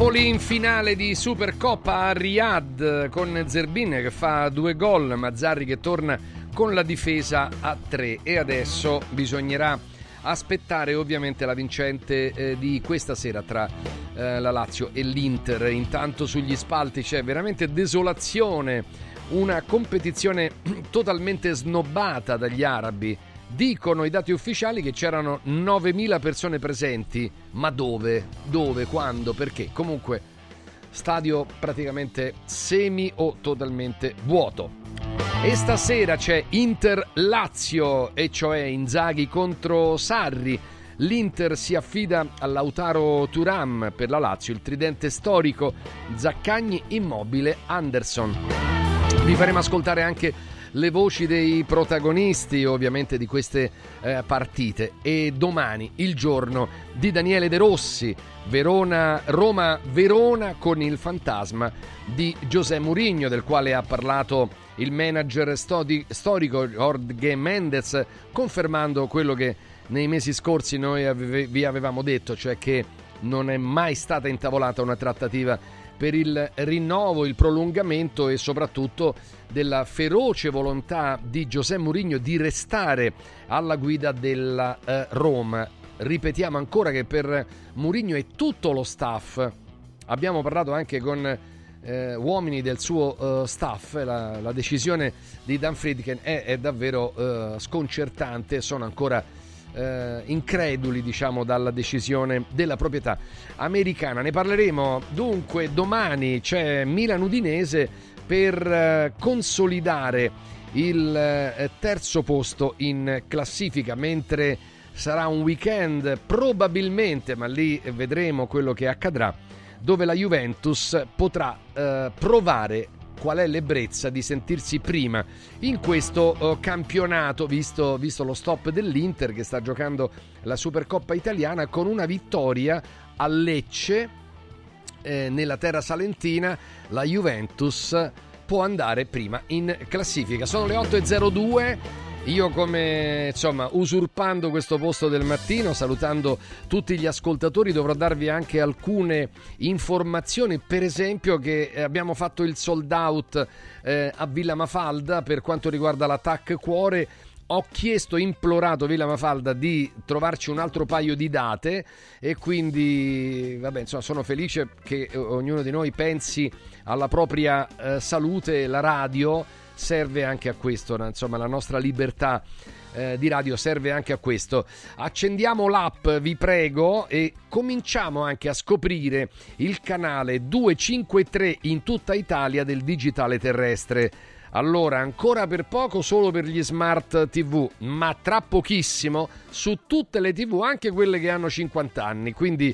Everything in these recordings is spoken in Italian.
Napoli in finale di Supercoppa a Riyadh con Zerbin che fa 2 gol, Mazzarri che torna con la difesa a 3 e adesso bisognerà aspettare ovviamente la vincente di questa sera tra la Lazio e l'Inter. Intanto sugli spalti c'è veramente desolazione, una competizione totalmente snobbata dagli arabi. Dicono i dati ufficiali che c'erano 9.000 persone presenti, ma dove? Dove? Quando? Perché? Comunque stadio praticamente semi o totalmente vuoto. E stasera c'è Inter-Lazio, e cioè Inzaghi contro Sarri. L'Inter si affida a Lautaro Thuram, per la Lazio il tridente storico Zaccagni, Immobile, Anderson. Vi faremo ascoltare anche le voci dei protagonisti ovviamente di queste partite, e domani il giorno di Daniele De Rossi, Roma-Verona con il fantasma di José Mourinho, del quale ha parlato il manager storico Jorge Mendes, confermando quello che nei mesi scorsi noi vi avevamo detto, cioè che non è mai stata intavolata una trattativa per il rinnovo, il prolungamento e soprattutto della feroce volontà di José Mourinho di restare alla guida della Roma. Ripetiamo ancora che per Mourinho è tutto lo staff. Abbiamo parlato anche con uomini del suo staff. La decisione di Dan Friedkin è davvero sconcertante. Sono ancora increduli, diciamo, dalla decisione della proprietà americana. Ne parleremo dunque domani. C'è Milan-Udinese per consolidare il terzo posto in classifica, mentre sarà un weekend probabilmente, ma lì vedremo quello che accadrà, dove la Juventus potrà provare qual è l'ebbrezza di sentirsi prima in questo campionato, visto lo stop dell'Inter che sta giocando la Supercoppa italiana con una vittoria a Lecce. Nella terra salentina la Juventus può andare prima in classifica. Sono le 8.02. Io, come usurpando questo posto del mattino, salutando tutti gli ascoltatori, dovrò darvi anche alcune informazioni, per esempio che abbiamo fatto il sold out a Villa Mafalda per quanto riguarda l'attacco cuore. Ho implorato Villa Mafalda di trovarci un altro paio di date e quindi sono felice che ognuno di noi pensi alla propria salute. La radio serve anche a questo, la nostra libertà di radio serve anche a questo. Accendiamo l'app, vi prego, e cominciamo anche a scoprire il canale 253 in tutta Italia del digitale terrestre. Allora, ancora per poco solo per gli smart TV, ma tra pochissimo su tutte le TV, anche quelle che hanno 50 anni. Quindi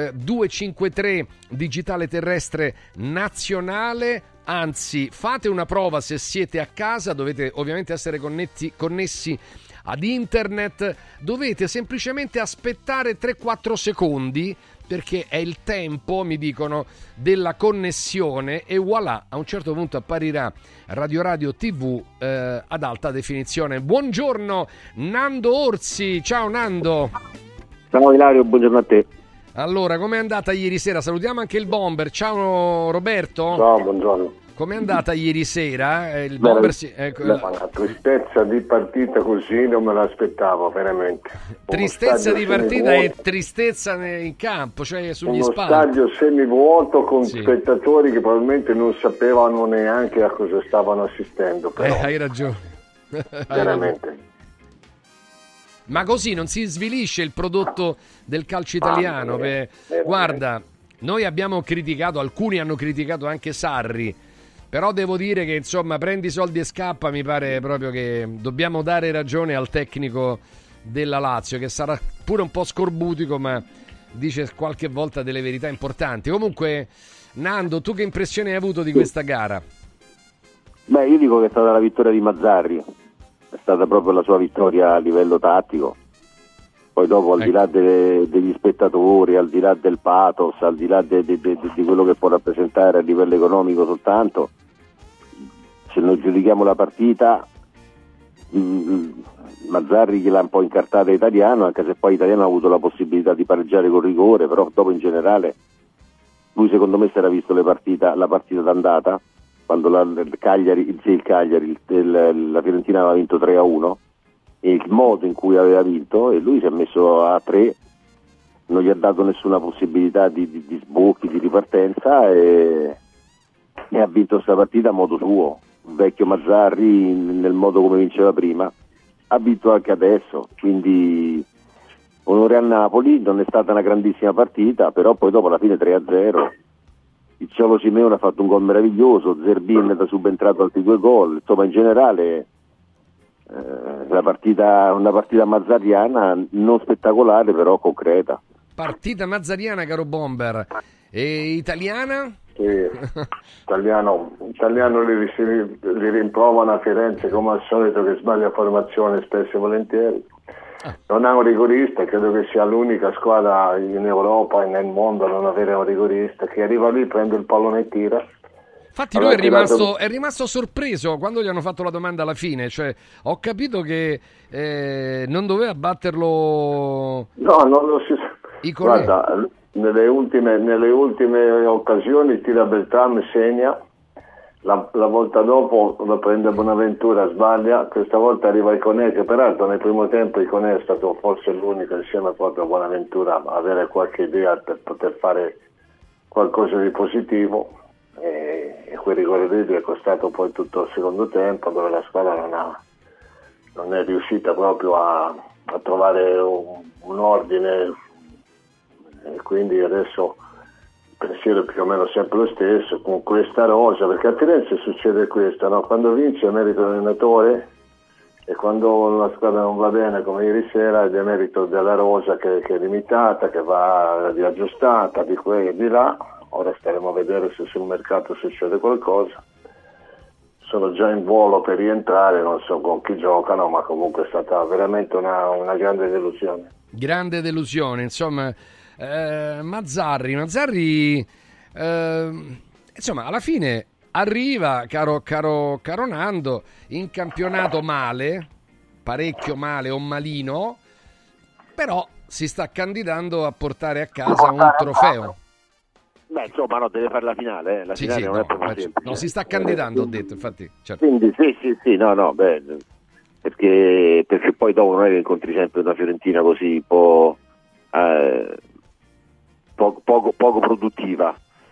253 digitale terrestre nazionale. Anzi, fate una prova se siete a casa, dovete ovviamente essere connessi ad internet, dovete semplicemente aspettare 3-4 secondi perché è il tempo, mi dicono, della connessione e voilà, a un certo punto apparirà Radio TV ad alta definizione. Buongiorno Nando Orsi, ciao Nando. Ciao Ilario, buongiorno a te. Allora, com'è andata ieri sera? Salutiamo anche il Bomber. Ciao Roberto. Ciao, buongiorno. Com'è andata ieri sera? Il Bomber la tristezza di partita così non me l'aspettavo veramente. Tristezza di partita e tristezza in campo, cioè sugli spalti. Uno stadio semivuoto con spettatori che probabilmente non sapevano neanche a cosa stavano assistendo. Però. Hai ragione. Veramente. Ma così non si svilisce il prodotto del calcio italiano. Guarda, noi abbiamo criticato, alcuni hanno criticato anche Sarri, però devo dire che prendi soldi e scappa, mi pare proprio che dobbiamo dare ragione al tecnico della Lazio, che sarà pure un po' scorbutico, ma dice qualche volta delle verità importanti. Comunque, Nando, tu che impressione hai avuto di questa gara? Beh, io dico che è stata la vittoria di Mazzarri. È stata proprio la sua vittoria a livello tattico. Poi dopo, al di là degli spettatori, al di là del pathos, al di là di quello che può rappresentare a livello economico soltanto, se noi giudichiamo la partita, Mazzarri che l'ha un po' incartata Italiano, anche se poi Italiano ha avuto la possibilità di pareggiare con rigore, però dopo in generale lui secondo me si era visto la partita d'andata, quando la Fiorentina aveva vinto 3-1, e il modo in cui aveva vinto, e lui si è messo a 3, non gli ha dato nessuna possibilità di sbocchi, di ripartenza, e ha vinto questa partita a modo suo. Il vecchio Mazzarri, nel modo come vinceva prima, ha vinto anche adesso, quindi onore a Napoli. Non è stata una grandissima partita, però poi dopo alla fine 3-0 il Cholo Simeone ha fatto un gol meraviglioso, Zerbin è subentrato altri 2 gol, insomma in generale una partita mazzariana non spettacolare, però concreta. Partita mazzariana, caro Bomber. E italiana? Sì, italiano li rimprovano a Firenze come al solito, che sbaglia formazione spesso e volentieri. Non ha un rigorista, credo che sia l'unica squadra in Europa e nel mondo a non avere un rigorista, che arriva lì, prende il pallone e tira. Infatti lui è rimasto sorpreso quando gli hanno fatto la domanda alla fine, cioè ho capito che non doveva batterlo. No, non lo si sa. Guarda, nelle ultime occasioni tira Beltrame, segna. La volta dopo lo prende Bonaventura, sbaglia. Questa volta arriva Iconè, che peraltro nel primo tempo Iconè è stato forse l'unico insieme proprio a Bonaventura a avere qualche idea per poter fare qualcosa di positivo, e quel rigore lì è costato poi tutto il secondo tempo, dove la squadra non è riuscita proprio a trovare un ordine, e quindi adesso il pensiero è più o meno sempre lo stesso con questa rosa, perché a Firenze succede questo, no? Quando vince è merito dell'allenatore, e quando la squadra non va bene come ieri sera è merito della rosa, che è limitata, che va riaggiustata di qua e di là. Ora staremo a vedere se sul mercato succede qualcosa. Sono già in volo per rientrare, non so con chi giocano, ma comunque è stata veramente una grande delusione. Grande delusione, insomma. Mazzarri, insomma, alla fine arriva, caro Nando, in campionato male, parecchio male o malino, però si sta candidando a portare a casa un trofeo. Beh, insomma, no, deve fare la finale, la finale non è proprio semplice. No, si sta candidando, ho detto, infatti. Certo. Quindi sì, no, beh, perché poi dopo non è che incontri sempre una Fiorentina così poco produttiva,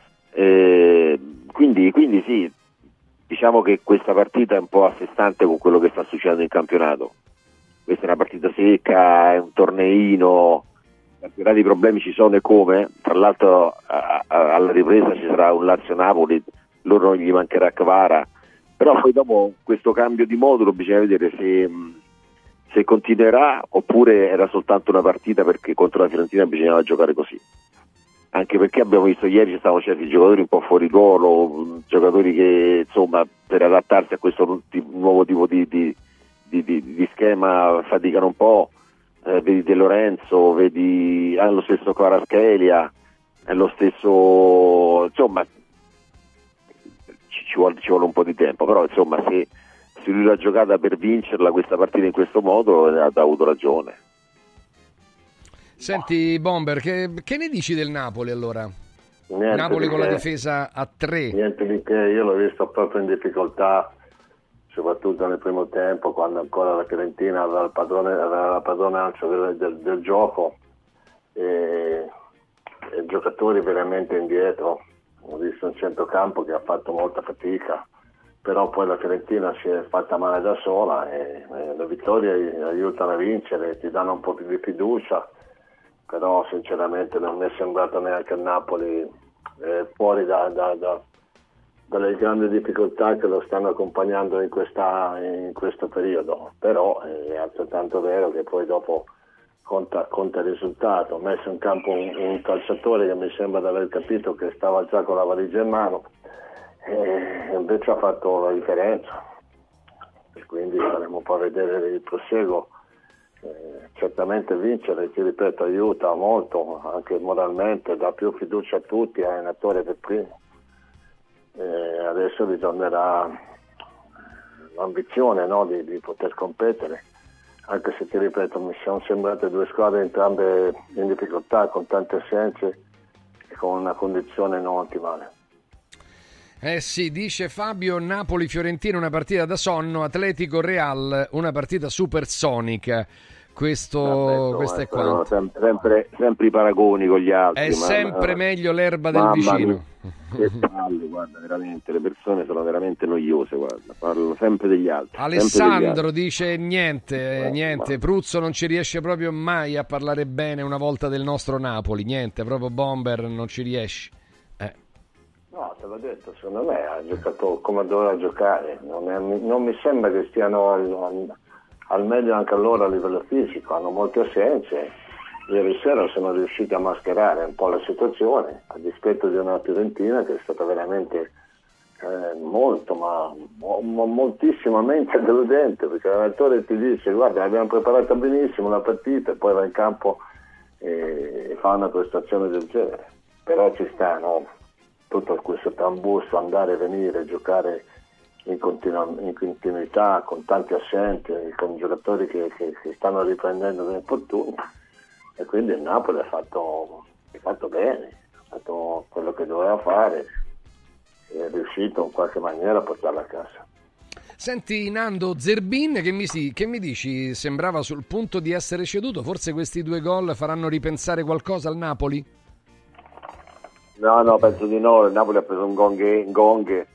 quindi sì, diciamo che questa partita è un po' a sé stante con quello che sta succedendo in campionato. Questa è una partita secca, è un torneino, campionati problemi ci sono, e come, tra l'altro alla ripresa ci sarà un Lazio-Napoli, loro non gli mancherà Kvara, però poi dopo questo cambio di modulo bisogna vedere se continuerà oppure era soltanto una partita perché contro la Fiorentina bisognava giocare così. Anche perché abbiamo visto ieri ci stavano certi giocatori un po' fuori ruolo, giocatori che insomma per adattarsi a questo nuovo tipo di schema faticano un po', vedi De Lorenzo, vedi lo stesso Kvaratskhelia, lo stesso, insomma ci vuole un po' di tempo, però insomma se lui l'ha giocata per vincerla questa partita in questo modo ha avuto ragione. Senti Bomber, che ne dici del Napoli allora? Niente Napoli con la difesa a 3. Niente di che, io l'ho visto proprio in difficoltà, soprattutto nel primo tempo, quando ancora la Fiorentina aveva la padronanza del gioco, e giocatori veramente indietro. Ho visto un centrocampo che ha fatto molta fatica, però poi la Fiorentina si è fatta male da sola, e le vittorie aiutano a vincere, ti danno un po' più di fiducia, però sinceramente non mi è sembrato neanche a Napoli fuori dalle grandi difficoltà che lo stanno accompagnando in questo periodo. Però è altrettanto vero che poi dopo conta il risultato. Ho messo in campo un calciatore che mi sembra di aver capito che stava già con la valigia in mano, e invece ha fatto la differenza, e quindi staremo un po' a vedere il proseguo. Certamente vincere, ti ripeto, aiuta molto anche moralmente, dà più fiducia a tutti, all'allenatore per primo. Adesso ritornerà l'ambizione, no, di poter competere, anche se ti ripeto mi sono sembrate due squadre entrambe in difficoltà, con tante assenze, con una condizione non ottimale. Sì, dice Fabio, Napoli-Fiorentina una partita da sonno, Atletico-Real una partita supersonica. Questo è quanto. Sempre i paragoni con gli altri. È sempre meglio l'erba del vicino. Che palle, guarda, veramente, le persone sono veramente noiose, guarda, parlano sempre degli altri. Alessandro dice niente, Pruzzo non ci riesce proprio mai a parlare bene una volta del nostro Napoli, niente, proprio Bomber non ci riesce. No, te l'ho detto, secondo me ha giocato come doveva giocare, non mi sembra che stiano al meglio anche loro a livello fisico, hanno molte assenze. Ieri sera sono riusciti a mascherare un po' la situazione, a dispetto di una Fiorentina che è stata veramente moltissimamente deludente, perché l'allenatore ti dice guarda abbiamo preparato benissimo la partita e poi va in campo e fa una prestazione del genere, però ci sta, no? Tutto questo tambusto, andare e venire, giocare in continuità, con tanti assenti, con giocatori che stanno riprendendo dai infortuni, e quindi il Napoli ha fatto bene, ha fatto quello che doveva fare, è riuscito in qualche maniera a portarla a casa. Senti Nando, Zerbin che mi dici? Sembrava sul punto di essere ceduto, forse questi 2 gol faranno ripensare qualcosa al Napoli? No, penso di no. Il Napoli ha preso un gong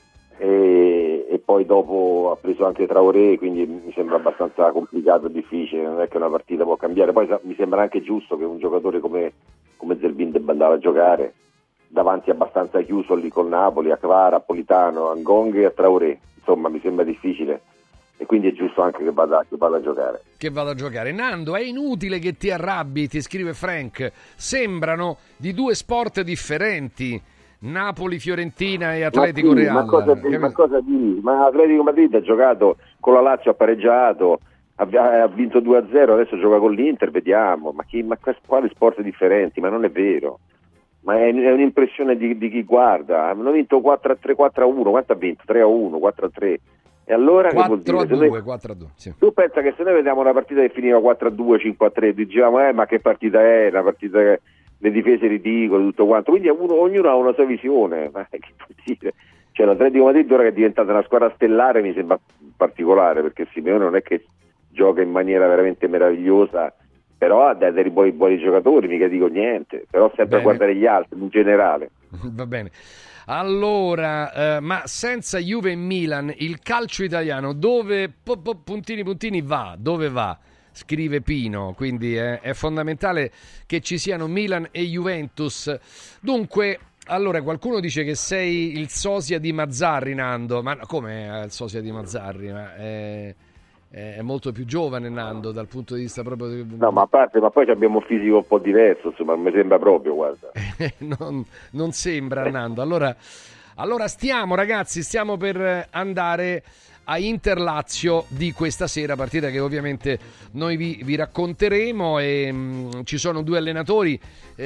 e poi dopo ha preso anche Traoré, quindi mi sembra abbastanza complicato e difficile, non è che una partita può cambiare. Poi mi sembra anche giusto che un giocatore come Zerbin debba andare a giocare davanti abbastanza chiuso lì con Napoli, a Kvara, a Politano, a Ngong e a Traoré, insomma mi sembra difficile. E quindi è giusto anche che vada a giocare. Che vada a giocare. Nando, è inutile che ti arrabbi, ti scrive Frank. Sembrano di 2 sport differenti. Napoli, Fiorentina e Atletico Real. Ma cosa dici? Ma Atletico Madrid ha giocato con la Lazio, ha pareggiato, ha vinto 2-0, adesso gioca con l'Inter, vediamo. Ma quali sport differenti? Ma non è vero. Ma è un'impressione di chi guarda. Hanno vinto 4-3, 4-1. Quanto ha vinto? 3-1, 4-3. E allora 4-2, sì. Tu pensa che se noi vediamo una partita che finiva 4-2, 5-3, diciamo ma che partita è? Una partita che le difese ridicole, tutto quanto. Quindi ognuno ha una sua visione. Ma che vuol dire? Cioè l'Atletico Madrid ora che è diventata una squadra stellare mi sembra particolare, perché Simeone non è che gioca in maniera veramente meravigliosa, però ha dei buoni giocatori, mica dico niente, però sempre a guardare gli altri in generale. Va bene. Allora, ma senza Juve e Milan il calcio italiano dove puntini va? Dove va? Scrive Pino, quindi è fondamentale che ci siano Milan e Juventus. Dunque, allora qualcuno dice che sei il sosia di Mazzarri, Nando, ma come il sosia di Mazzarri? Ma è molto più giovane Nando dal punto di vista proprio no, ma a parte, ma poi abbiamo un fisico un po' diverso, insomma, mi sembra proprio, guarda. non sembra Nando. Allora stiamo per andare a Inter-Lazio di questa sera, partita che ovviamente noi vi racconteremo, e ci sono 2 allenatori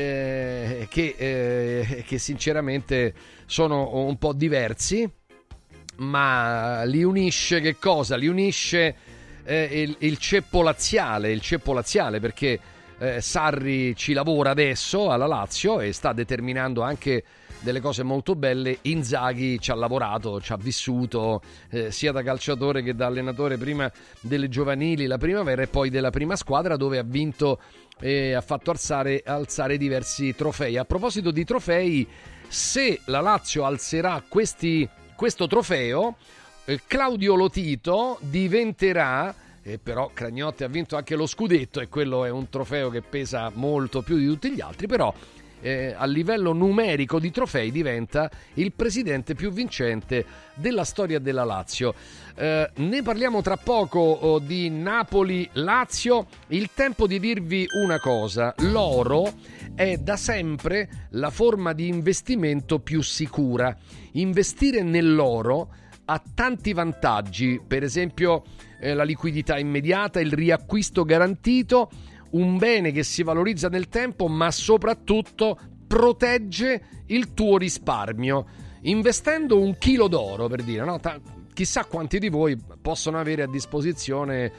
che sinceramente sono un po' diversi, ma li unisce che cosa? Li unisce il ceppo laziale, perché Sarri ci lavora adesso alla Lazio e sta determinando anche delle cose molto belle. Inzaghi ci ha lavorato, ci ha vissuto sia da calciatore che da allenatore, prima delle giovanili, la primavera, e poi della prima squadra, dove ha vinto e ha fatto alzare diversi trofei. A proposito di trofei, se la Lazio alzerà questo trofeo, Claudio Lotito diventerà, però Cragnotti ha vinto anche lo scudetto e quello è un trofeo che pesa molto più di tutti gli altri, però a livello numerico di trofei diventa il presidente più vincente della storia della Lazio. Ne parliamo tra poco di Napoli-Lazio. Il tempo di dirvi una cosa: l'oro è da sempre la forma di investimento più sicura. Investire nell'oro ha tanti vantaggi, per esempio la liquidità immediata, il riacquisto garantito, un bene che si valorizza nel tempo, ma soprattutto protegge il tuo risparmio. Investendo 1 chilo d'oro, per dire, no? Chissà quanti di voi possono avere a disposizione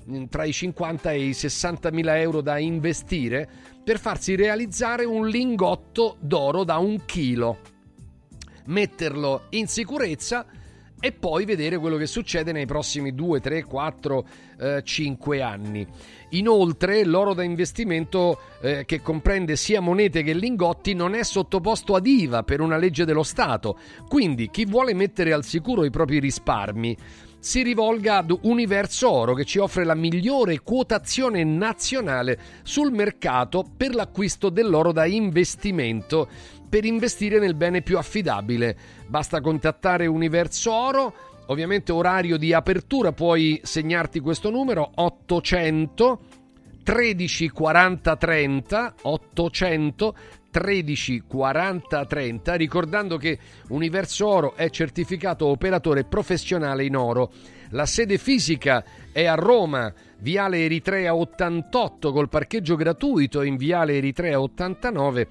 tra i 50 e i 60.000 euro da investire per farsi realizzare un lingotto d'oro da 1 chilo, metterlo in sicurezza e poi vedere quello che succede nei prossimi 2, 3, 4, 5 anni. Inoltre l'oro da investimento, che comprende sia monete che lingotti, non è sottoposto ad IVA per una legge dello Stato, quindi chi vuole mettere al sicuro i propri risparmi si rivolga ad Universo Oro, che ci offre la migliore quotazione nazionale sul mercato per l'acquisto dell'oro da investimento, per investire nel bene più affidabile. Basta contattare Universo Oro, ovviamente orario di apertura, puoi segnarti questo numero 800 13 40 30 800 13 40 30, ricordando che Universo Oro è certificato operatore professionale in oro. La sede fisica è a Roma, Viale Eritrea 88 col parcheggio gratuito, in Viale Eritrea 89,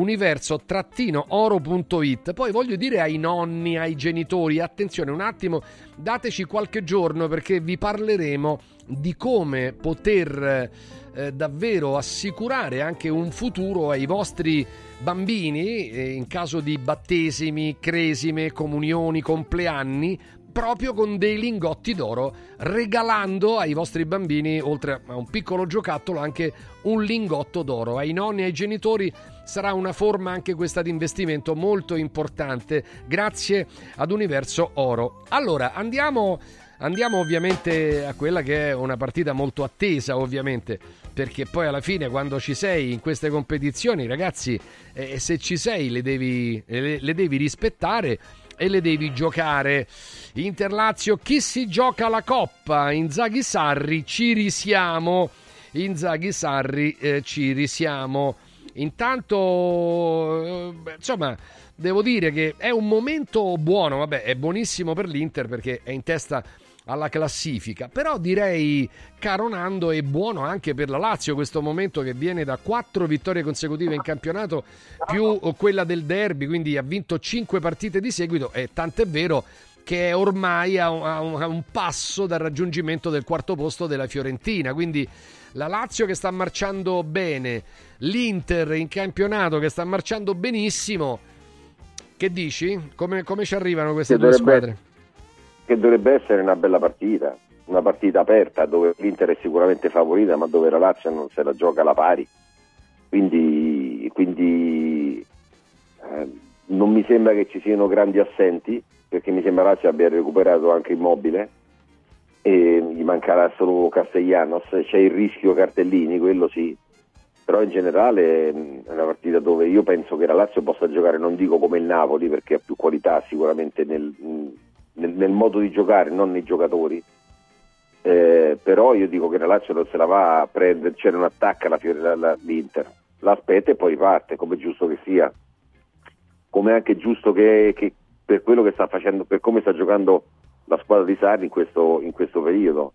universo-oro.it. Poi voglio dire ai nonni, ai genitori, attenzione un attimo, dateci qualche giorno perché vi parleremo di come poter davvero assicurare anche un futuro ai vostri bambini in caso di battesimi, cresime, comunioni, compleanni, proprio con dei lingotti d'oro, regalando ai vostri bambini, oltre a un piccolo giocattolo, anche un lingotto d'oro. Ai nonni e ai genitori sarà una forma anche questa di investimento molto importante, grazie ad Universo Oro. Allora, andiamo ovviamente a quella che è una partita molto attesa, ovviamente, perché poi alla fine quando ci sei in queste competizioni, ragazzi, se ci sei le devi rispettare e le devi giocare. Inter-Lazio, chi si gioca la Coppa? Inzaghi-Sarri, ci risiamo. Inzaghi-Sarri, ci risiamo. Intanto, insomma, devo dire che è un momento buono, vabbè, è buonissimo per l'Inter perché è in testa alla classifica, però direi, caro Nando, è buono anche per la Lazio questo momento, che viene da 4 vittorie consecutive in campionato più quella del derby, quindi ha vinto 5 partite di seguito, e tant'è vero che è ormai a un passo dal raggiungimento del 4° posto della Fiorentina. Quindi la Lazio che sta marciando bene, l'Inter in campionato che sta marciando benissimo. Che dici? Come ci arrivano queste due squadre? Che dovrebbe essere una bella partita, una partita aperta dove l'Inter è sicuramente favorita, ma dove la Lazio non se la gioca alla pari. Quindi non mi sembra che ci siano grandi assenti, perché mi sembra Lazio abbia recuperato anche Immobile e gli mancherà solo Castellanos. C'è il rischio Cartellini, quello sì, però in generale è una partita dove io penso che la Lazio possa giocare, non dico come il Napoli perché ha più qualità sicuramente nel modo di giocare, non nei giocatori, però io dico che la Lazio non se la va a prendere, cioè non attacca l'Inter, l'aspetta e poi riparte, come giusto che sia, come anche giusto che per quello che sta facendo, per come sta giocando la squadra di Sarri in questo periodo,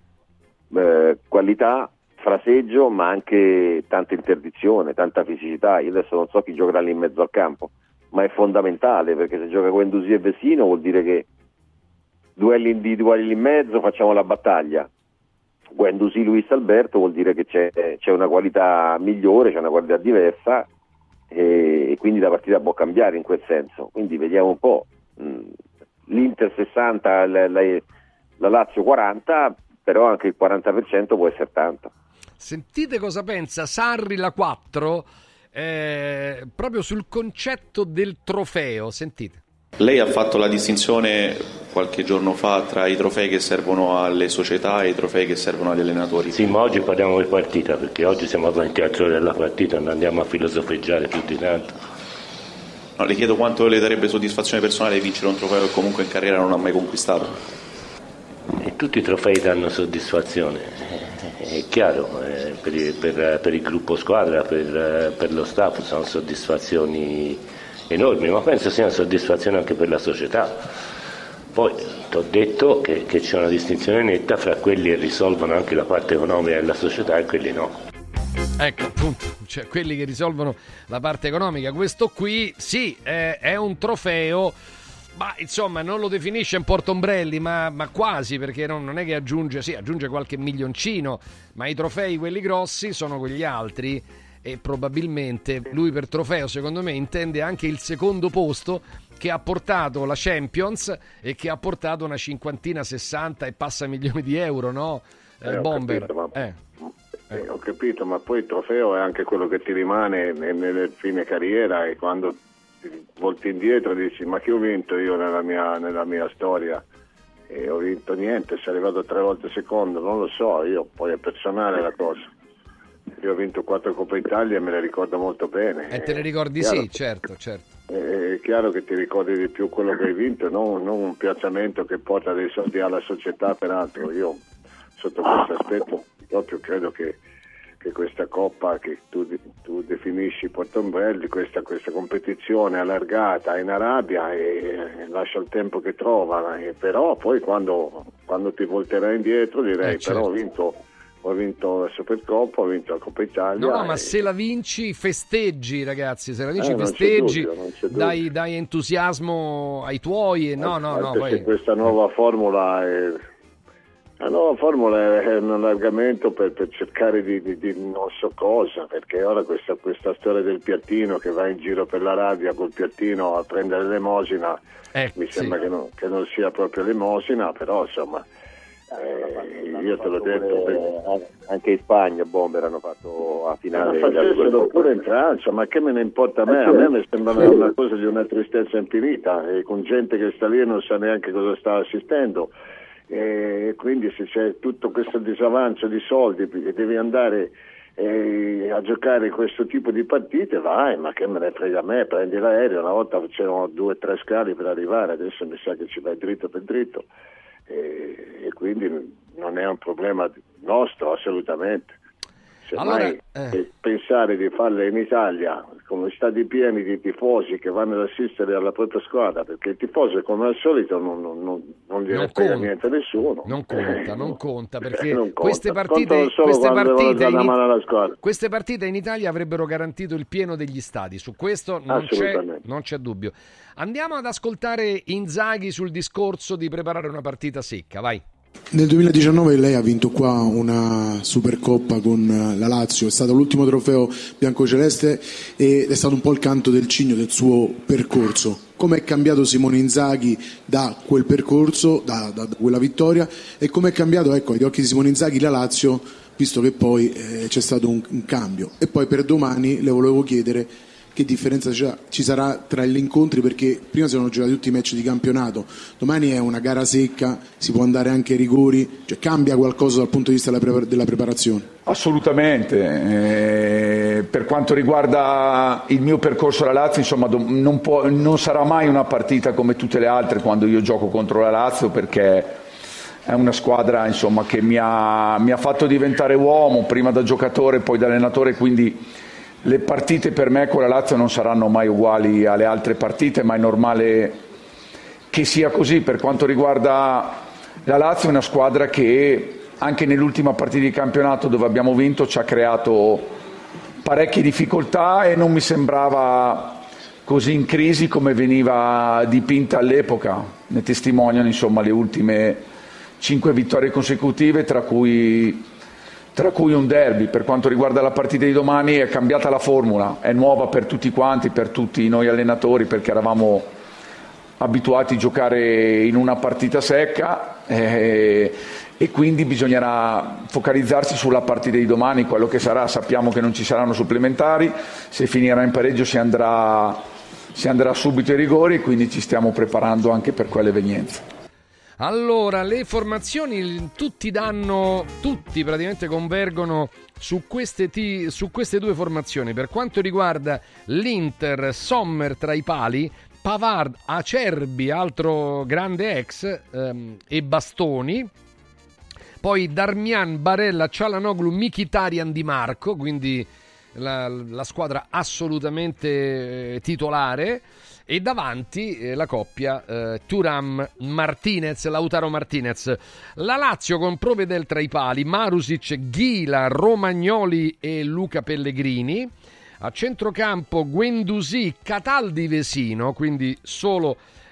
qualità, fraseggio, ma anche tanta interdizione, tanta fisicità. Io adesso non so chi giocherà lì in mezzo al campo, ma è fondamentale, perché se gioca Guendouzi e Vecino vuol dire che duelli individuali lì in mezzo, facciamo la battaglia. Guendouzi, Luis Alberto vuol dire che c'è una qualità migliore, c'è una qualità diversa, e quindi la partita può cambiare in quel senso. Quindi vediamo un po'. L'Inter 60, la Lazio 40, però anche il 40% può essere tanto. Sentite cosa pensa Sarri la 4 proprio sul concetto del trofeo, sentite. Lei ha fatto la distinzione qualche giorno fa tra i trofei che servono alle società e i trofei che servono agli allenatori. Sì, ma oggi parliamo di partita, perché oggi siamo avanti al giorno della partita, non andiamo a filosofeggiare più di tanto. No, le chiedo quanto le darebbe soddisfazione personale vincere un trofeo che comunque in carriera non ha mai conquistato. E tutti i trofei danno soddisfazione, è chiaro, per il gruppo squadra, per lo staff sono soddisfazioni enormi, ma penso sia una soddisfazione anche per la società. Poi ti ho detto che c'è una distinzione netta fra quelli che risolvono anche la parte economica della società e quelli no. Ecco, appunto, cioè quelli che risolvono la parte economica. Questo qui sì, è un trofeo, Ma insomma non lo definisce un portombrelli, ma quasi, perché non è che aggiunge qualche milioncino, ma i trofei quelli grossi sono quegli altri, e probabilmente lui per trofeo secondo me intende anche il secondo posto che ha portato la Champions e che ha portato una 50, 60 e passa milioni di euro, no? Bomber. Ho capito, ma poi il trofeo è anche quello che ti rimane nel fine carriera, e quando ti volti indietro dici: ma che ho vinto io nella mia storia? E ho vinto niente, sono arrivato 3 volte secondo, non lo so, io poi è personale la cosa. Io ho vinto 4 Coppa Italia e me le ricordo molto bene. E te le ricordi? Sì, certo. È chiaro che ti ricordi di più quello che hai vinto, non un piazzamento che porta dei soldi alla società, peraltro. Io sotto questo aspetto proprio credo che questa Coppa che tu definisci portombrelli, questa competizione allargata in Arabia, e lascia il tempo che trova, però poi quando ti volterai indietro direi certo. Però ho vinto la Supercoppa, ho vinto la Coppa Italia. No, ma se la vinci festeggi, ragazzi, se la vinci festeggi, non c'è dubbio. Dai entusiasmo ai tuoi, poi questa nuova formula è un allargamento per cercare di non so cosa, perché ora questa storia del piattino che va in giro per la radio col piattino a prendere l'elemosina, mi sembra che non sia proprio l'elemosina, però insomma io te l'ho detto, anche in Spagna Bomber hanno fatto a finale, facessero pure in Francia, ma che me ne importa a me mi sembra una cosa di una tristezza infinita, e con gente che sta lì e non sa neanche cosa sta assistendo, e quindi se c'è tutto questo disavanzo di soldi e devi andare a giocare questo tipo di partite, vai, ma che me ne frega a me, prendi l'aereo, una volta c'erano 2 o 3 scali per arrivare, adesso mi sa che ci vai dritto per dritto. E quindi non è un problema nostro assolutamente. Semmai pensare di farle in Italia con stadi pieni di tifosi che vanno ad assistere alla propria squadra, perché il tifoso come al solito non gliene frega niente a nessuno. Non conta perché non conta. Queste partite in Italia avrebbero garantito il pieno degli stadi, su questo non c'è dubbio. Andiamo ad ascoltare Inzaghi sul discorso di preparare una partita secca, vai. Nel 2019 lei ha vinto qua una Supercoppa con la Lazio, è stato l'ultimo trofeo biancoceleste ed è stato un po' il canto del cigno del suo percorso. Come è cambiato Simone Inzaghi da quel percorso, da quella vittoria, e come è cambiato, ecco, agli occhi di Simone Inzaghi la Lazio, visto che poi c'è stato un cambio. E poi per domani le volevo chiedere che differenza ci sarà tra gli incontri, perché prima si sono giocati tutti i match di campionato, domani è una gara secca, si può andare anche ai rigori, cioè cambia qualcosa dal punto di vista della preparazione? Assolutamente, per quanto riguarda il mio percorso alla Lazio, insomma, non sarà mai una partita come tutte le altre quando io gioco contro la Lazio, perché è una squadra, insomma, che mi ha fatto diventare uomo, prima da giocatore poi da allenatore, quindi le partite per me con la Lazio non saranno mai uguali alle altre partite, ma è normale che sia così. Per quanto riguarda la Lazio, è una squadra che anche nell'ultima partita di campionato dove abbiamo vinto ci ha creato parecchie difficoltà e non mi sembrava così in crisi come veniva dipinta all'epoca. Ne testimoniano, insomma, le ultime 5 vittorie consecutive, tra cui un derby. Per quanto riguarda la partita di domani è cambiata la formula, è nuova per tutti quanti, per tutti noi allenatori, perché eravamo abituati a giocare in una partita secca e quindi bisognerà focalizzarsi sulla partita di domani, quello che sarà. Sappiamo che non ci saranno supplementari, se finirà in pareggio si andrà subito ai rigori, e quindi ci stiamo preparando anche per quell'evenienza. Allora, le formazioni tutti praticamente convergono su queste 2 formazioni. Per quanto riguarda l'Inter, Sommer tra i pali, Pavard, Acerbi, altro grande ex, e Bastoni. Poi Darmian, Barella, Çalhanoğlu, Mkhitaryan, Di Marco, quindi la squadra assolutamente titolare. E davanti la coppia Thuram-Martinez, Lautaro Martinez. La Lazio con Provedel tra i pali, Marusic, Ghila, Romagnoli e Luca Pellegrini. A centrocampo Guendouzi, Cataldi, Vesino, quindi solo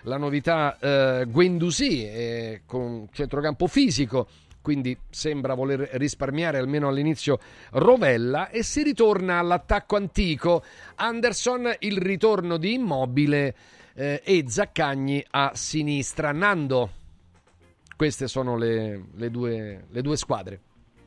la novità Guendouzi con centrocampo fisico, quindi sembra voler risparmiare almeno all'inizio Rovella, e si ritorna all'attacco antico. Anderson, il ritorno di Immobile e Zaccagni a sinistra. Nando, queste sono le due squadre.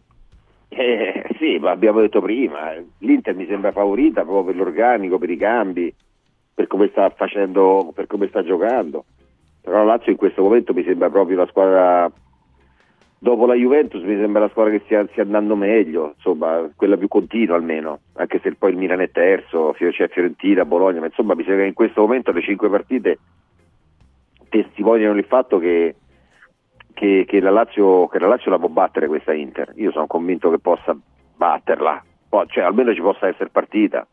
Sì, ma abbiamo detto prima, l'Inter mi sembra favorita proprio per l'organico, per i cambi, per come sta facendo, per come sta giocando. Però la Lazio in questo momento mi sembra proprio la squadra, dopo la Juventus mi sembra la squadra che stia andando meglio, insomma, quella più continua almeno, anche se poi il Milan è terzo, c'è Fiorentina, Bologna, ma insomma mi sembra che in questo momento le 5 partite testimoniano il fatto che la Lazio la può battere questa Inter. Io sono convinto che possa batterla, cioè almeno ci possa essere partita.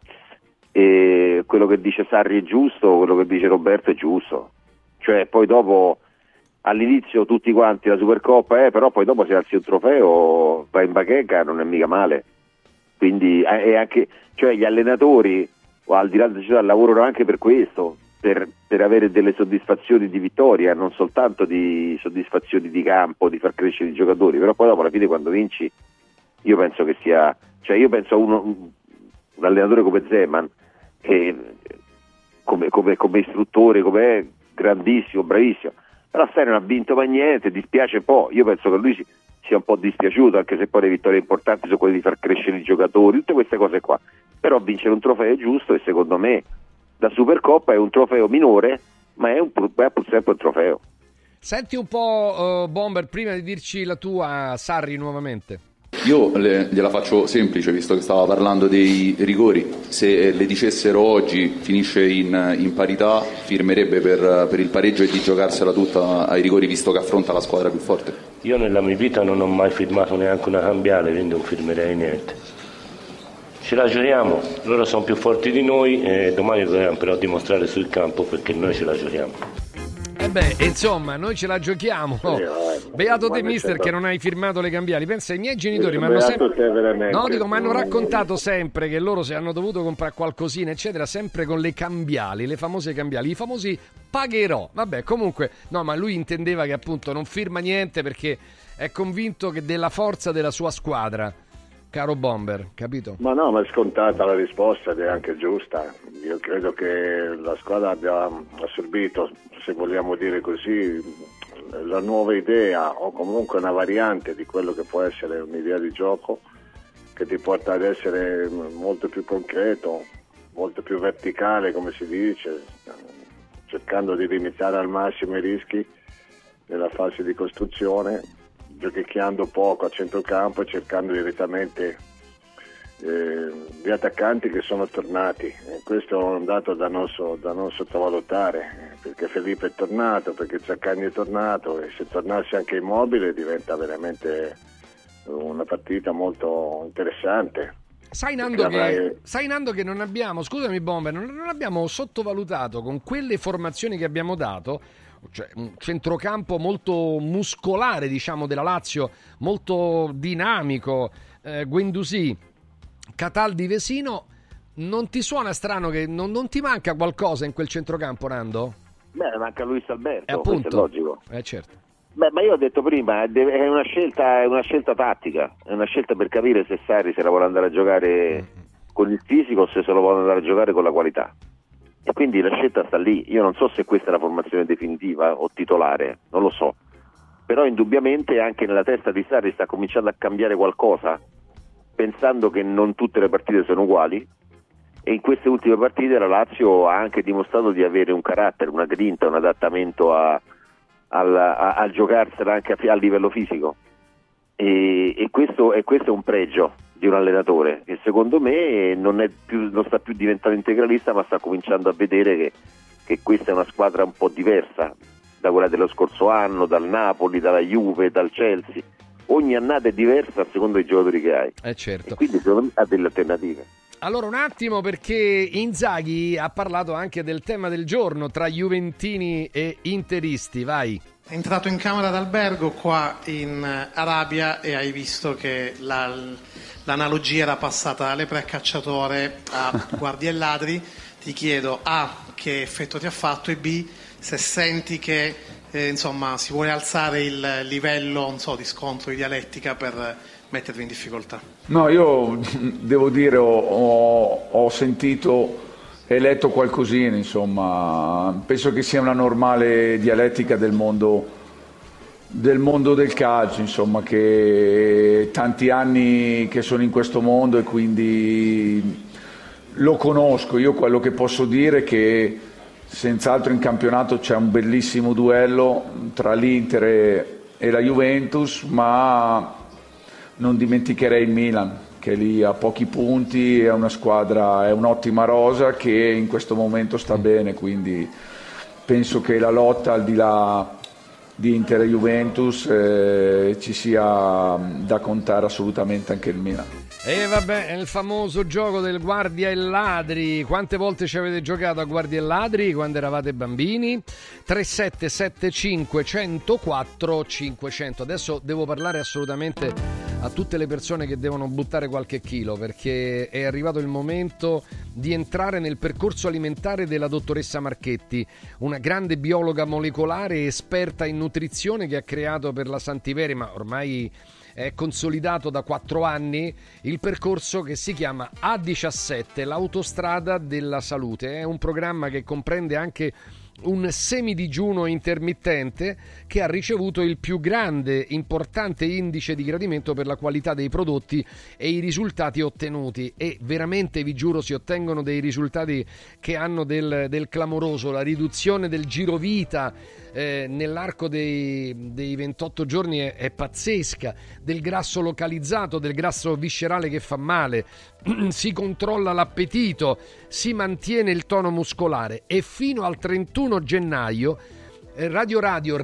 E quello che dice Sarri è giusto, quello che dice Roberto è giusto, cioè poi dopo all'inizio tutti quanti la Supercoppa, però poi dopo se alzi un trofeo vai in bacheca, non è mica male. Quindi è anche, cioè gli allenatori al di là della città lavorano anche per questo, per avere delle soddisfazioni di vittoria, non soltanto di soddisfazioni di campo, di far crescere i giocatori, però poi dopo alla fine quando vinci io penso che sia, cioè io penso a un allenatore come Zeman che come istruttore, come è grandissimo, bravissimo, però sai non ha vinto mai niente, dispiace un po', io penso che lui sia un po' dispiaciuto, anche se poi le vittorie importanti sono quelle di far crescere i giocatori, tutte queste cose qua, però vincere un trofeo è giusto e secondo me la Supercoppa è un trofeo minore, ma è pur sempre un trofeo. Senti un po', Bomber, prima di dirci la tua, Sarri nuovamente. Io gliela faccio semplice, visto che stava parlando dei rigori. Se le dicessero oggi finisce in parità, firmerebbe per il pareggio e di giocarsela tutta ai rigori, visto che affronta la squadra più forte? Io nella mia vita non ho mai firmato neanche una cambiale, quindi non firmerei niente. Ce la giochiamo, loro sono più forti di noi e domani dobbiamo però dimostrare sul campo perché noi ce la giochiamo. Insomma, noi ce la giochiamo. Beato te, mister, che non hai firmato le cambiali. Pensa, i miei genitori mi hanno sempre m'hanno raccontato sempre che loro se hanno dovuto comprare qualcosina, eccetera, sempre con le cambiali, le famose cambiali, i famosi pagherò. Vabbè, comunque, no, ma lui intendeva che appunto non firma niente perché è convinto che della forza della sua squadra. Caro Bomber, capito? Ma no, ma è scontata la risposta ed è anche giusta. Io credo che la squadra abbia assorbito, se vogliamo dire così, la nuova idea o comunque una variante di quello che può essere un'idea di gioco che ti porta ad essere molto più concreto, molto più verticale, come si dice, cercando di limitare al massimo i rischi nella fase di costruzione, giochicchiando poco a centrocampo e cercando direttamente gli attaccanti che sono tornati. Questo è un dato da non sottovalutare, perché Felipe è tornato, perché Zaccagni è tornato, e se tornasse anche Immobile diventa veramente una partita molto interessante. Sai Nando che non abbiamo, scusami Bomber, non abbiamo sottovalutato con quelle formazioni che abbiamo dato, cioè un centrocampo molto muscolare, diciamo, della Lazio, molto dinamico, Guendouzi, Cataldi, Vesino. Non ti suona strano che non ti manca qualcosa in quel centrocampo, Nando? Beh, manca Luis Alberto, appunto, questo è logico. Certo. Beh, ma io ho detto prima, è una scelta tattica, è una scelta per capire se Sarri se la vuole andare a giocare con il fisico o se la vuole andare a giocare con la qualità. E quindi la scelta sta lì. Io non so se questa è la formazione definitiva o titolare, non lo so, però indubbiamente anche nella testa di Sarri sta cominciando a cambiare qualcosa, pensando che non tutte le partite sono uguali, e in queste ultime partite la Lazio ha anche dimostrato di avere un carattere, una grinta, un adattamento a giocarsela anche a livello fisico, e questo è un pregio di un allenatore che secondo me non sta più diventando integralista, ma sta cominciando a vedere che questa è una squadra un po' diversa da quella dello scorso anno, dal Napoli, dalla Juve, dal Chelsea. Ogni annata è diversa a secondo dei giocatori che hai, certo. E quindi secondo me ha delle alternative. Allora un attimo, perché Inzaghi ha parlato anche del tema del giorno tra juventini e interisti, vai. È entrato in camera d'albergo qua in Arabia e hai visto che l'analogia era passata da lepre a cacciatore a guardie e ladri. Ti chiedo A, che effetto ti ha fatto, e B, se senti che insomma si vuole alzare il livello, non so, di scontro, di dialettica per mettervi in difficoltà. No, io devo dire ho sentito e letto qualcosina, insomma, penso che sia una normale dialettica del mondo del calcio, insomma, che tanti anni che sono in questo mondo e quindi lo conosco. Io quello che posso dire è che senz'altro in campionato c'è un bellissimo duello tra l'Inter e la Juventus, ma non dimenticherei il Milan, che è lì a pochi punti, è una squadra, è un'ottima rosa che in questo momento sta bene, quindi penso che la lotta al di là di Inter e Juventus ci sia da contare assolutamente anche il Milan. E vabbè, è il famoso gioco del guardia e ladri. Quante volte ci avete giocato a guardia e ladri quando eravate bambini? 3775 104 500. Adesso devo parlare assolutamente a tutte le persone che devono buttare qualche chilo, perché è arrivato il momento di entrare nel percorso alimentare della dottoressa Marchetti, una grande biologa molecolare esperta in nutrizione che ha creato per la Santiveri, ma ormai è consolidato da 4 anni, il percorso che si chiama A17, l'autostrada della salute. È un programma che comprende anche un semidigiuno intermittente che ha ricevuto il più grande, importante indice di gradimento per la qualità dei prodotti e i risultati ottenuti, e veramente vi giuro si ottengono dei risultati che hanno del clamoroso. La riduzione del girovita nell'arco dei 28 giorni è pazzesca, del grasso localizzato, del grasso viscerale che fa male, si controlla l'appetito, si mantiene il tono muscolare, e fino al 31 gennaio Radio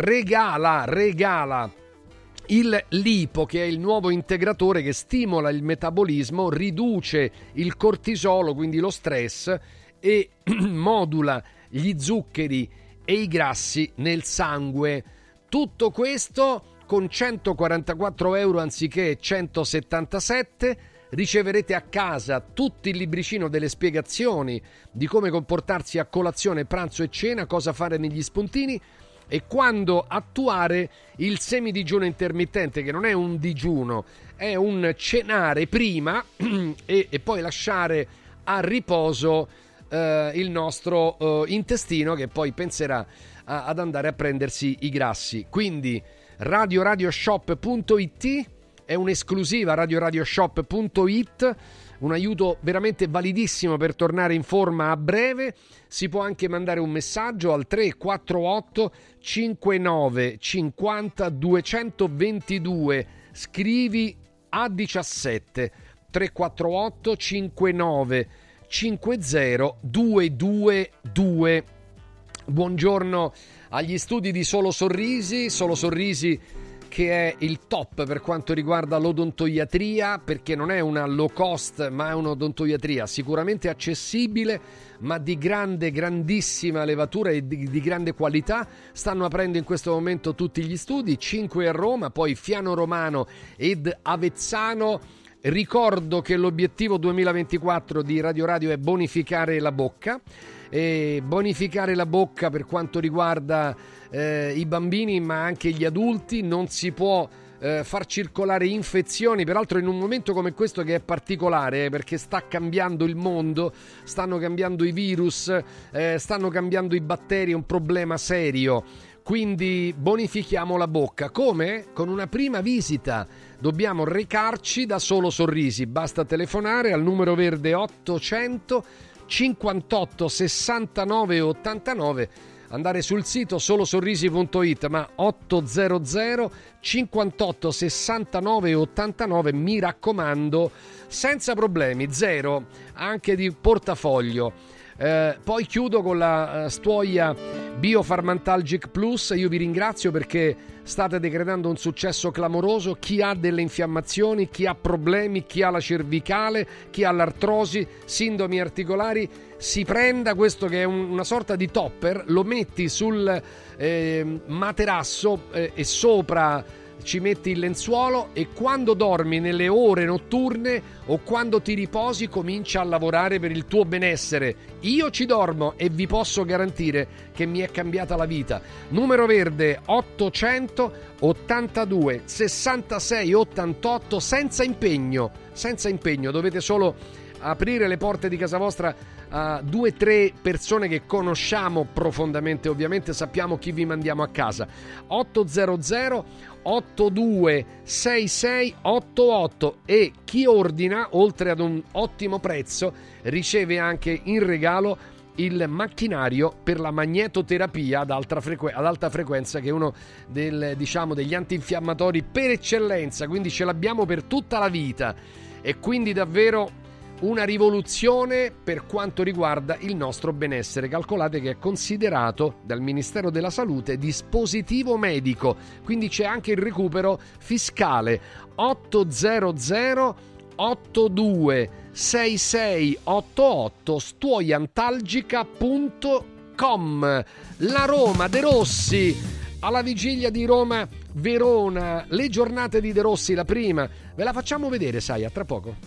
regala il lipo, che è il nuovo integratore che stimola il metabolismo, riduce il cortisolo, quindi lo stress, e modula gli zuccheri e i grassi nel sangue. Tutto questo con 144 euro anziché 177. Riceverete a casa tutto il libricino delle spiegazioni di come comportarsi a colazione, pranzo e cena, cosa fare negli spuntini e quando attuare il semidigiuno intermittente, che non è un digiuno, è un cenare prima e poi lasciare a riposo il nostro intestino, che poi penserà ad andare a prendersi i grassi. Quindi radioshop.it è un'esclusiva, radioshop.it, un aiuto veramente validissimo per tornare in forma a breve. Si può anche mandare un messaggio al 348 59 50 222, scrivi A17 348 59 50 222. Buongiorno agli studi di Solo Sorrisi che è il top per quanto riguarda l'odontoiatria, perché non è una low cost ma è un'odontoiatria sicuramente accessibile ma di grandissima levatura e di grande qualità. Stanno aprendo in questo momento tutti gli studi, 5 a Roma, poi Fiano Romano ed Avezzano. Ricordo che l'obiettivo 2024 di Radio è bonificare la bocca, e bonificare la bocca per quanto riguarda i bambini ma anche gli adulti. Non si può far circolare infezioni, peraltro in un momento come questo che è particolare, perché sta cambiando il mondo, stanno cambiando i virus, stanno cambiando i batteri, è un problema serio. Quindi bonifichiamo la bocca. Come? Con una prima visita. Dobbiamo recarci da Solo Sorrisi. Basta telefonare al numero verde 800 58 69 89, andare sul sito solosorrisi.it, ma 800 58 69 89, mi raccomando, senza problemi, zero, anche di portafoglio. Poi chiudo con la stuoia Biofarmantalgic Plus. Io vi ringrazio perché state decretando un successo clamoroso. Chi ha delle infiammazioni, chi ha problemi, chi ha la cervicale, chi ha l'artrosi, sintomi articolari, si prenda questo che è una sorta di topper, lo metti sul materasso e sopra ci metti il lenzuolo e quando dormi nelle ore notturne o quando ti riposi comincia a lavorare per il tuo benessere. Io ci dormo e vi posso garantire che mi è cambiata la vita. Numero verde 800 82 66 88 senza impegno, dovete solo aprire le porte di casa vostra a 2-3 persone che conosciamo profondamente, ovviamente sappiamo chi vi mandiamo a casa. 800 82 66 88 e chi ordina, oltre ad un ottimo prezzo, riceve anche in regalo il macchinario per la magnetoterapia ad alta frequenza, che è uno degli antinfiammatori per eccellenza, quindi ce l'abbiamo per tutta la vita, e quindi davvero una rivoluzione per quanto riguarda il nostro benessere. Calcolate che è considerato dal Ministero della Salute dispositivo medico, quindi c'è anche il recupero fiscale. 800 82 6688 stuoiantalgica.com. La Roma, De Rossi alla vigilia di Roma-Verona, le giornate di De Rossi, la prima ve la facciamo vedere, sai, a tra poco.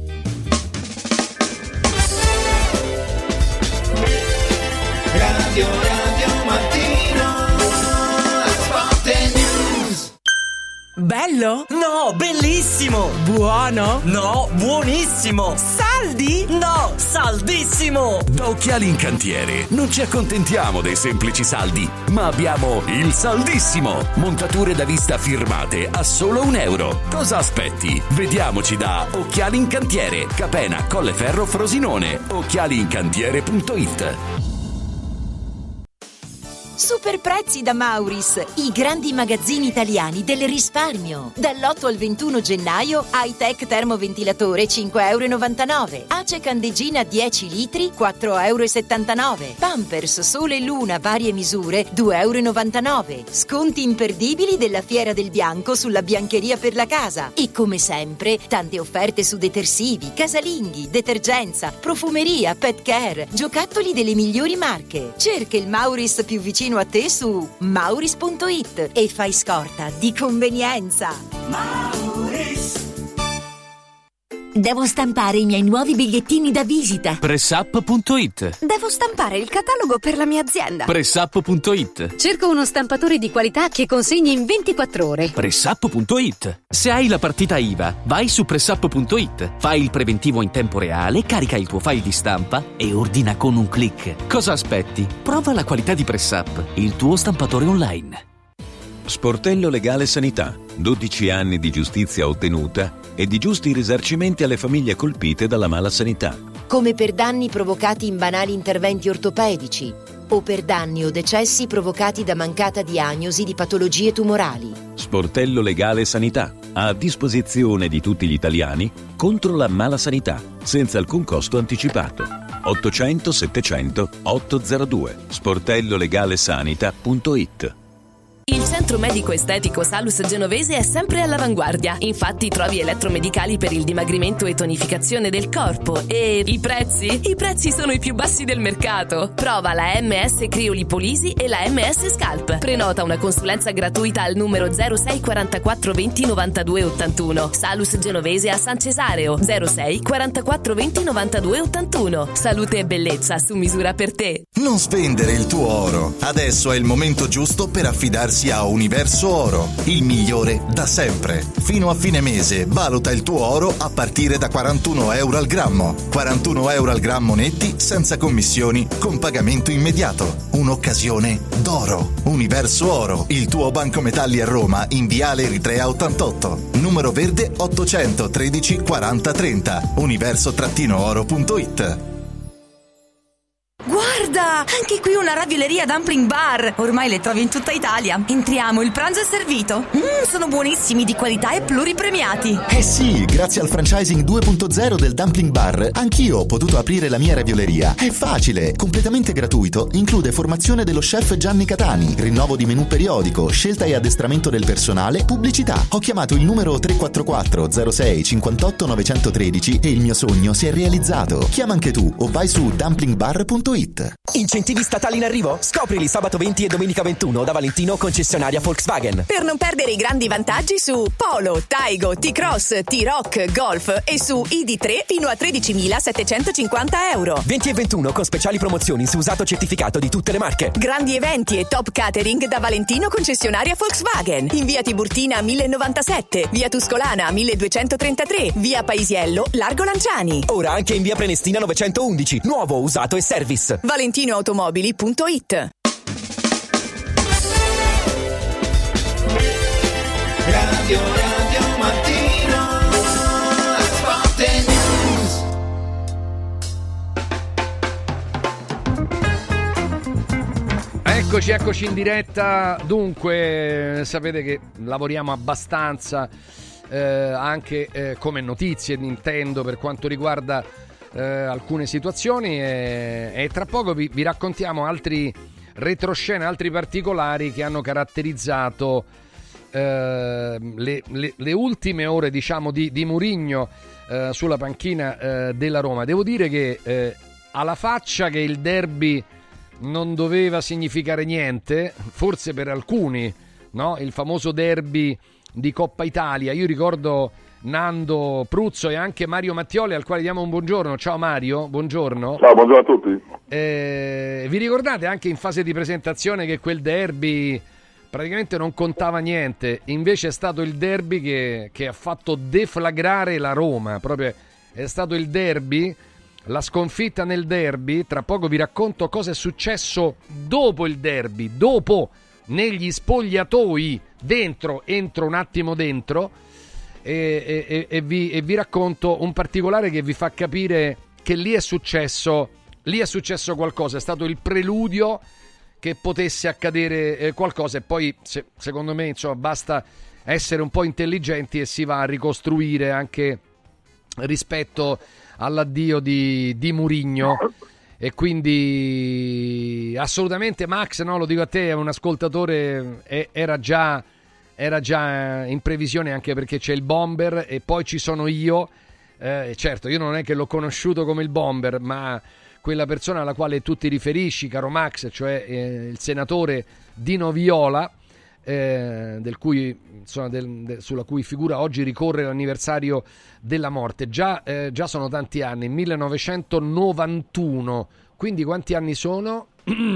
Radio Mattino, Sport News. Bello? No, bellissimo! Buono? No, buonissimo! Saldi? No, saldissimo! Da Occhiali in Cantiere non ci accontentiamo dei semplici saldi, ma abbiamo il saldissimo! Montature da vista firmate a solo €1. Cosa aspetti? Vediamoci da Occhiali in Cantiere, Capena, Colleferro, Frosinone. occhialiincantiere.it. Super prezzi da Mauris, i grandi magazzini italiani del risparmio. Dall'8 al 21 gennaio, High-Tech termoventilatore €5,99. Ace candeggina 10 litri €4,79. Pampers Sole e Luna varie misure €2,99. Sconti imperdibili della Fiera del Bianco sulla biancheria per la casa. E come sempre, tante offerte su detersivi, casalinghi, detergenza, profumeria, pet care, giocattoli delle migliori marche. Cerca il Mauris più vicino a te su mauris.it e fai scorta di convenienza. Mauris. Devo stampare i miei nuovi bigliettini da visita. Pressup.it. Devo stampare il catalogo per la mia azienda. Pressup.it. Cerco uno stampatore di qualità che consegni in 24 ore. Pressup.it. Se hai la partita IVA, vai su Pressup.it, fai il preventivo in tempo reale, carica il tuo file di stampa e ordina con un click. Cosa aspetti? Prova la qualità di Pressup, il tuo stampatore online. Sportello Legale Sanità. 12 anni di giustizia ottenuta e di giusti risarcimenti alle famiglie colpite dalla mala sanità. Come per danni provocati in banali interventi ortopedici o per danni o decessi provocati da mancata diagnosi di patologie tumorali. Sportello Legale Sanità. A disposizione di tutti gli italiani contro la mala sanità, senza alcun costo anticipato. 800 700 802. sportellolegalesanita.it. Il centro medico estetico Salus Genovese è sempre all'avanguardia. Infatti trovi elettromedicali per il dimagrimento e tonificazione del corpo. E i prezzi? I prezzi sono i più bassi del mercato. Prova la MS Criolipolisi e la MS Scalp. Prenota una consulenza gratuita al numero 06 44 20 92 81. Salus Genovese a San Cesareo 06 44 20 92 81. Salute e bellezza su misura per te. Non spendere il tuo oro. Adesso è il momento giusto per affidarsi a Universo Oro, il migliore da sempre. Fino a fine mese valuta il tuo oro a partire da €41 al grammo. €41 al grammo netti, senza commissioni, con pagamento immediato. Un'occasione d'oro. Universo Oro, il tuo banco metalli a Roma, in Viale Eritrea 88. Numero verde 813 40 30. universo-oro.it. Guarda, anche qui una ravioleria dumpling bar. Ormai le trovi in tutta Italia. Entriamo, il pranzo è servito. Sono buonissimi, di qualità e pluripremiati. Eh sì, grazie al franchising 2.0 del dumpling bar, anch'io ho potuto aprire la mia ravioleria. È facile, completamente gratuito, include formazione dello chef Gianni Catani, rinnovo di menù periodico, scelta e addestramento del personale, pubblicità. Ho chiamato il numero 344 06 58 913 e il mio sogno si è realizzato. Chiama anche tu o vai su dumplingbar.it. Incentivi statali in arrivo? Scoprili sabato 20 e domenica 21 da Valentino, concessionaria Volkswagen. Per non perdere i grandi vantaggi su Polo, Taigo, T-Cross, T-Rock, Golf e su ID3 fino a 13.750 euro. 20 e 21 con speciali promozioni su usato certificato di tutte le marche. Grandi eventi e top catering da Valentino, concessionaria Volkswagen. In via Tiburtina 1097, via Tuscolana 1233, via Paisiello, largo Lanciani. Ora anche in via Prenestina 911, nuovo, usato e service. ValentinoAutomobili.it. Radio Mattino, Sport News. Eccoci in diretta. Dunque, sapete che lavoriamo abbastanza anche come notizie, intendo, per quanto riguarda alcune situazioni, e tra poco vi raccontiamo altri retroscena, altri particolari che hanno caratterizzato le ultime ore, diciamo, di Mourinho sulla panchina della Roma. Devo dire che alla faccia che il derby non doveva significare niente, forse per alcuni, no? Il famoso derby di Coppa Italia. Io ricordo Nando Pruzzo e anche Mario Mattioli, al quale diamo un buongiorno. Ciao Mario, buongiorno. Ciao, buongiorno a tutti. Vi ricordate anche in fase di presentazione che quel derby praticamente non contava niente? Invece è stato il derby che ha fatto deflagrare la Roma. Proprio è stato il derby, la sconfitta nel derby. Tra poco vi racconto cosa è successo dopo il derby, dopo, negli spogliatoi, entro un attimo dentro, e vi racconto un particolare che vi fa capire che lì è successo qualcosa. È stato il preludio che potesse accadere qualcosa, e poi secondo me, insomma, basta essere un po' intelligenti e si va a ricostruire anche rispetto all'addio di Mourinho. E quindi assolutamente, Max, no, lo dico a te, è un ascoltatore, era già in previsione, anche perché c'è il Bomber e poi ci sono io. Certo, io non è che l'ho conosciuto come il Bomber, ma quella persona alla quale tu ti riferisci, caro Max, cioè il senatore Dino Viola, del cui, insomma, sulla cui figura oggi ricorre l'anniversario della morte. Già sono tanti anni, 1991, quindi quanti anni sono?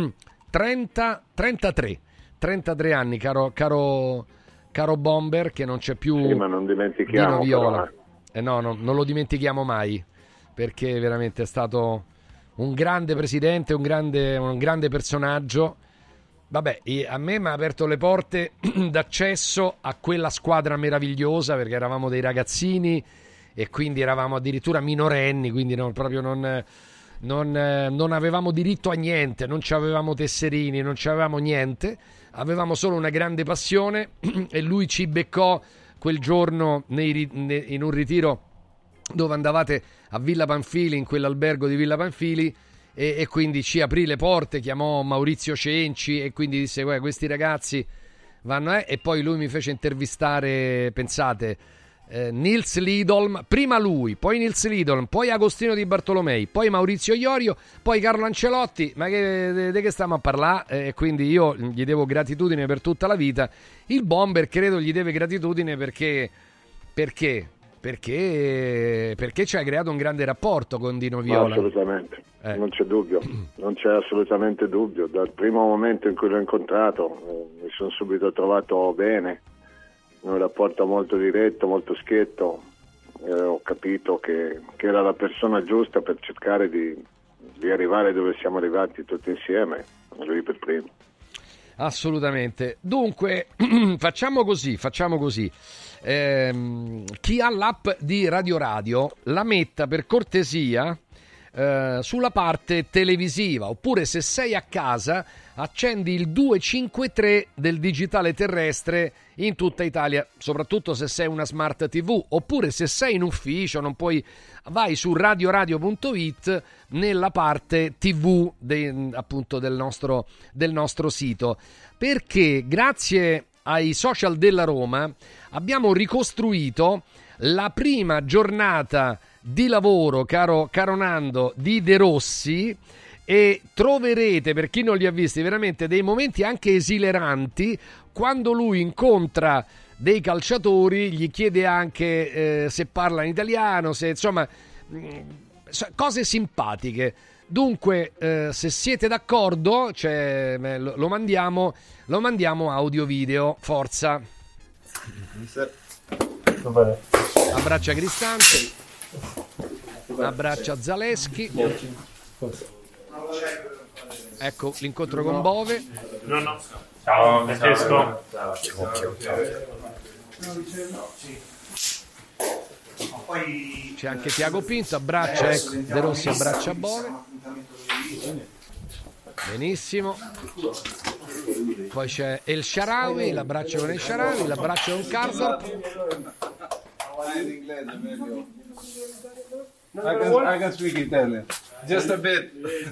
33 anni, caro Bomber, che non c'è più. Sì, ma non dimentichiamo Dino Viola. No, non lo dimentichiamo mai, perché veramente è stato un grande presidente, un grande personaggio. Vabbè, a me mi ha aperto le porte d'accesso a quella squadra meravigliosa, perché eravamo dei ragazzini e quindi eravamo addirittura minorenni, quindi non avevamo diritto a niente, non avevamo tesserini, non avevamo niente, avevamo solo una grande passione, e lui ci beccò quel giorno in un ritiro dove andavate a Villa Panfili, in quell'albergo di Villa Panfili, e quindi ci aprì le porte, chiamò Maurizio Cenci e quindi disse: guarda, questi ragazzi vanno, e poi lui mi fece intervistare, pensate, Nils Lidolm, prima lui, poi Nils Lidolm, poi Agostino Di Bartolomei, poi Maurizio Iorio, poi Carlo Ancelotti. Ma di che stiamo a parlare? Quindi io gli devo gratitudine per tutta la vita. Il Bomber credo gli deve gratitudine perché ci ha creato un grande rapporto con Dino Viola. Assolutamente, non c'è dubbio, non c'è assolutamente dubbio. Dal primo momento in cui l'ho incontrato mi sono subito trovato bene, un rapporto molto diretto, molto schietto, ho capito che era la persona giusta per cercare di arrivare dove siamo arrivati tutti insieme, lui per primo. Assolutamente. Dunque facciamo così. Chi ha l'app di Radio la metta per cortesia sulla parte televisiva, oppure se sei a casa accendi il 253 del digitale terrestre in tutta Italia, soprattutto se sei una smart TV, oppure se sei in ufficio vai su radioradio.it nella parte TV appunto del nostro sito, perché grazie ai social della Roma abbiamo ricostruito la prima giornata di lavoro, caro Nando, di De Rossi, e troverete, per chi non li ha visti, veramente dei momenti anche esileranti quando lui incontra dei calciatori, gli chiede anche se parla in italiano, se insomma cose simpatiche. Dunque, se siete d'accordo, lo mandiamo audio video, forza. Abbraccia Cristante, abbraccia Zaleschi. Ecco l'incontro con Bove. Ciao Francesco. C'è anche Tiago Pinto, abbraccia De Rossi, abbraccia Bove. Benissimo. Poi c'è El Shaarawy, l'abbraccio con El Shaarawy, l'abbraccio con Karsdorp. I can speak Italian. Just a bit.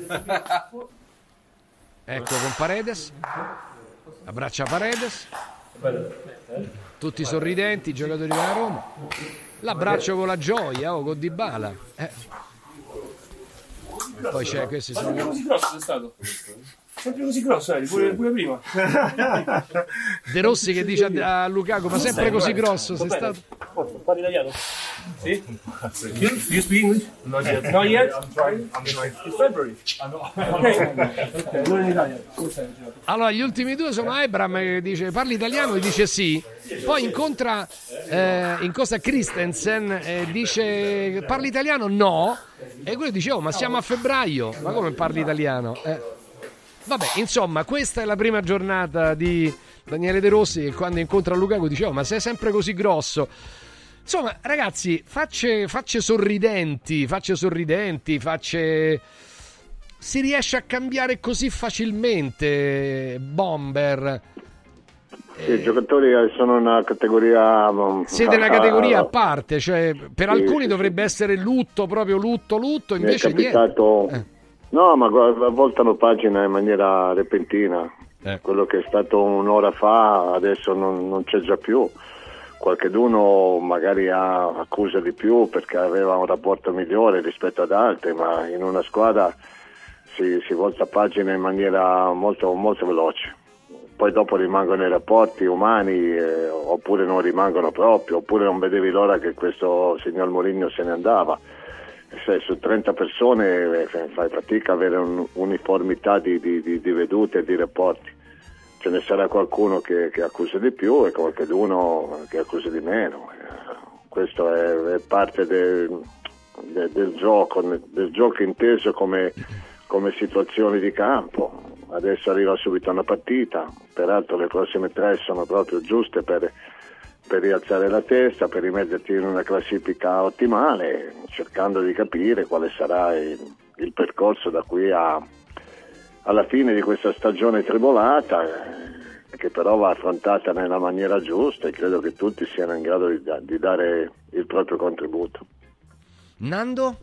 Ecco con Paredes. Abbraccia Paredes. Tutti sorridenti, i giocatori della Roma. L'abbraccio con la gioia, con Dybala. Poi c'è, questi sono... Sempre così grosso sei stato? Sempre così grosso eri, pure prima. De Rossi che dice a Lukaku, ma sempre così grosso sei stato? Parli italiano? Sì? You speak English? Not yet. Not yet? I'm trying. It's February. Ok. Non in Italia. Allora, gli ultimi due sono Abraham che dice parli italiano e dice sì. Poi incontra Christensen e dice parli italiano? No. E quello dice ma siamo a febbraio, ma come parli italiano? Vabbè, insomma, questa è la prima giornata di Daniele De Rossi che quando incontra Lukaku dice ma sei sempre così grosso. Insomma, ragazzi, facce sorridenti, si riesce a cambiare così facilmente, Bomber. Sì, i giocatori sono una categoria... Siete una categoria a parte, cioè per alcuni dovrebbe essere lutto, proprio lutto, invece niente. No, ma voltano pagina in maniera repentina. Quello che è stato un'ora fa adesso non c'è già più. Qualcheduno magari ha accusa di più perché aveva un rapporto migliore rispetto ad altri, ma in una squadra si volta pagina in maniera molto, molto veloce. Poi dopo rimangono i rapporti umani, oppure non rimangono proprio, oppure non vedevi l'ora che questo signor Mourinho se ne andava. Se su 30 persone fai fatica a avere un'uniformità di vedute e di rapporti. Ce ne sarà qualcuno che accusa di più e qualcuno che accusa di meno. Questo è parte del gioco inteso come situazioni di campo. Adesso arriva subito una partita, peraltro le prossime 3 sono proprio giuste per rialzare la testa, per rimetterti in una classifica ottimale, cercando di capire quale sarà il percorso da qui alla fine di questa stagione tribolata, che però va affrontata nella maniera giusta e credo che tutti siano in grado di dare il proprio contributo. Nando?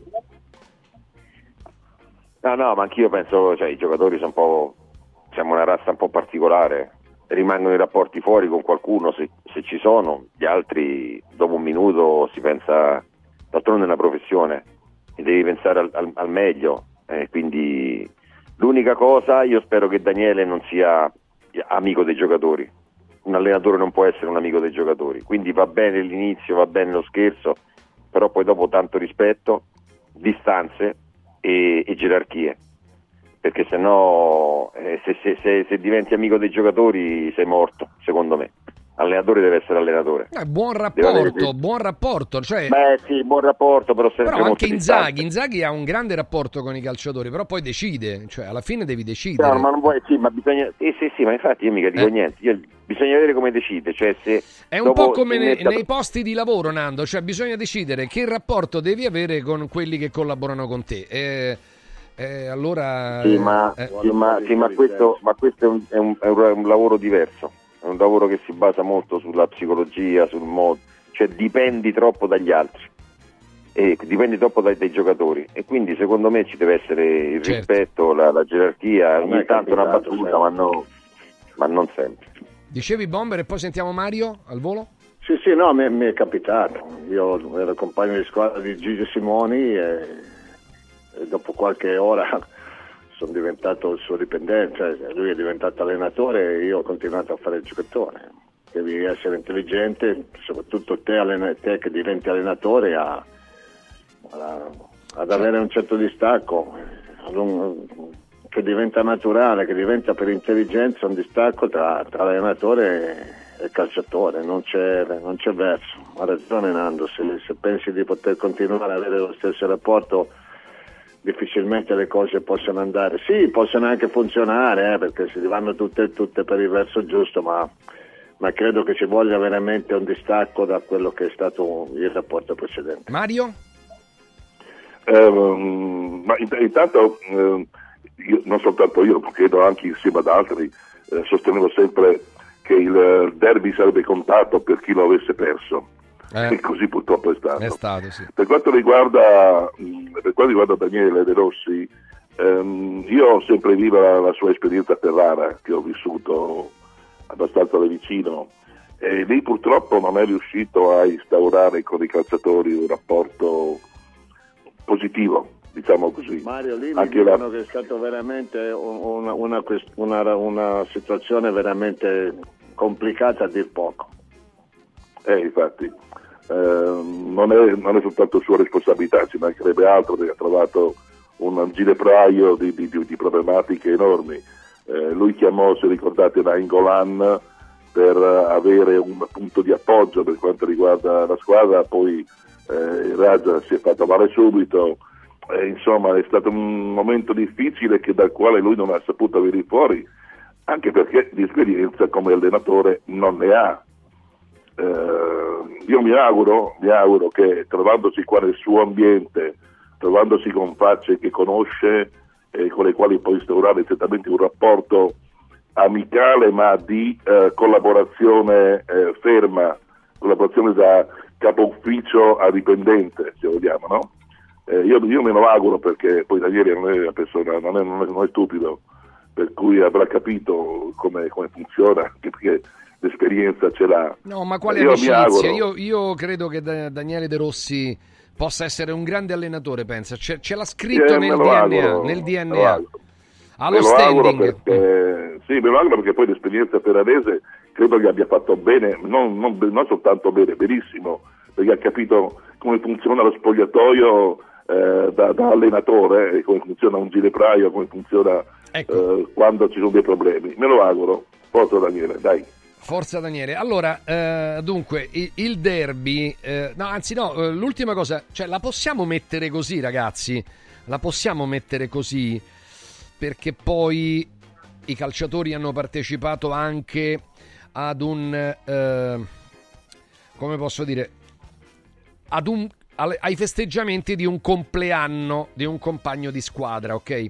No, ma anch'io penso, i giocatori siamo una razza un po' particolare, rimangono i rapporti fuori con qualcuno se ci sono, gli altri dopo un minuto si pensa, d'altronde è una professione e devi pensare al meglio, quindi l'unica cosa, io spero che Daniele non sia amico dei giocatori, un allenatore non può essere un amico dei giocatori, quindi va bene l'inizio, va bene lo scherzo, però poi dopo tanto rispetto, distanze e gerarchie, perché se diventi amico dei giocatori sei morto, secondo me. Allenatore deve essere allenatore. Buon rapporto. Cioè... Beh sì, buon rapporto, però anche Inzaghi ha un grande rapporto con i calciatori, però poi decide, cioè alla fine devi decidere. No, ma non vuoi, ma bisogna... Sì, ma infatti io mica dico niente, bisogna vedere come decide, cioè se... È un po' come nei posti di lavoro, Nando, cioè bisogna decidere che rapporto devi avere con quelli che collaborano con te. Allora... questo è un lavoro diverso. È un lavoro che si basa molto sulla psicologia, sul modo, cioè dipendi troppo dagli altri e dipendi troppo dai giocatori e quindi secondo me ci deve essere il rispetto, la gerarchia, ogni tanto una battuta, ma non sempre. Dicevi Bomber e poi sentiamo Mario al volo? Sì, no, mi è capitato. Io ero compagno di squadra di Gigi Simoni e dopo qualche ora sono diventato il suo dipendente, cioè lui è diventato allenatore e io ho continuato a fare il giocatore. Devi essere intelligente, soprattutto te che diventi allenatore ad avere un certo distacco, che diventa naturale, che diventa per intelligenza un distacco tra l'allenatore e il calciatore, non c'è verso. Ha ragione Nando, se pensi di poter continuare ad avere lo stesso rapporto, difficilmente le cose possono andare. Sì, possono anche funzionare, perché si vanno tutte per il verso giusto, ma credo che ci voglia veramente un distacco da quello che è stato il rapporto precedente. Mario? Ma intanto non soltanto io, credo anche insieme ad altri, sostenevo sempre che il derby sarebbe contato per chi lo avesse perso, e così purtroppo è stato. È stato, sì. Per quanto riguarda Daniele De Rossi, io ho sempre vivo la sua esperienza a Ferrara, che ho vissuto abbastanza da vicino, e lì purtroppo non è riuscito a instaurare con i calciatori un rapporto positivo, diciamo così. Mario, lì mi dicono che è stato veramente una situazione veramente complicata a dir poco. Infatti non è soltanto sua responsabilità, ci mancherebbe altro, perché ha trovato un ginepraio di problematiche enormi. Lui chiamò, se ricordate, Nainggolan per avere un punto di appoggio per quanto riguarda la squadra, poi il Raja si è fatto male subito, insomma è stato un momento difficile dal quale lui non ha saputo venire fuori, anche perché di esperienza come allenatore non ne ha. Io mi auguro che, trovandosi qua nel suo ambiente, trovandosi con facce che conosce e con le quali può instaurare certamente un rapporto amicale, ma di collaborazione ferma, collaborazione da capo ufficio a dipendente, se vogliamo, no? Io me lo auguro, perché poi Daniele non è una persona, non è stupido, per cui avrà capito come funziona, anche perché l'esperienza ce l'ha. No, ma quale amicizia? Io credo che Daniele De Rossi possa essere un grande allenatore, pensa, ce l'ha scritto nel DNA. Allo standing. Sì, me lo auguro, perché poi l'esperienza ferrarese credo che abbia fatto bene, non soltanto bene, benissimo, perché ha capito come funziona lo spogliatoio da allenatore, come funziona un ginepraio, come funziona quando ci sono dei problemi. Me lo auguro. Forza Daniele, dai. Forza Daniele. Allora, dunque, il derby, l'ultima cosa, cioè la possiamo mettere così, ragazzi? La possiamo mettere così, perché poi i calciatori hanno partecipato anche ad un come posso dire, ai festeggiamenti di un compleanno di un compagno di squadra, ok?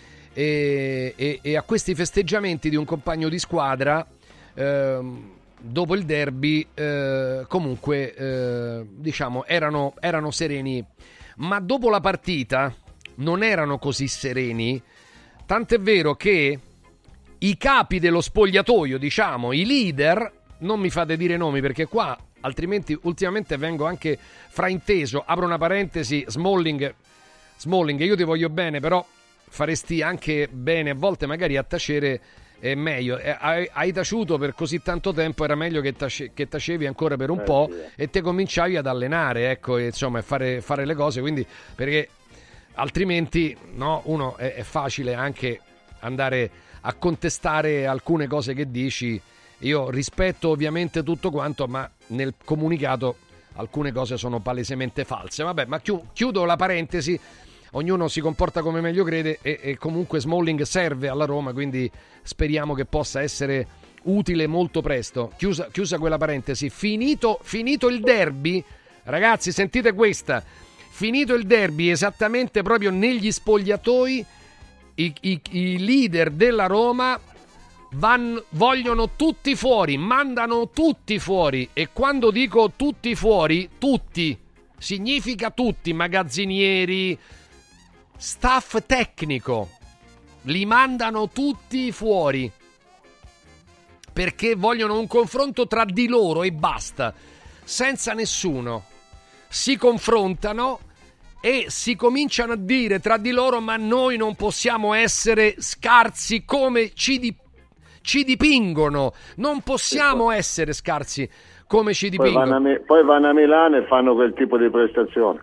E a questi festeggiamenti di un compagno di squadra, dopo il derby, comunque diciamo erano sereni, ma dopo la partita non erano così sereni, tant'è vero che i capi dello spogliatoio, diciamo i leader, non mi fate dire nomi perché qua altrimenti ultimamente vengo anche frainteso, apro una parentesi, Smalling, io ti voglio bene, però faresti anche bene a volte magari a tacere, è meglio, hai taciuto per così tanto tempo, era meglio che tacevi ancora per un po' e te cominciavi ad allenare, ecco, e insomma fare le cose, quindi, perché altrimenti no, uno è facile anche andare a contestare alcune cose che dici. Io rispetto ovviamente tutto quanto, ma nel comunicato alcune cose sono palesemente false. Vabbè, ma chiudo la parentesi, ognuno si comporta come meglio crede e comunque Smalling serve alla Roma, quindi speriamo che possa essere utile molto presto. Chiusa quella parentesi, finito il derby, ragazzi, sentite questa, finito il derby, esattamente proprio negli spogliatoi i leader della Roma vogliono tutti fuori, mandano tutti fuori, e quando dico tutti fuori, tutti significa tutti, magazzinieri, staff tecnico, li mandano tutti fuori perché vogliono un confronto tra di loro e basta, senza nessuno. Si confrontano e si cominciano a dire tra di loro: ma noi non possiamo essere scarsi come ci dipingono, non possiamo essere scarsi come ci dipingono. Poi vanno a Milano e fanno quel tipo di prestazione.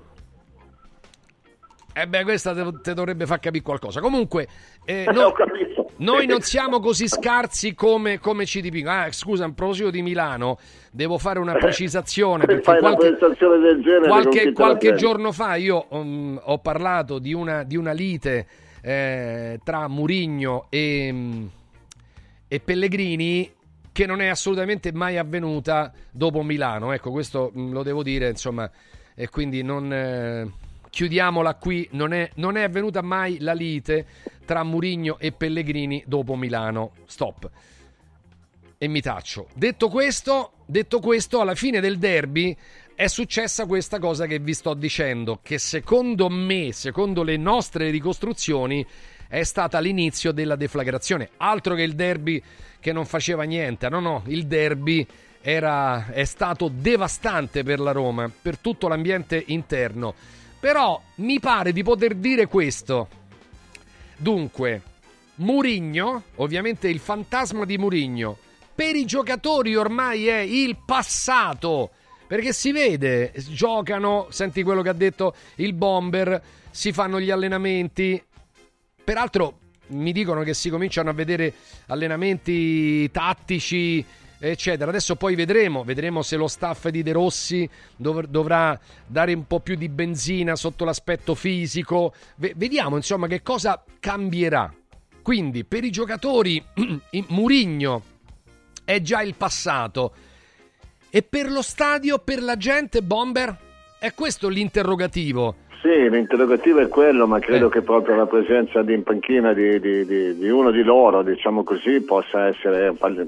Questa te dovrebbe far capire qualcosa. Comunque noi non siamo così scarsi come ci dipingono. Scusa, a proposito di Milano, devo fare una precisazione, perché fai una prestazione del genere qualche giorno fa io ho parlato di una lite tra Mourinho e Pellegrini, che non è assolutamente mai avvenuta dopo Milano. Ecco, questo lo devo dire, insomma, e quindi non chiudiamola qui. Non è avvenuta mai la lite tra Mourinho e Pellegrini dopo Milano. Stop. E mi taccio. Detto questo, alla fine del derby è successa questa cosa che vi sto dicendo, che secondo me, secondo le nostre ricostruzioni, è stata l'inizio della deflagrazione. Altro che il derby che non faceva niente. No, il derby è stato devastante per la Roma, per tutto l'ambiente interno. Però mi pare di poter dire questo. Dunque, Mourinho, ovviamente il fantasma di Mourinho, per i giocatori ormai è il passato, perché si vede, giocano, senti quello che ha detto il Bomber, si fanno gli allenamenti. Peraltro mi dicono che si cominciano a vedere allenamenti tattici, eccetera. Adesso poi vedremo se lo staff di De Rossi dovrà dare un po' più di benzina sotto l'aspetto fisico. Vediamo insomma che cosa cambierà. Quindi per i giocatori Mourinho è già il passato, e per lo stadio, per la gente, Bomber, è questo l'interrogativo. Sì, l'interrogativo è quello, ma credo che proprio la presenza in panchina di uno di loro, diciamo così, possa essere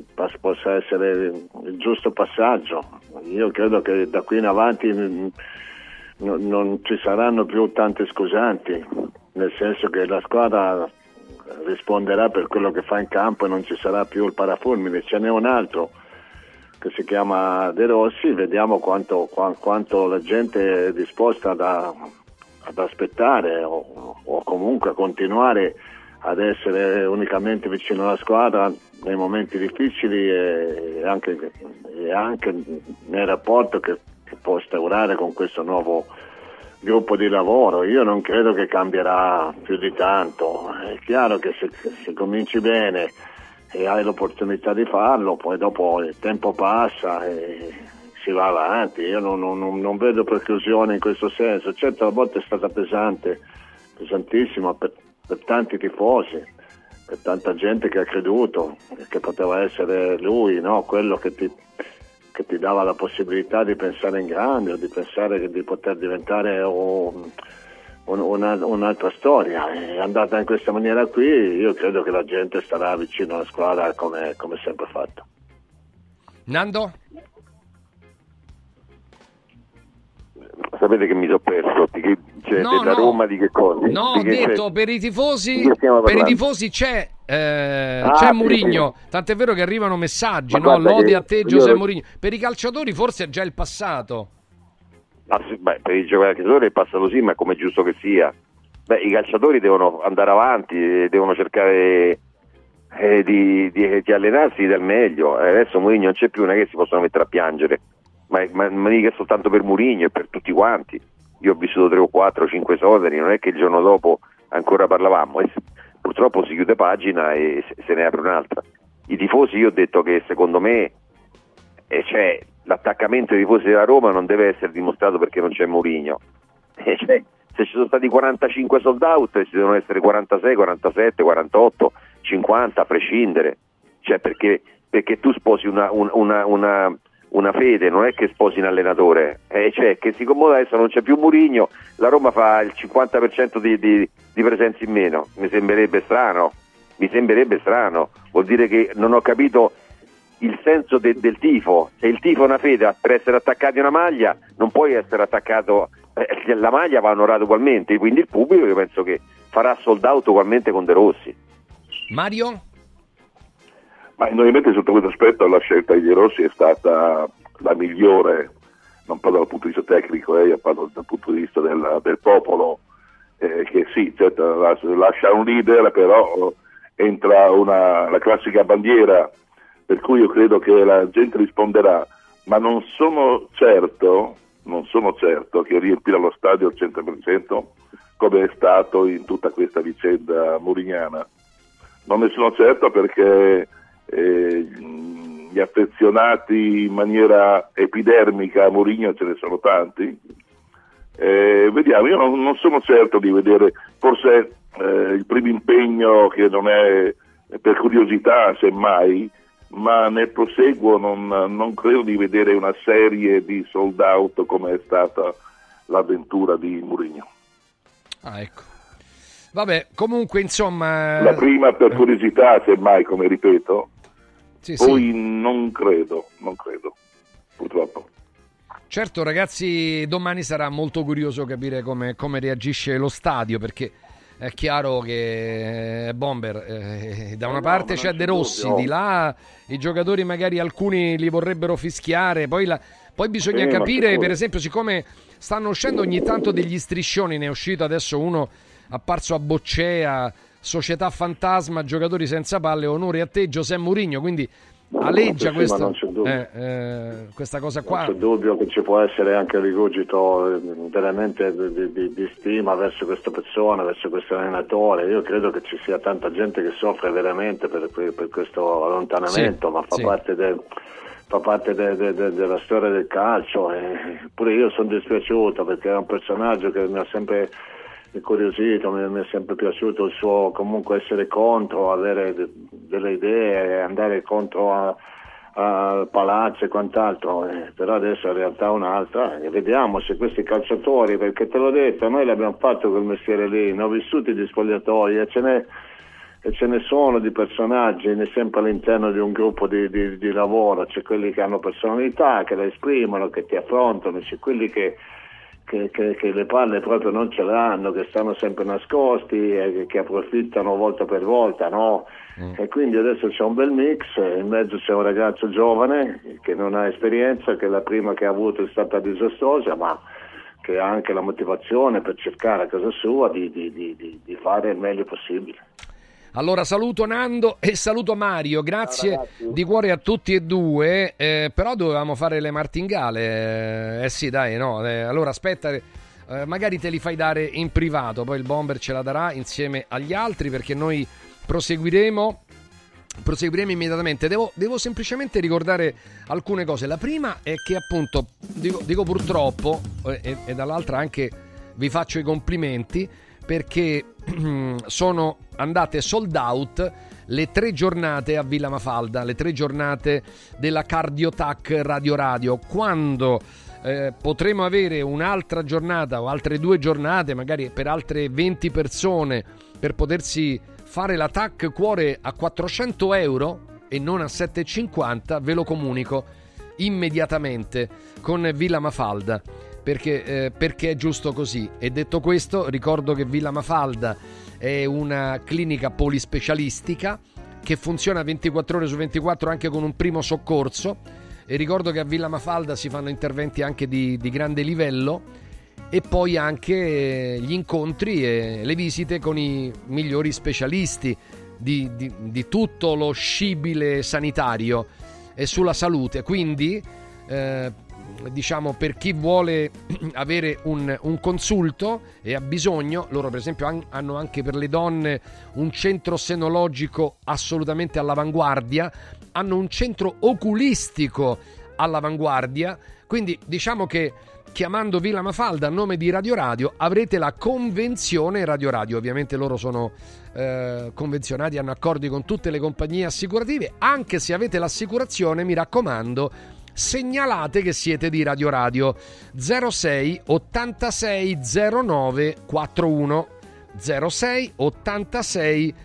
il giusto passaggio. Io credo che da qui in avanti non ci saranno più tante scusanti, nel senso che la squadra risponderà per quello che fa in campo e non ci sarà più il parafulmine. Ce n'è un altro che si chiama De Rossi, vediamo quanto la gente è disposta ad aspettare o comunque a continuare ad essere unicamente vicino alla squadra nei momenti difficili e anche nel rapporto che può instaurare con questo nuovo gruppo di lavoro. Io non credo che cambierà più di tanto. È chiaro che se cominci bene e hai l'opportunità di farlo, poi dopo il tempo passa e si va avanti. Io non vedo preclusione in questo senso. Certo, a volte è stata pesantissima per tanti tifosi, per tanta gente che ha creduto che poteva essere lui, no? Quello che ti dava la possibilità di pensare in grande, o di pensare di poter diventare un'altra storia. È andata in questa maniera qui. Io credo che la gente starà vicino alla squadra come sempre fatto. Nando? Sapete che mi sono perso? Della Roma di che cosa? No, ho detto per i tifosi c'è Mourinho, sì. Tant'è vero che arrivano messaggi, no? Lode a te José Mourinho. Per i calciatori forse è già il passato. Per i giocatori è passato sì, ma come giusto che sia. I calciatori devono andare avanti, devono cercare di allenarsi del meglio. Adesso Mourinho non c'è più, non è che si possono mettere a piangere. Ma mica soltanto per Mourinho, e per tutti quanti. Io ho vissuto 3 o 4 o 5 esoderi, non è che il giorno dopo ancora parlavamo, e purtroppo si chiude pagina e se ne apre un'altra. I tifosi, io ho detto che secondo me l'attaccamento dei tifosi della Roma non deve essere dimostrato perché non c'è Mourinho. Se ci sono stati 45 sold out, ci devono essere 46, 47, 48, 50 a prescindere. Perché tu sposi una fede, non è che sposi un allenatore, che siccome adesso non c'è più Mourinho, la Roma fa il 50% di presenza in meno. Mi sembrerebbe strano, vuol dire che non ho capito il senso del tifo. Se il tifo è una fede, per essere attaccati a una maglia non puoi essere attaccato, la maglia va onorata ugualmente, quindi il pubblico io penso che farà sold out ugualmente con De Rossi. Mario? Ma indubbiamente sotto questo aspetto la scelta di De Rossi è stata la migliore non parlo dal punto di vista tecnico, io parlo dal punto di vista del popolo, che sì, certo, lascia un leader, però entra la classica bandiera, per cui io credo che la gente risponderà, ma non sono certo che riempirà lo stadio al 100% come è stato in tutta questa vicenda murignana. Non ne sono certo perché gli affezionati in maniera epidermica a Mourinho ce ne sono tanti. Vediamo, io non sono certo di vedere, forse il primo impegno che non è per curiosità semmai, ma nel proseguo non credo di vedere una serie di sold out come è stata l'avventura di Mourinho. Ah, ecco. Vabbè, comunque insomma... La prima per curiosità semmai, come ripeto, sì, poi sì. non credo, purtroppo. Certo ragazzi, domani sarà molto curioso capire come reagisce lo stadio, perché è chiaro che Bomber, da una parte c'è De Rossi, di là i giocatori magari alcuni li vorrebbero fischiare, poi bisogna capire, per esempio, siccome stanno uscendo ogni tanto degli striscioni, ne è uscito adesso uno apparso a Boccea, società fantasma, giocatori senza palle, onore a te José Mourinho, quindi aleggia questa cosa qua. Non c'è dubbio che ci può essere anche rigurgito veramente di stima verso questa persona, verso questo allenatore. Io credo che ci sia tanta gente che soffre veramente per questo allontanamento, ma fa parte della storia del calcio, pure io sono dispiaciuto perché è un personaggio che mi ha sempre incuriosito, mi è sempre piaciuto il suo comunque essere contro, avere delle idee, andare contro al palazzo e quant'altro, però adesso la realtà è un'altra e vediamo se questi calciatori, perché te l'ho detto, noi l'abbiamo fatto quel mestiere lì, ne ho vissuti di spogliatoi e ce ne sono di personaggi sempre all'interno di un gruppo di lavoro, c'è quelli che hanno personalità, che la esprimono, che ti affrontano, c'è quelli che le palle proprio non ce l'hanno, che stanno sempre nascosti e che approfittano volta per volta, no? E quindi adesso c'è un bel mix, in mezzo c'è un ragazzo giovane che non ha esperienza, che la prima che ha avuto è stata disastrosa, ma che ha anche la motivazione per cercare a casa sua di fare il meglio possibile. Allora saluto Nando e saluto Mario, grazie di cuore a tutti e due, però dovevamo fare le martingale, sì dai, no, allora aspetta, magari te li fai dare in privato, poi il Bomber ce la darà insieme agli altri, perché noi proseguiremo immediatamente. Devo semplicemente ricordare alcune cose. La prima è che appunto, dico purtroppo, e dall'altra anche vi faccio i complimenti, perché sono andate sold out le 3 giornate a Villa Mafalda, le 3 giornate della Cardiotac Radio. Quando potremo avere un'altra giornata o altre 2 giornate, magari per altre 20 persone, per potersi fare la TAC cuore a 400 euro e non a 7,50, ve lo comunico immediatamente con Villa Mafalda. Perché è giusto così. E detto questo, ricordo che Villa Mafalda è una clinica polispecialistica che funziona 24 ore su 24 anche con un primo soccorso, e ricordo che a Villa Mafalda si fanno interventi anche di grande livello, e poi anche gli incontri e le visite con i migliori specialisti di tutto lo scibile sanitario e sulla salute. Quindi diciamo, per chi vuole avere un consulto e ha bisogno, loro per esempio hanno anche per le donne un centro senologico assolutamente all'avanguardia, hanno un centro oculistico all'avanguardia, quindi diciamo che chiamando Villa Mafalda a nome di Radio avrete la convenzione Radio. Ovviamente loro sono convenzionati, hanno accordi con tutte le compagnie assicurative. Anche se avete l'assicurazione, mi raccomando, segnalate che siete di Radio 06 86 09 41 06 86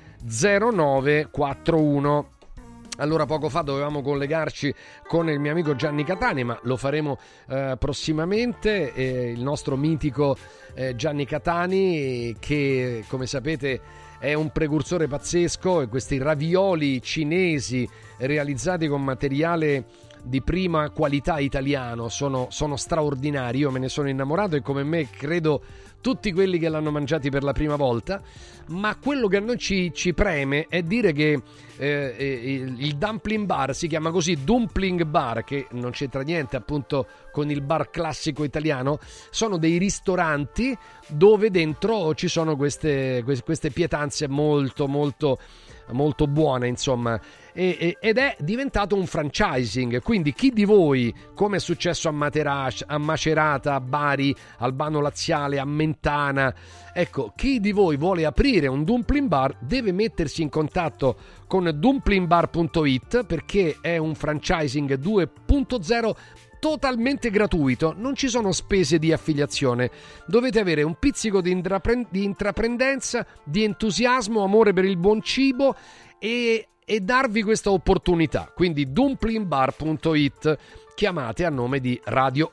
09 41. Allora, poco fa dovevamo collegarci con il mio amico Gianni Catani, ma lo faremo prossimamente, il nostro mitico Gianni Catani, che come sapete è un precursore pazzesco, e questi ravioli cinesi realizzati con materiale di prima qualità italiano, sono straordinari, io me ne sono innamorato e come me credo tutti quelli che l'hanno mangiati per la prima volta, ma quello che a noi ci preme è dire che il dumpling bar si chiama così, dumpling bar, che non c'entra niente appunto con il bar classico italiano, sono dei ristoranti dove dentro ci sono queste pietanze molto molto molto buone, insomma, ed è diventato un franchising. Quindi chi di voi, come è successo a Materace, a Macerata, a Bari, Albano Laziale, a Mentana, ecco, chi di voi vuole aprire un dumpling bar deve mettersi in contatto con dumplingbar.it, perché è un franchising 2.0 totalmente gratuito, non ci sono spese di affiliazione, dovete avere un pizzico di intraprendenza, di entusiasmo, amore per il buon cibo e darvi questa opportunità. Quindi dumplingbar.it, chiamate a nome di Radio.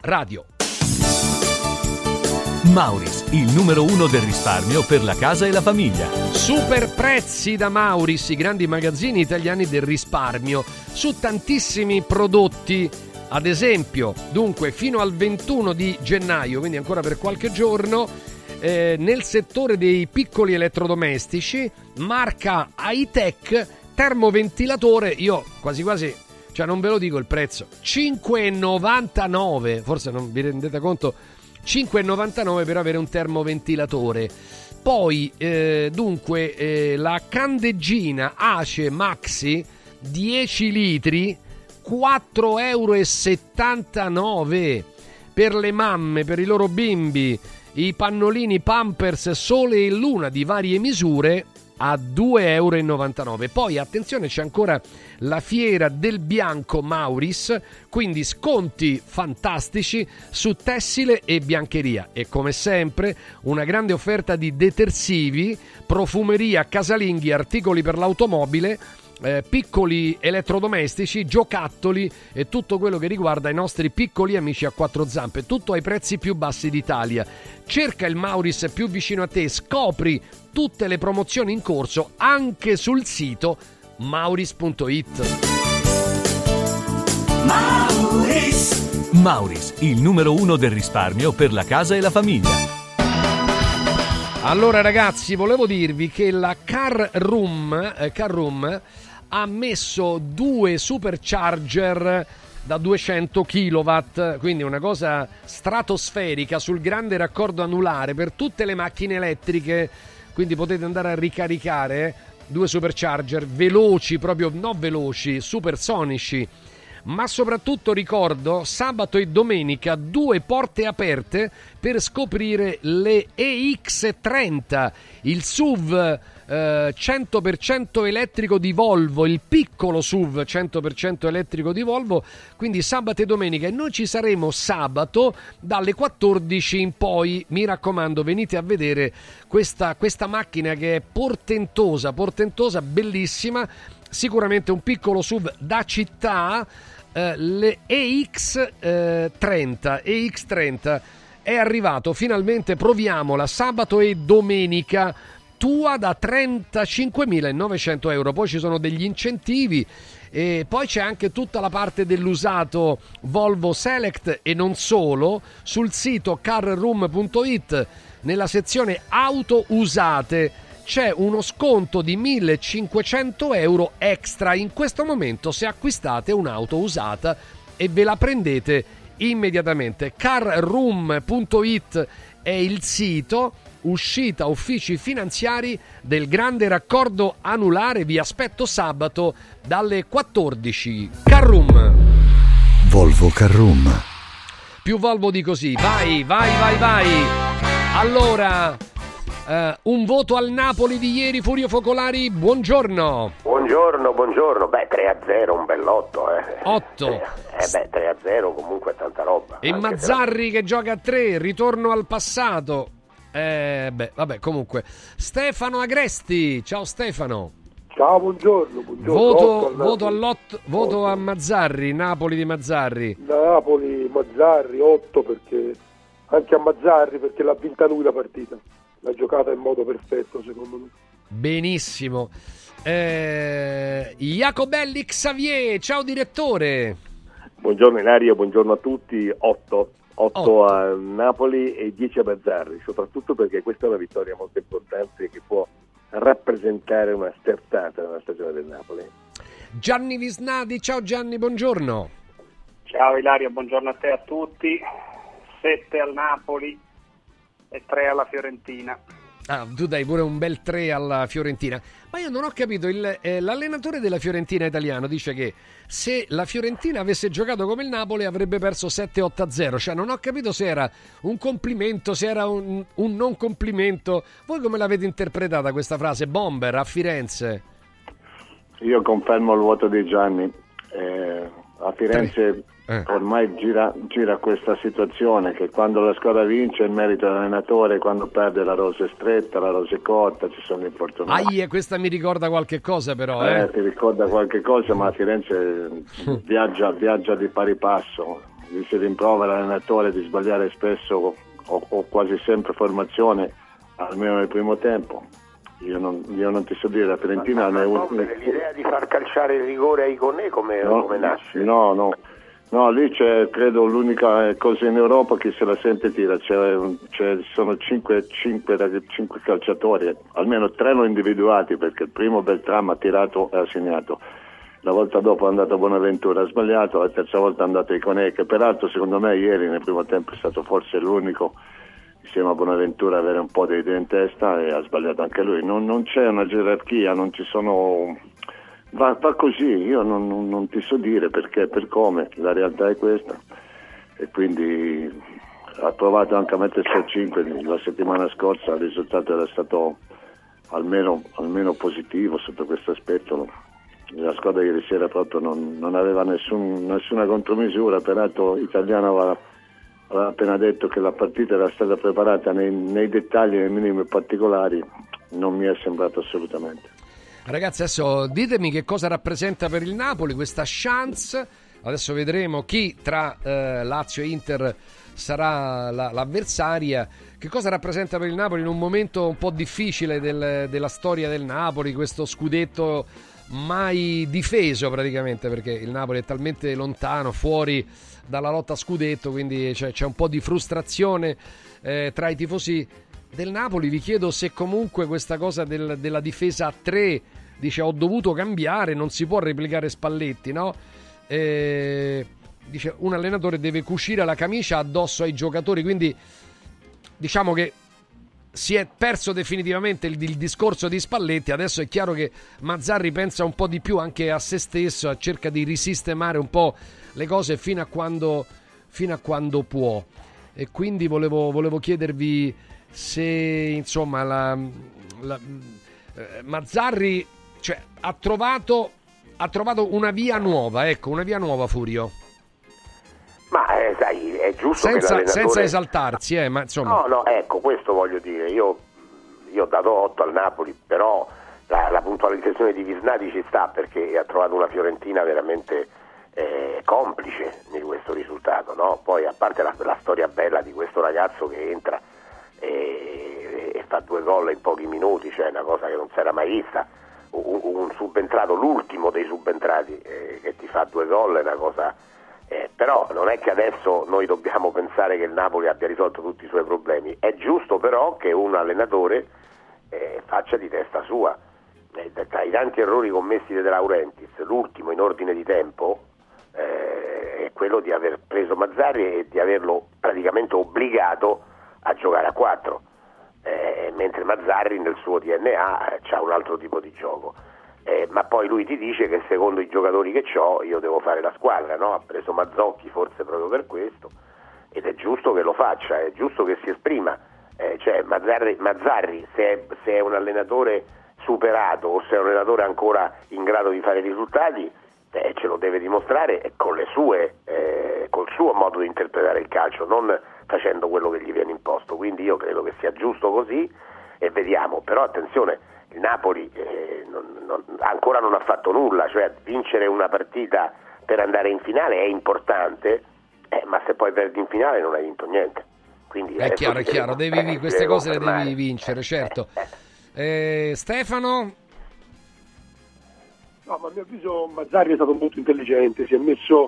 Mauris, il numero 1 del risparmio per la casa e la famiglia. Super prezzi da Mauris, i grandi magazzini italiani del risparmio, su tantissimi prodotti. Ad esempio, dunque, fino al 21 di gennaio, quindi ancora per qualche giorno, nel settore dei piccoli elettrodomestici, marca Hi-Tech, termoventilatore, io quasi, cioè non ve lo dico il prezzo, 5,99, forse non vi rendete conto, 5,99 per avere un termoventilatore. Poi, la candeggina Ace Maxi, 10 litri, 4,79 € per le mamme, per i loro bimbi, i pannolini Pampers Sole e Luna di varie misure a 2,99 €. Poi attenzione, c'è ancora la fiera del bianco Mauris, quindi sconti fantastici su tessile e biancheria e come sempre una grande offerta di detersivi, profumeria, casalinghi, articoli per l'automobile, piccoli elettrodomestici, giocattoli e tutto quello che riguarda i nostri piccoli amici a quattro zampe, tutto ai prezzi più bassi d'Italia. Cerca il Mauris più vicino a te, scopri tutte le promozioni in corso anche sul sito mauris.it. Mauris, il numero 1 del risparmio per la casa e la famiglia. Allora ragazzi, volevo dirvi che la Car Room ha messo 2 supercharger da 200 kW, quindi una cosa stratosferica sul grande raccordo anulare per tutte le macchine elettriche, quindi potete andare a ricaricare 2 supercharger veloci, proprio non veloci, supersonici. Ma soprattutto ricordo sabato e domenica 2 porte aperte per scoprire le EX30, il SUV 100% elettrico di Volvo, il piccolo SUV 100% elettrico di Volvo, quindi sabato e domenica, e noi ci saremo sabato dalle 14 in poi. Mi raccomando, venite a vedere questa macchina che è portentosa, bellissima, sicuramente un piccolo SUV da città. Le EX30 è arrivato finalmente, proviamola sabato e domenica, tua da 35.900 €. Poi ci sono degli incentivi e poi c'è anche tutta la parte dell'usato Volvo Select e non solo sul sito carroom.it, nella sezione auto usate c'è uno sconto di 1.500 € extra in questo momento se acquistate un'auto usata e ve la prendete immediatamente. Carroom.it è il sito, uscita uffici finanziari del grande raccordo anulare. Vi aspetto sabato dalle 14. Carroom. Volvo Carroom. Più Volvo di così. Vai. Allora, un voto al Napoli di ieri, Furio Focolari, buongiorno. Buongiorno. Beh, 3-0, un bell'otto. 8. 3-0 comunque è tanta roba. E Mazzarri che gioca a 3, ritorno al passato. Vabbè, comunque. Stefano Agresti, ciao Stefano. Ciao, buongiorno. Voto a Mazzarri, Napoli di Mazzarri. Napoli, Mazzarri, 8 perché anche a Mazzarri perché l'ha vinta lui la partita. L'ha giocata in modo perfetto, secondo me. Benissimo. Jacobelli Xavier, ciao direttore. Buongiorno Ilaria, buongiorno a tutti. 8 a Napoli e 10 a Mazzarri, soprattutto perché questa è una vittoria molto importante che può rappresentare una stertata nella stagione del Napoli. Gianni Visnadi, ciao Gianni, buongiorno. Ciao Ilaria, buongiorno a te e a tutti. 7 al Napoli e 3 alla Fiorentina. Tu dai pure un bel 3 alla Fiorentina, ma io non ho capito, l'allenatore della Fiorentina italiano dice che se la Fiorentina avesse giocato come il Napoli avrebbe perso 7-8-0, cioè non ho capito se era un complimento, se era un non complimento. Voi come l'avete interpretata questa frase? Bomber a Firenze? Io confermo il voto di Gianni, a Firenze ormai gira questa situazione che quando la squadra vince è il merito dell'allenatore, quando perde la rosa è stretta, la rosa è corta, ci sono infortunati. Questa mi ricorda qualche cosa però. Ti ricorda qualche cosa, ma a Firenze viaggia di pari passo, gli si rimprovera l'allenatore di sbagliare spesso o quasi sempre formazione, almeno nel primo tempo. Io non ti so dire, la Fiorentina l'idea di far calciare il rigore ai Iconè come nasce? No, lì c'è credo l'unica cosa in Europa che se la sente tira, sono 5 calciatori, almeno 3 l'ho individuati perché il primo Beltrame ha tirato e ha segnato, la volta dopo è andato a Bonaventura, ha sbagliato, la terza volta è andato a Iconè, che peraltro secondo me ieri nel primo tempo è stato forse l'unico insieme a Bonaventura a avere un po' di idee in testa e ha sbagliato anche lui. Non c'è una gerarchia, non ci sono... Va così, io non ti so dire perché, per come, la realtà è questa e quindi ha provato anche a mettersi a 5 la settimana scorsa, il risultato era stato almeno positivo sotto questo aspetto. La squadra ieri sera proprio non aveva nessuna contromisura, peraltro Italiano aveva appena detto che la partita era stata preparata nei dettagli, nei minimi particolari, non mi è sembrato assolutamente. Ragazzi, adesso ditemi che cosa rappresenta per il Napoli questa chance. Adesso vedremo chi tra Lazio e Inter sarà l'avversaria. Che cosa rappresenta per il Napoli in un momento un po' difficile della storia del Napoli, questo scudetto mai difeso praticamente, perché il Napoli è talmente lontano, fuori dalla lotta a scudetto, quindi c'è un po' di frustrazione tra i tifosi del Napoli. Vi chiedo se comunque questa cosa della difesa a 3, dice ho dovuto cambiare, non si può replicare Spalletti, no? Dice un allenatore deve cucire la camicia addosso ai giocatori, quindi diciamo che si è perso definitivamente il discorso di Spalletti. Adesso è chiaro che Mazzarri pensa un po' di più anche a se stesso, cerca di risistemare un po' le cose fino a quando può, e quindi volevo chiedervi se insomma Mazzarri ha trovato una via nuova, Furio. Ma sai, è giusto senza esaltarsi, ma insomma. No, ecco, questo voglio dire. Io ho dato 8 al Napoli, però la puntualizzazione di Visnadi ci sta, perché ha trovato una Fiorentina veramente complice di questo risultato, no? Poi a parte la storia bella di questo ragazzo che entra e fa 2 gol in pochi minuti, cioè una cosa che non si era mai vista, un subentrato, l'ultimo dei subentrati che ti fa 2 gol è una cosa, però non è che adesso noi dobbiamo pensare che il Napoli abbia risolto tutti i suoi problemi. È giusto però che un allenatore faccia di testa sua. Tra i tanti errori commessi da De Laurentiis, l'ultimo in ordine di tempo è quello di aver preso Mazzarri e di averlo praticamente obbligato a giocare a 4, mentre Mazzarri nel suo DNA c'ha un altro tipo di gioco, ma poi lui ti dice che secondo i giocatori che c'ho io devo fare la squadra, no? Ha preso Mazzocchi forse proprio per questo, ed è giusto che lo faccia, è giusto che si esprima, cioè Mazzarri se è un allenatore superato o se è un allenatore ancora in grado di fare risultati, ce lo deve dimostrare col suo modo di interpretare il calcio, non facendo quello che gli viene imposto. Quindi io credo che sia giusto così e vediamo. Però attenzione, il Napoli ancora non ha fatto nulla, cioè vincere una partita per andare in finale è importante, ma se poi perdi in finale non hai vinto niente. Quindi è chiaro, queste cose le devi vincere, certo. Stefano? No, ma a mio avviso Mazzarri è stato molto intelligente, si è messo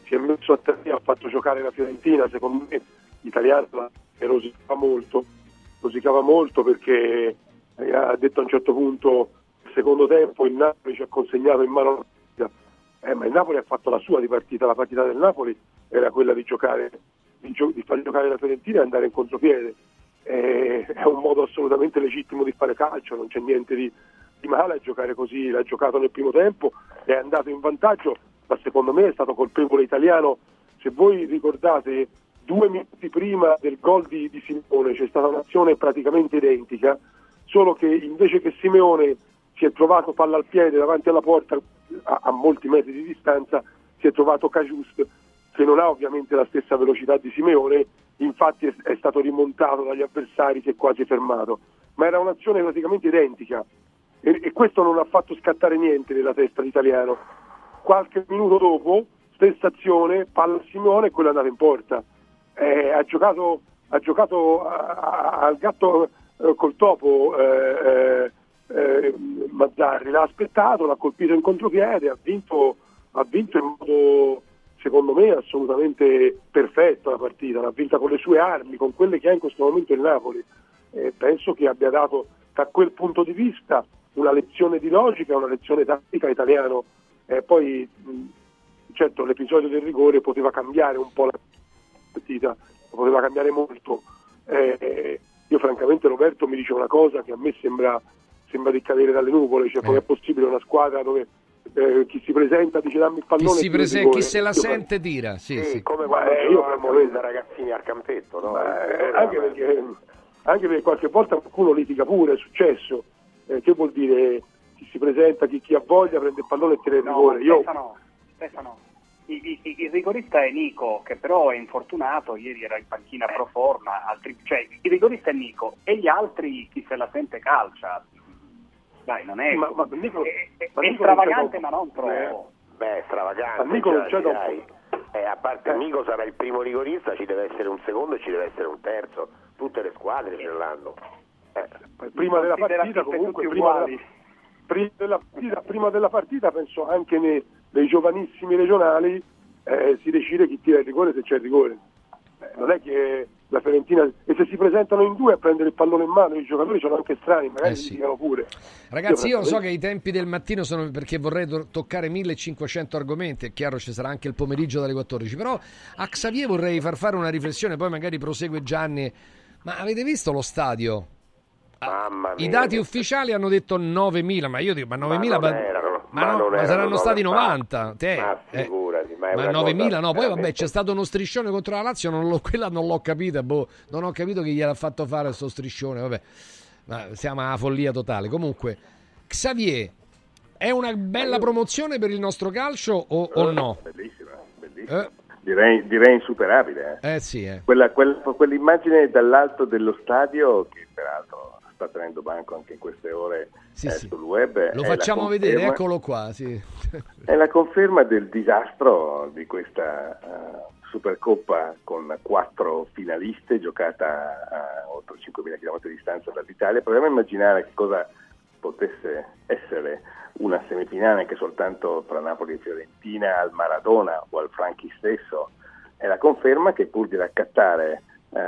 si è messo a terra, ha fatto giocare la Fiorentina, secondo me l'italiano rosicava molto perché ha detto a un certo punto il secondo tempo il Napoli ci ha consegnato in mano la partita, ma il Napoli ha fatto la sua di partita, la partita del Napoli era quella di giocare, di far giocare la Fiorentina e andare in contropiede. È un modo assolutamente legittimo di fare calcio, non c'è niente di male a giocare così. L'ha giocato nel primo tempo, è andato in vantaggio, ma secondo me è stato colpevole italiano. Se voi ricordate, 2 minuti prima del gol di Simeone c'è stata un'azione praticamente identica, solo che invece che Simeone si è trovato palla al piede davanti alla porta a molti metri di distanza, si è trovato Cajus, che non ha ovviamente la stessa velocità di Simeone, infatti è stato rimontato dagli avversari, si è quasi fermato, ma era un'azione praticamente identica e questo non ha fatto scattare niente nella testa dell'italiano. Qualche minuto dopo, stessa azione, palla a Simeone e quella è andata in porta. Ha giocato al gatto col topo Mazzarri, l'ha aspettato, l'ha colpito in contropiede, ha vinto in modo, secondo me, assolutamente perfetto la partita, l'ha vinta con le sue armi, con quelle che ha in questo momento il Napoli. Penso che abbia dato da quel punto di vista una lezione di logica, una lezione tattica italiano. Poi certo l'episodio del rigore poteva cambiare un po' la partita, poteva cambiare molto. Io francamente, Roberto mi dice una cosa che a me sembra di cadere dalle nuvole, cioè come è possibile una squadra dove chi si presenta dice dammi il pallone, chi se la sente tira, sì. Come quando io da ragazzini al campetto, no? Anche perché qualche volta qualcuno litiga pure, è successo. Che vuol dire chi si presenta, chi ha voglia prende il pallone e tira il rigore? Questa no. Il rigorista è Nico, che però è infortunato, ieri era in panchina pro forma, il rigorista è Nico e gli altri chi se la sente calcia. Dai, non è, ma Nico, è stravagante, ma non troppo. Stravagante. Ma Nico non c'è dopo. A parte Nico sarà il primo rigorista, ci deve essere un secondo e ci deve essere un terzo. Tutte le squadre ce l'hanno. Prima della partita, comunque, prima della partita penso anche nei giovanissimi regionali si decide chi tira il rigore, se c'è il rigore. Non è che la Fiorentina, e se si presentano in due a prendere il pallone in mano, i giocatori sono anche strani, magari li dicono pure. Ragazzi, io so che i tempi del mattino sono, perché vorrei toccare 1500 argomenti, è chiaro ci sarà anche il pomeriggio dalle 14, però a Xavier vorrei far fare una riflessione, poi magari prosegue Gianni. Ma avete visto lo stadio? Mamma mia, i dati ufficiali hanno detto 9.000, ma io dico, ma 9.000 ma saranno stati 90. Ma figurati, ma 9.000 no, poi vabbè c'è stato uno striscione contro la Lazio, quella non l'ho capita, non ho capito chi gliel'ha fatto fare sto striscione, vabbè, ma siamo alla follia totale. Comunque, Xavier, è una bella promozione per il nostro calcio o no? Bellissima. Direi insuperabile. Sì. Quell'immagine dall'alto dello stadio, che peraltro sta tenendo banco anche in queste ore sul web. Lo facciamo vedere, eccolo qua. Sì. È la conferma del disastro di questa Supercoppa con 4 finaliste, giocata a oltre 5.000 km di distanza dall'Italia. Proviamo a immaginare che cosa potesse essere una semifinale anche soltanto tra Napoli e Fiorentina al Maradona o al Franchi stesso. È la conferma che pur di raccattare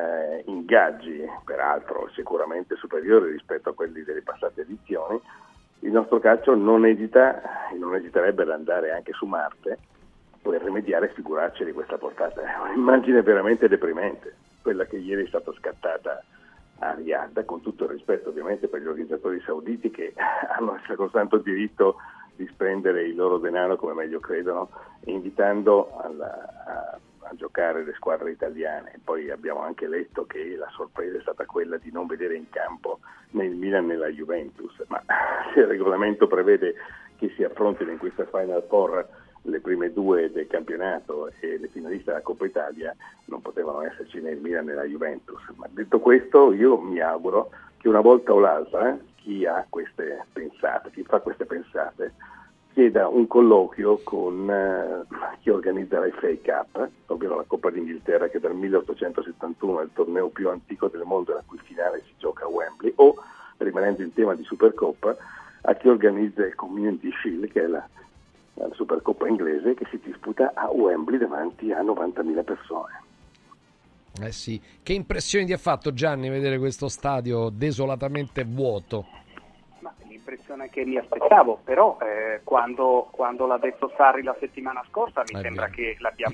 ingaggi, peraltro sicuramente superiori rispetto a quelli delle passate edizioni, il nostro calcio non esiterebbe ad andare anche su Marte per rimediare e figurarci di questa portata. È un'immagine veramente deprimente, quella che ieri è stata scattata a Riyadh, con tutto il rispetto ovviamente per gli organizzatori sauditi, che hanno il sacrosanto diritto di spendere il loro denaro come meglio credono, invitando a giocare le squadre italiane. Poi abbiamo anche letto che la sorpresa è stata quella di non vedere in campo né il Milan né la Juventus, ma se il regolamento prevede che si affrontino in questa Final Four le prime 2 del campionato e le finaliste della Coppa Italia, non potevano esserci né il Milan né la Juventus. Ma detto questo, io mi auguro che una volta o l'altra chi fa queste pensate chieda un colloquio con chi organizza la FA Cup, ovvero la Coppa d'Inghilterra, che dal 1871 è il torneo più antico del mondo, la cui finale si gioca a Wembley, o, rimanendo in tema di Supercoppa, a chi organizza il Community Shield, che è la Supercoppa inglese che si disputa a Wembley davanti a 90.000 persone. Sì, che impressioni ti ha fatto, Gianni, vedere questo stadio desolatamente vuoto? Ma l'impressione che mi aspettavo, però quando l'ha detto Sarri la settimana scorsa mi sembra che